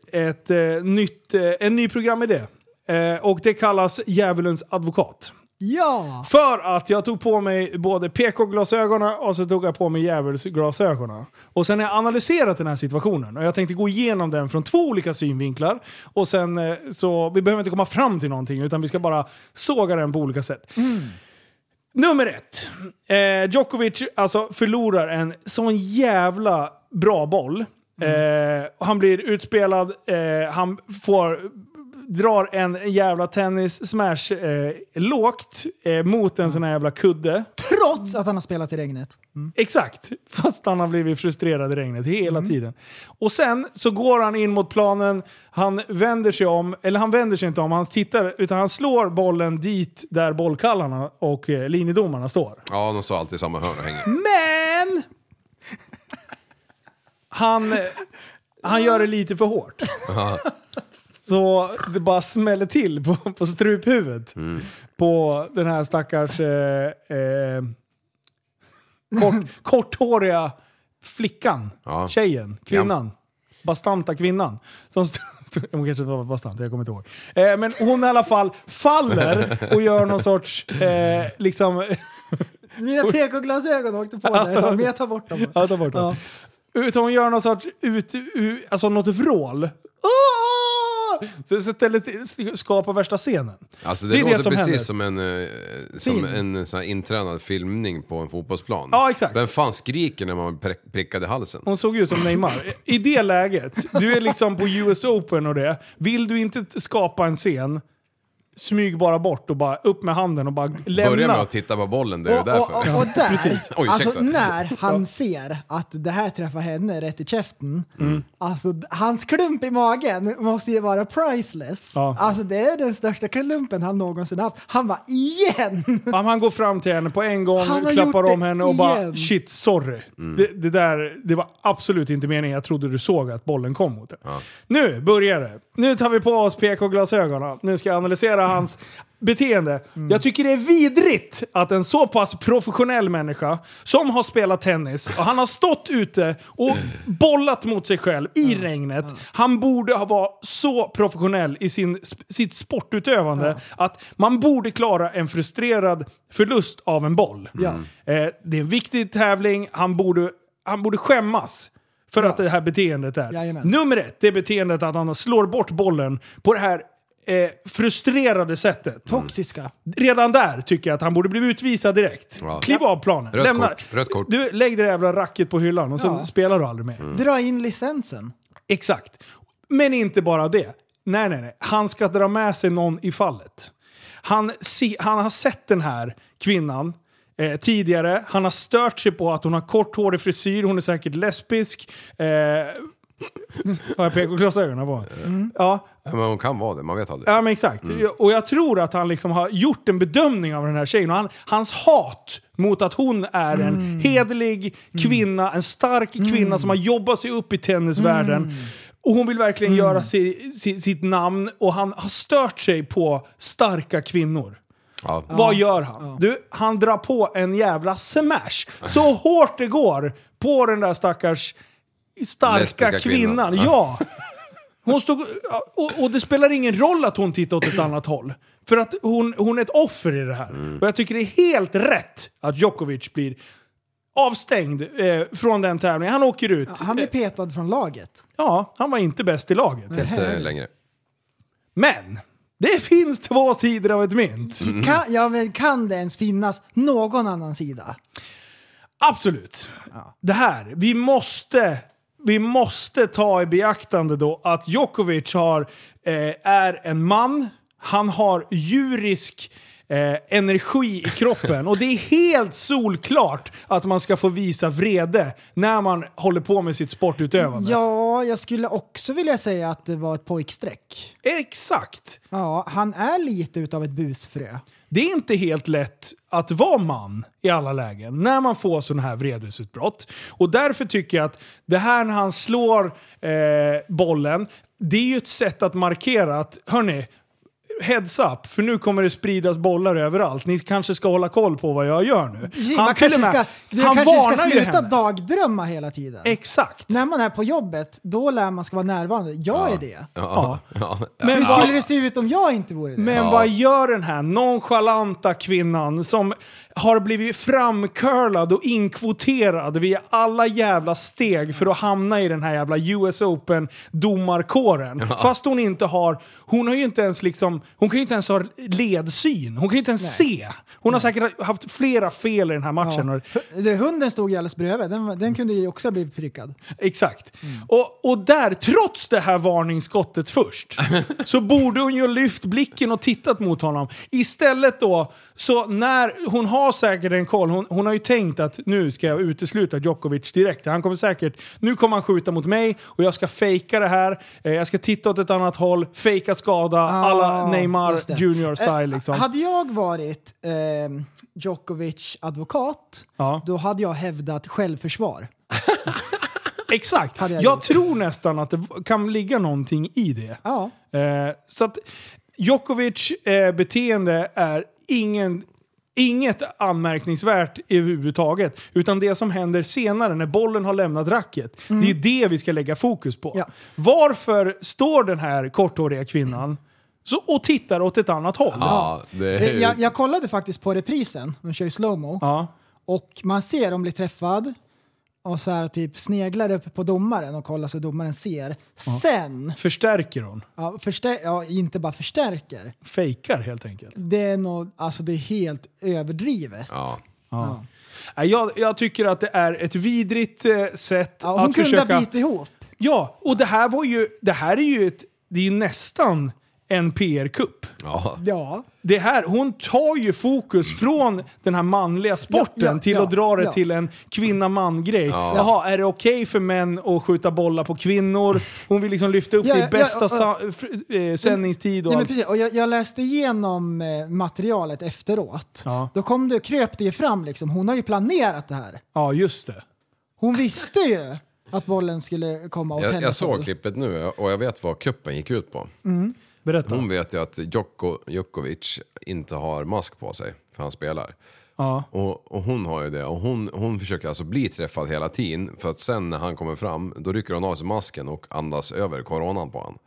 en ny programidé. Och det kallas Djävulens advokat. Ja! För att jag tog på mig både PK-glasögonen och så tog jag på mig djävulsglasögonen. Och sen har jag analyserat den här situationen. Och jag tänkte gå igenom den från 2 olika synvinklar. Och sen så, vi behöver inte komma fram till någonting utan vi ska bara såga den på olika sätt. Nummer 1. Djokovic alltså förlorar en sån jävla bra boll. Han blir utspelad. Han drar en jävla tennis-smash lågt mot en sån här jävla kudde. Trots att han har spelat i regnet. Exakt. Fast han har blivit frustrerad i regnet hela tiden. Och sen så går han in mot planen. Han vänder sig inte om. Han tittar, utan han slår bollen dit där bollkallarna och linjedomarna står. Ja, de står alltid i samma hörn och hänger. Men han gör det lite för hårt. Så det bara smäller till på struphuvudet. På den här stackars korthåriga flickan. Tjejen, kvinnan. Bastanta kvinnan. Som hon kanske inte var bastant, jag kommer inte ihåg. Men hon i alla fall faller och gör någon sorts liksom... Mina PK-glasögon åkte på där, men jag tar bort dem. Ja, ta bort dem. Utan hon gör någon sorts alltså något vrål. Så skapar värsta scenen. Alltså det låter precis som en sån här intränad filmning på en fotbollsplan. Ja, exakt. Vem fan skriker när man prickade halsen? Hon såg ut som Neymar. I det läget, du är liksom på US Open och det. Vill du inte skapa en scen, smyg bara bort och bara upp med handen och bara lämna. Börja med att titta på bollen, det är därför. Och där, precis. Oj, alltså när han ser att det här träffar henne rätt i käften, alltså hans klump i magen måste ju vara priceless. Ja. Alltså det är den största klumpen han någonsin haft. Han var igen! Han går fram till henne på en gång, klappar om henne och bara shit, sorry. Det var absolut inte meningen. Jag trodde du såg att bollen kom mot det. Nu börjar det. Nu tar vi på oss PK-glasögonen. Nu ska jag analysera hans beteende. Jag tycker det är vidrigt att en så pass professionell människa som har spelat tennis och han har stått ute och bollat mot sig själv i regnet. Han borde ha varit så professionell i sitt sportutövande att man borde klara en frustrerad förlust av en boll. Det är en viktig tävling. Han borde skämmas för att det här beteendet är. Jajamän. Nummer 1, det är beteendet att han slår bort bollen på det här frustrerade sättet. Toxiska. Redan där tycker jag att han borde bli utvisad direkt. Kliv av planen. Rött kort. Du lägger det jävla racket på hyllan och sen spelar du aldrig mer. Dra in licensen. Exakt. Men inte bara det. Nej. Han ska dra med sig någon i fallet. Han har sett den här kvinnan tidigare. Han har stört sig på att hon har korthårig frisyr. Hon är säkert lesbisk. Har jag PK-glasögonen på? Ja. Men hon kan vara det, man vet aldrig. Ja, men exakt. Och jag tror att han liksom har gjort en bedömning av den här tjejen. Och hans hat mot att hon är en hederlig kvinna, en stark kvinna som har jobbat sig upp i tennisvärlden. Och hon vill verkligen göra sitt namn. Och han har stört sig på starka kvinnor. Ja. Vad gör han? Han drar på en jävla smash. Så hårt det går på den där stackars starka kvinnan. Ja. Hon stod, och det spelar ingen roll att hon tittar åt ett annat håll. För att hon är ett offer i det här. Och jag tycker det är helt rätt att Djokovic blir avstängd från den tävlingen. Han åker ut. Han blir petad från laget. Ja, han var inte bäst i laget. Inte längre. Men Det finns två sidor av ett mynt. Men kan det ens finnas någon annan sida? Absolut. Ja. Det här, vi måste ta i beaktande då att Djokovic är en man. Han har djurisk energi i kroppen. Och det är helt solklart att man ska få visa vrede när man håller på med sitt sportutövande. Ja, jag skulle också vilja säga att det var ett pojksträck. Exakt. Ja, han är lite utav ett busfrö. Det är inte helt lätt att vara man i alla lägen när man får sån här vredesutbrott. Och därför tycker jag att det här när han slår bollen, det är ju ett sätt att markera att, hörni, heads up, för nu kommer det spridas bollar överallt. Ni kanske ska hålla koll på vad jag gör nu. Du kanske ska sluta dagdrömma hela tiden. Exakt. När man är på jobbet, då lär man ska vara närvarande. Jag är det. Ja. Men hur skulle det se ut om jag inte vore det? Men vad gör den här nonchalanta kvinnan som har blivit framcurlad och inkvoterad via alla jävla steg för att hamna i den här jävla US Open domarkåren. Ja. Fast hon har ju inte ens liksom, hon kan ju inte ens ha ledsyn. Hon kan ju inte ens se. Hon har säkert haft flera fel i den här matchen. Ja. Hunden stod ju alldeles bredvid. Den kunde ju också bli prickad. Exakt. Och där, trots det här varningsskottet först, så borde hon ju lyft blicken och tittat mot honom. Istället då, så när hon har säkert en koll, hon har ju tänkt att nu ska jag utesluta Djokovic direkt. Nu kommer han skjuta mot mig och jag ska fejka det här. Jag ska titta åt ett annat håll, fejka skada, alla Neymar Junior style liksom. Hade jag varit Djokovic advokat, då hade jag hävdat självförsvar. Exakt. Jag tror nästan att det kan ligga någonting i det. Ja. Så att Djokovic beteende är inget anmärkningsvärt överhuvudtaget, utan det som händer senare när bollen har lämnat racket, det är det vi ska lägga fokus på. Ja. Varför står den här korthåriga kvinnan och tittar åt ett annat håll? Ja, jag kollade faktiskt på reprisen, de kör ju slowmo, och man ser de blir träffad och så här typ sneglar upp på domaren och kollar så domaren ser. Sen förstärker hon. Ja, inte bara förstärker. Fejkar helt enkelt. Det är helt överdrivet. Ja. Jag tycker att det är ett vidrigt sätt hon att försöka... Hon kunde bita ihop. Ja, och det är ju nästan en PR-kupp. Ja. Det här, hon tar ju fokus från den här manliga sporten till att dra det till en kvinna-man-grej. Ja. Jaha, är det okej för män att skjuta bollar på kvinnor? Hon vill liksom lyfta upp det i bästa sändningstid och allt. Precis. Och jag läste igenom materialet efteråt. Ja. Då kröp det fram liksom. Hon har ju planerat det här. Ja, just det. Hon visste ju att bollen skulle komma åt henne. Jag såg klippet nu och jag vet vad kuppen gick ut på. Berätta. Hon vet ju att Djokovic inte har mask på sig för han spelar. Ja. Och hon har ju det. Och hon försöker alltså bli träffad hela tiden. För att sen när han kommer fram, då rycker hon av sig masken och andas över coronan på han.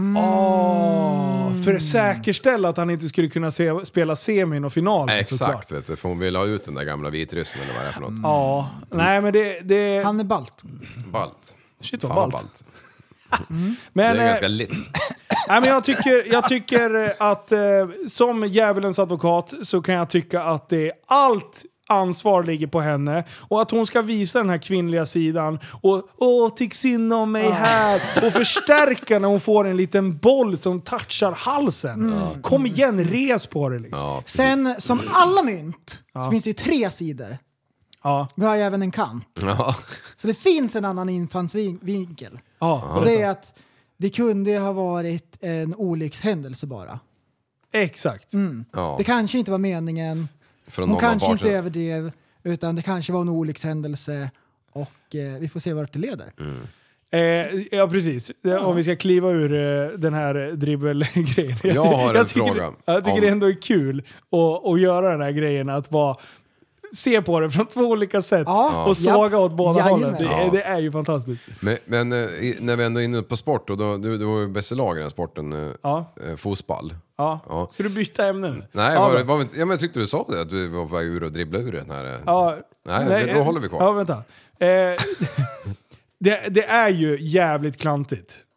För att säkerställa att han inte skulle kunna spela semin och final. Exakt, vet du, för hon vill ha ut den där gamla vitryssen eller vad det är för något. Ja, nej men det... Han är balt. Shit vad balt. Men, det är ganska lätt. Nej, men jag tycker att som djävulens advokat så kan jag tycka att allt ansvar ligger på henne och att hon ska visa den här kvinnliga sidan och tyck synd om mig här och förstärka när hon får en liten boll som touchar halsen. Kom igen, res på det liksom. Ja, sen som alla mynt så finns det ju 3 sidor. Ja. Vi har ju även en kant. Ja. Så det finns en annan infallsvinkel. Ja. Och det är att det kunde ha varit en olyckshändelse bara. Exakt. Ja. Det kanske inte var meningen. Hon kanske inte överdrev, utan det kanske var en olyckshändelse och vi får se vart det leder. Ja, precis. Om vi ska kliva ur den här dribbelgrejen. Jag har en fråga. Jag tycker det ändå är kul att göra den här grejen, att bara se på det från 2 olika sätt och såga åt båda hållen. Det är ju fantastiskt. Men när vi ändå är inne på sport, och du var ju bäst i lag i den sporten, fotboll. Ja. Ska du byta ämnen? Nej, men jag tyckte du sa det, att du var på väg ur och dribbla ur den här. Nej, då håller vi kvar. Ja, vänta. Det är ju jävligt klantigt.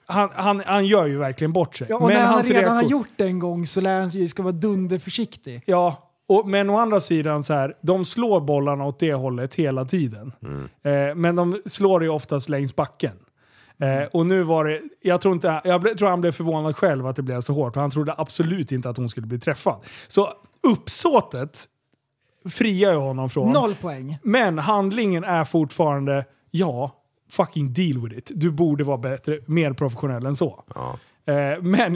han gör ju verkligen bort sig. Ja, och men när han hans redan har gjort det en gång så lär han ju ska vara dunderförsiktig. Ja, men å andra sidan så här, de slår bollarna åt det hållet hela tiden. Men de slår ju oftast längs backen. Och nu var det, jag tror han blev förvånad själv att det blev så hårt. Och han trodde absolut inte att hon skulle bli träffad. Så uppsåtet friar jag honom från. 0 poäng. Men handlingen är fortfarande, fucking deal with it. Du borde vara bättre, mer professionell än så. Ja. Men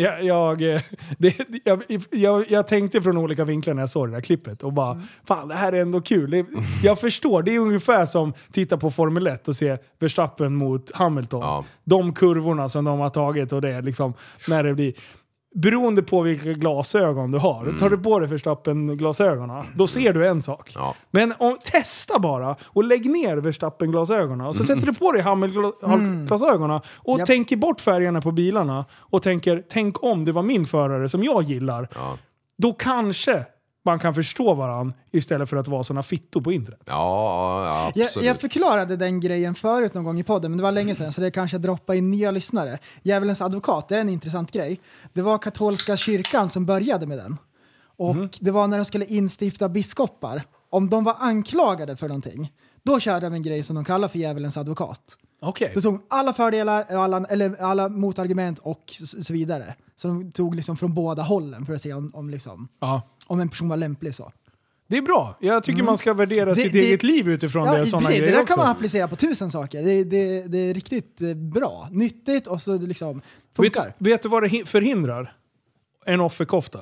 jag tänkte från olika vinklar när jag såg det där klippet och bara, fan det här är ändå kul. Jag förstår, det är ungefär som titta på Formel 1 och se Verstappen mot Hamilton. Ja. De kurvorna som de har tagit och det är liksom, när det blir... Beroende på vilka glasögon du har. Tar du på dig Verstappen-glasögonen, då ser du en sak. Ja. Men testa bara och lägg ner Verstappen-glasögonen. Och så sätter du på dig Hamilton-glasögonen och tänker bort färgerna på bilarna. Och tänk om det var min förare som jag gillar. Ja. Då kanske man kan förstå varandra istället för att vara såna fittor på internet. Ja, absolut. Jag förklarade den grejen förut någon gång i podden, men det var länge sedan så det kanske droppar in nya lyssnare. Djävulens advokat, det är en intressant grej. Det var katolska kyrkan som började med den. Och det var när de skulle instifta biskopar. Om de var anklagade för någonting, då körde de en grej som de kallar för djävulens advokat. Okay. De tog alla fördelar, alla motargument och så vidare. Så de tog liksom från båda hållen för att se om en person var lämplig så. Det är bra. Jag tycker man ska värdera sitt eget liv utifrån det. Sådana grejer det där också. kan man applicera på 1000 saker. Det är riktigt bra. Nyttigt och så liksom funkar. Vet du vad det förhindrar? En offerkofta.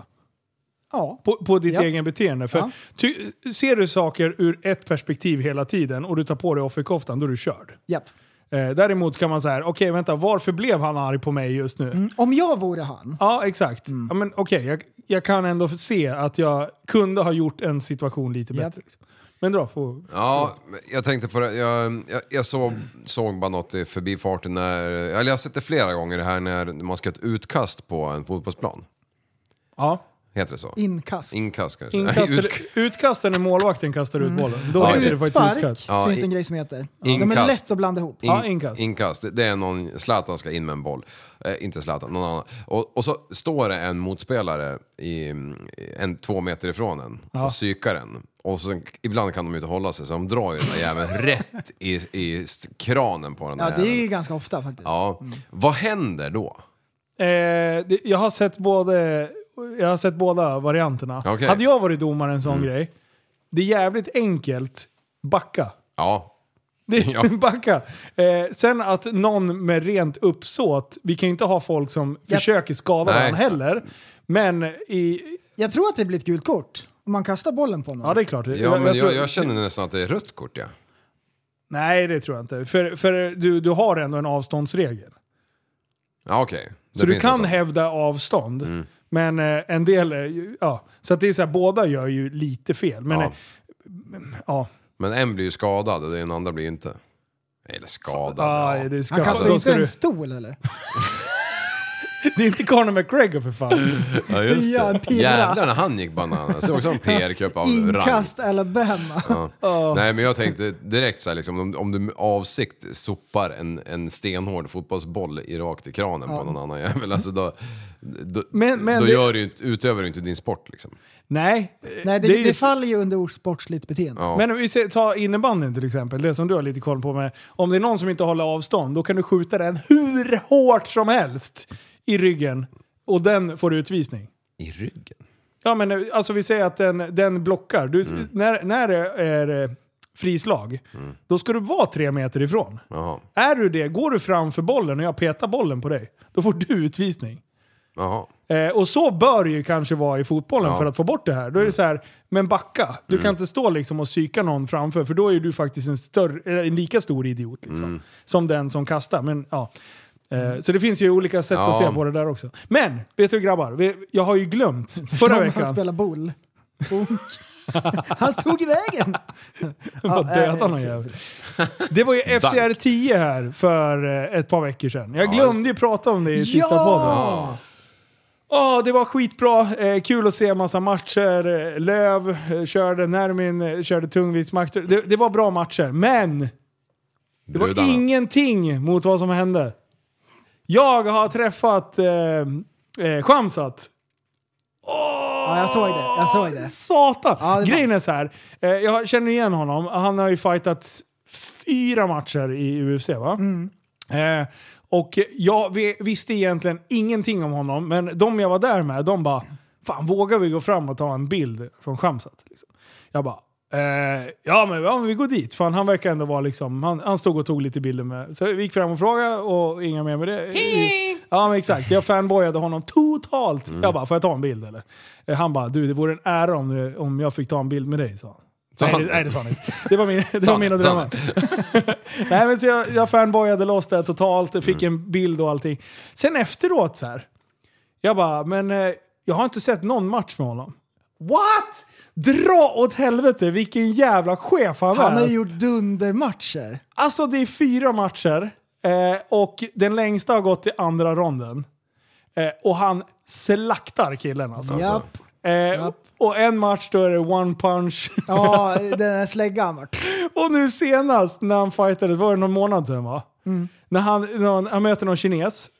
Ja. På ditt egen beteende. För ser du saker ur ett perspektiv hela tiden och du tar på dig offerkoftan, då är du körd. Japp. Däremot kan man säga, okej, vänta, varför blev han arg på mig just nu? Om jag vore han. Ja, exakt. Ja, men jag kan ändå se att jag kunde ha gjort en situation lite bättre. Liksom. Men dra på. Ja, jag tänkte på det. Jag såg bara något i förbifarten eller jag har sett det flera gånger det här när man ska ha ett utkast på en fotbollsplan. Ja. Heter det så? Inkast kanske. Utkasten när målvakten kastar ut bollen. Då heter det faktiskt utkast. Finns det en grej som heter. Inkast. De är lätt att blanda ihop. Inkast. Det är någon, Zlatan ska in med en boll. Inte Zlatan, någon annan. Och så står det en motspelare 2 meter ifrån en och psykar den. Och sen, ibland kan de inte hålla sig så de drar ju den där jäveln rätt i kranen på den där jäveln. Det är ju ganska ofta faktiskt. Ja. Vad händer då? Jag har sett båda varianterna. Okay. Hade jag varit domare en sån grej, det är jävligt enkelt. Backa. Ja. Backa. Sen att någon med rent uppsåt, vi kan ju inte ha folk som försöker skada varandra heller. Men jag tror att det blir ett gult kort om man kastar bollen på någon. Ja, det är klart. Jag känner nästan att det är rött kort, ja. Nej, det tror jag inte. För du har ändå en avståndsregel. Ja, okej. Så du kan hävda avstånd. Men en del, så att det är så här, båda gör ju lite fel. Men Men en blir ju skadad och den andra blir ju inte. Eller skadad. Han kastar inte en stol eller? Det är inte Conor McGregor för fan. Ja, just det. Jävlar när han gick bananas. Det var också en PR-cup av rang. Inkast Alabama. Nej, men jag tänkte direkt så här, liksom, om du med avsikt sopar en stenhård fotbollsboll rakt i kranen på någon annan jävel. Alltså då utövar du inte din sport liksom. Nej, det faller ju under osportsligt beteende. Ja. Men vi tar innebandyn till exempel, det som du har lite koll på med. Om det är någon som inte håller avstånd, då kan du skjuta den hur hårt som helst i ryggen och den får utvisning. I ryggen? Ja, men alltså vi säger att den blockar. När det är frislag, då ska du vara 3 meter ifrån. Jaha. Är du det, går du framför bollen och jag petar bollen på dig, då får du utvisning. Jaha. Och så bör det ju kanske vara i fotbollen för att få bort det här. Då är det så här, men backa. Du kan inte stå liksom och psyka någon framför, för då är du faktiskt en lika stor idiot liksom, som den som kastar. Men så det finns ju olika sätt att se på det där också. Men, vet du grabbar, jag har ju glömt förra veckan. Han spelar boll. Han stod i vägen. Vad dödade han jävel. Det var ju FCR 10 här för ett par veckor sedan. Jag glömde ju prata om det i sista podden. Det var skitbra. Kul att se en massa matcher. Löv körde, Närmin körde tungviktsmatcher. Det var bra matcher. Men det var ingenting mot vad som hände. Jag har träffat Shamsat. Ja, jag såg det. Satan. Ja, grejen är så här. Jag känner igen honom. Han har ju fightat 4 matcher i UFC, va? Och jag visste egentligen ingenting om honom. Men de jag var där med, de bara, fan, vågar vi gå fram och ta en bild från Shamsat? Liksom. Jag bara, ja men vi går dit. Fan, han verkar ändå vara liksom, han stod och tog lite bilder med. Så vi gick fram och frågade och inga mer med det. Ja men exakt, jag fanboyade honom totalt. Jag bara, får jag ta en bild eller? Han bara, du, det vore en ära om jag fick ta en bild med dig, sa han. Nej, det sa han inte. Det var mina drömmar. Nej, men så jag fanboyade loss det totalt, fick en bild och allting. Sen efteråt så här, jag bara, men jag har inte sett någon match med honom. What? Dra åt helvete, vilken jävla chef han är. Han har gjort dundermatcher. Alltså det är 4 matcher och den längsta har gått till andra ronden. Och han slaktar killen alltså. Japp. Och en match då är det one punch. Ja, den är släggan. Och nu senast när han fightade, var det någon månad sedan, va? När han möter någon kines.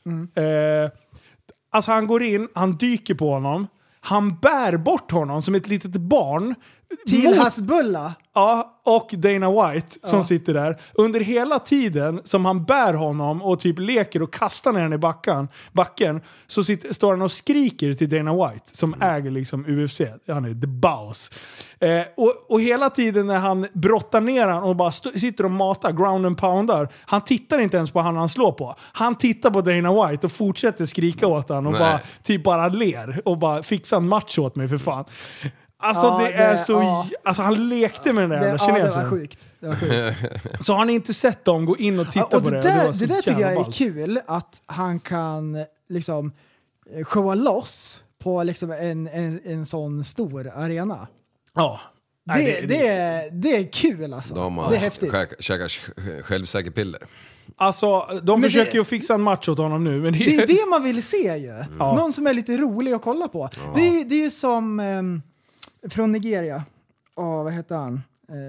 Alltså han går in, han dyker på honom. Han bär bort honom som ett litet barn. Till Hasbulla. Ja, och Dana White som sitter där. Under hela tiden som han bär honom och typ leker och kastar ner den i backen så står han och skriker till Dana White som äger liksom UFC. Han är the boss. Och hela tiden när han brottar ner han och bara sitter och matar, ground and poundar. Han tittar inte ens på han slår på. Han tittar på Dana White och fortsätter skrika åt han och bara ler och bara fixar en match åt mig för fan. Alltså det är så... Alltså han lekte med den där kinesen. Det var sjukt. Så har ni inte sett dem gå in och titta på det? Det där tycker jag är kul. Att han kan liksom showa loss på liksom en sån stor arena. Ja. Det är kul alltså. Det är häftigt. Käkar självsäker piller. Alltså, de försöker ju fixa en match åt honom nu. Men det är det man vill se ju. Någon som är lite rolig att kolla på. Det är ju som... från Nigeria. Vad heter han?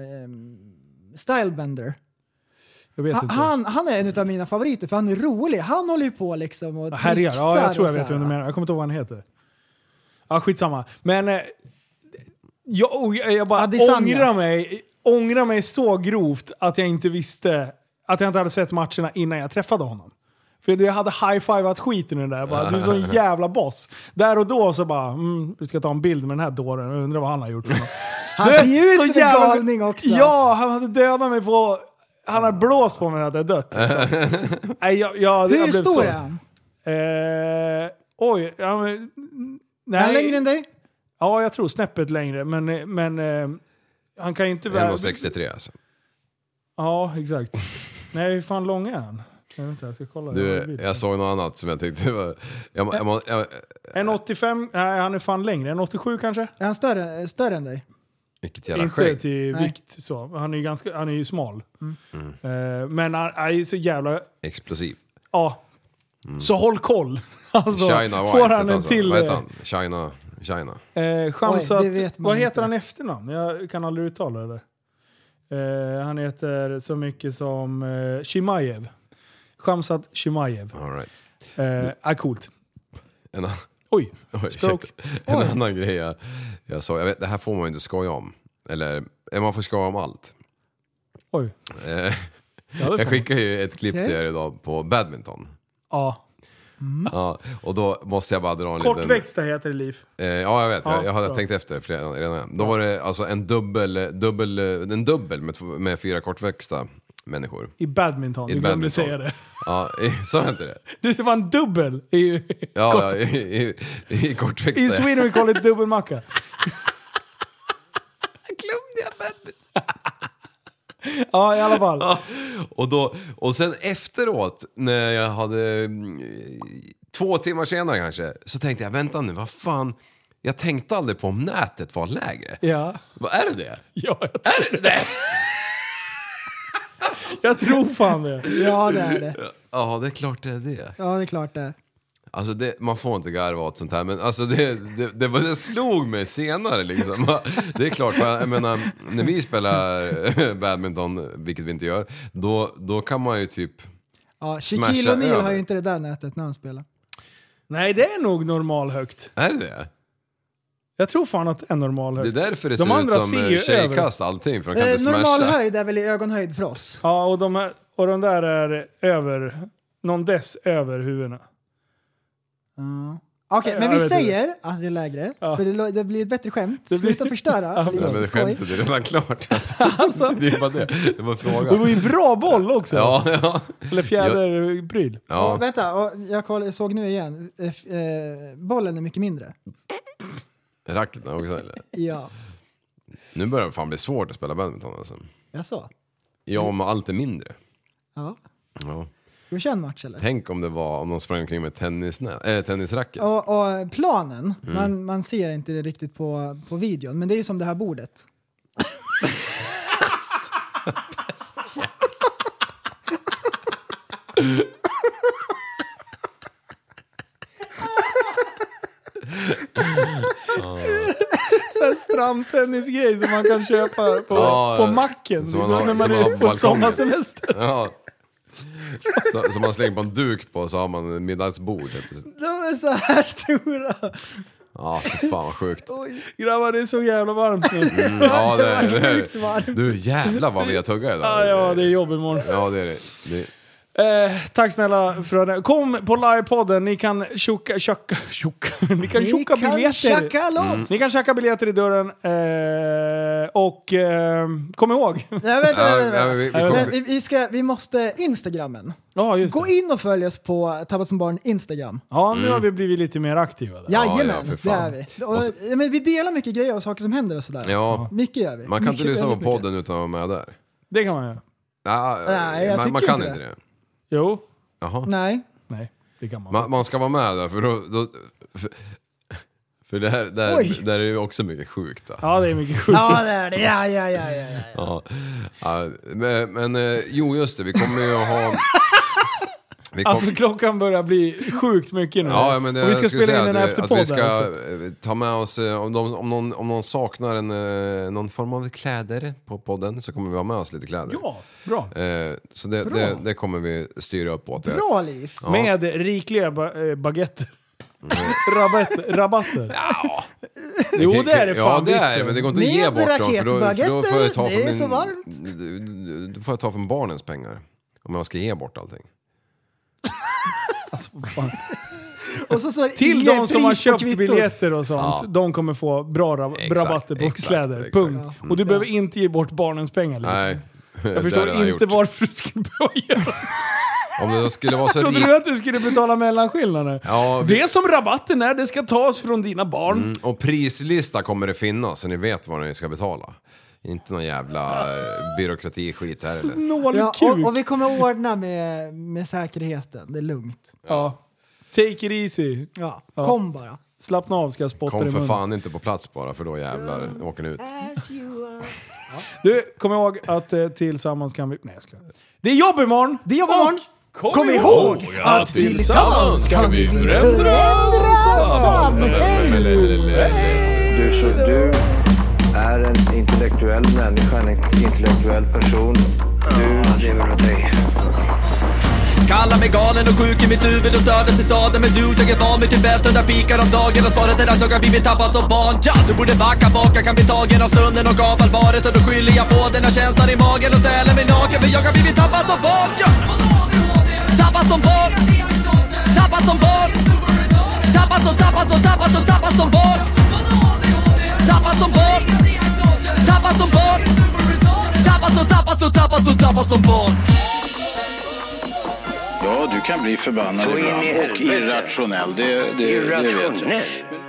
Stylebender. Jag vet inte. Han är en av mina favoriter för han är rolig. Han håller ju på liksom och härjar. Ja, jag tror jag vet vem du menar. Jag kommer inte ihåg vad han heter. Ja, skitsamma. Men jag bara ångrar mig så grovt att jag inte visste, att jag inte hade sett matcherna innan jag träffade honom. För jag hade high-fivat skiten i den där. Bara, du är så en jävla boss. Där och då så bara, vi ska ta en bild med den här dåren. Jag undrar vad han har gjort för något. Han ser ju ut som en galning också. Ja, han hade dödat mig på... Han har blåst på mig att jag är dött. Hur stor är han? Oj. Ja, men, nej. Är han längre än dig? Ja, jag tror snäppet längre. Men han kan ju inte... 1,63 alltså. Ja, exakt. Nej, hur fan lång är han? Jag ska kolla. Jag såg något annat som jag tyckte var... En 85, nej, han är fan längre. En 87 kanske? Är han större än dig? Vilket jävla inte skägg. Till vikt så. Han är ju smal. Men han är så jävla... Explosiv. Ja. Så håll koll. Alltså, China White. får han en till... Vad heter han? China. Shamsat, vad heter han efternamn? Jag kan aldrig uttala det. Han heter så mycket som Chimaev. Shamsat Chimaev. All right. Coolt. Oj, stroke. En annan grej jag sa, jag vet, det här får man ju inte skoja om. Eller man får skoja om allt. Oj. Jag skickar ju ett klipp till er idag på badminton. Ja. Ja, och då måste jag bara dra en liten... Kortväxta heter det, Liv. Ja, jag vet. Jag hade tänkt efter redan. Då var det alltså en dubbel med 4 kortväxta människor. I badminton, du glömde säga det. Ja, sa jag inte det? Det var en dubbel i kortväxta. I Sweden we call it dubbelmacka. Glömde jag badminton. Ja, i alla fall. Ja, och sen efteråt, när jag hade 2 timmar senare kanske, så tänkte jag, vänta nu, vad fan... Jag tänkte aldrig på om nätet var lägre. Ja. Vad är det? Ja, är det? Jag tror fan det. Ja, det är det. Ja, det är klart det är det. Ja, det är klart det. Alltså man får inte garva åt sånt här, men alltså det slog mig senare liksom. Det är klart, jag menar, när vi spelar badminton, vilket vi inte gör, då kan man ju typ Ja, Shaquille O'Neal har ju inte det där nätet när han spelar. Nej, det är nog normal högt. Är det? Jag tror fan att det är normal högt. Det är därför det ser ut som tjejkast allting. För de kan inte normal höjd är väl i ögonhöjd för oss. Ja, och de där är över, någon dess över huvudena. Okej, men vi säger att det är lägre. För det blir ett bättre skämt. Sluta förstöra. Men skämtet är redan klart. Alltså. Det är bara det. Det var frågan. Det var ju en bra boll också. Ja. Eller fjäderpryl. Ja. Vänta, jag såg nu igen. Bollen är mycket mindre. Racketen också, eller? Ja. Nu börjar det fan bli svårt att spela badminton alltså. Jaså? Ja, men allt är mindre. Ja. Ja. Ska vi köra en match eller? Tänk om de sprang omkring med tennisracket. Och planen, man ser inte det riktigt på videon, men det är ju som det här bordet. Så strandtennisgrej som man kan köpa på macken liksom, när man är på sommarsemester. Ja. Så man slänger på en duk på, så har man en middagsbord. De är så här stora. Ja, fan vad sjukt. Oj. Grabbar, det är så jävla varmt nu. Ja, det är. Du, jävlar vad vi har tuggat idag. Ja, det är jobb imorgon. Ja, det är det. Tack snälla för det. Kom på livepodden. Ni kan tjocka biljetter. Ni kan tjocka biljetter i dörren. Och kom ihåg. Vi måste Instagrammen. Ja, just gå in och följ oss på Tappat som barn Instagram. Ja, nu har vi blivit lite mer aktiva där. Jajamän, det är vi. Men vi delar mycket grejer och saker som händer och sådär. Ja. Mycket gör vi. Man kan inte lyssna på podden utan att vara med där. Det kan man göra. Nej, man kan inte det. Jo. Jaha. Nej, det kan man. Man ska vara med där, för det här där är ju också mycket sjukt. Då. Ja, det är mycket sjukt. Ja, det är det. Ja. Men jo, just det. Vi kommer ju att ha... Alltså klockan börjar bli sjukt mycket nu. Ja, men det, och vi ska spela in en efterpodd. Att vi ska ta med oss, om någon saknar någon form av kläder på podden, så kommer vi ha med oss lite kläder. Ja, bra. Så det kommer vi styra upp åt. Bra liv. Ja. Med rikliga baguetter. Rabatter. Ja. Jo, det är det fan. Ja, det är, men det går inte att ge bort dem. För då får jag ta det är så varmt. Då får jag ta från barnens pengar. Om jag ska ge bort allting. Alltså, fan. Och så till de som har köpt biljetter och sånt, de kommer få bra rabatter på kläder. Exakt. Punkt. Och du behöver inte ge bort barnens pengar. Liksom. Nej. Jag förstår inte varför du skulle behöva göra. Om det skulle vara så trodde du att du skulle betala mellanskillnader? Ja, det som rabatten är, det ska tas från dina barn. Och prislista kommer det finnas, så ni vet vad ni ska betala. Inte någon jävla byråkrati-skit här eller. Ja, och vi kommer ordna med säkerheten. Det är lugnt. Ja. Take it easy. Ja, kom bara. Slappna av, ska jag spotta kom i för fan inte på plats bara, för då jävlar åker ni ut. Du, kom ihåg att tillsammans kan vi... Nej, jag ska... Det är jobb imorgon! Det är jobb imorgon! Kom ihåg att tillsammans kan vi förändra samhället! Du är en intellektuell människa, en intellektuell person. Du lever åt dig. Kallar mig galen och sjuk i mitt huvud och stördes i staden. Men du, jag är van vid Tibet under fikar om dagen. Och svaret är att jag har blivit tappad som barn. Ja, du borde backa bak, jag kan bli tagen av stunden och av allvaret. Och då skyller jag på den här känslan i magen och ställer mig naken. För jag har blivit tappad som barn. Ja. Tappad som barn. Tappad som barn. Tappad som barn. Tappad som barn. Tappad som barn. Tappad som barn. Ja, du kan bli förbannad ibland och irrationell. Det vet jag.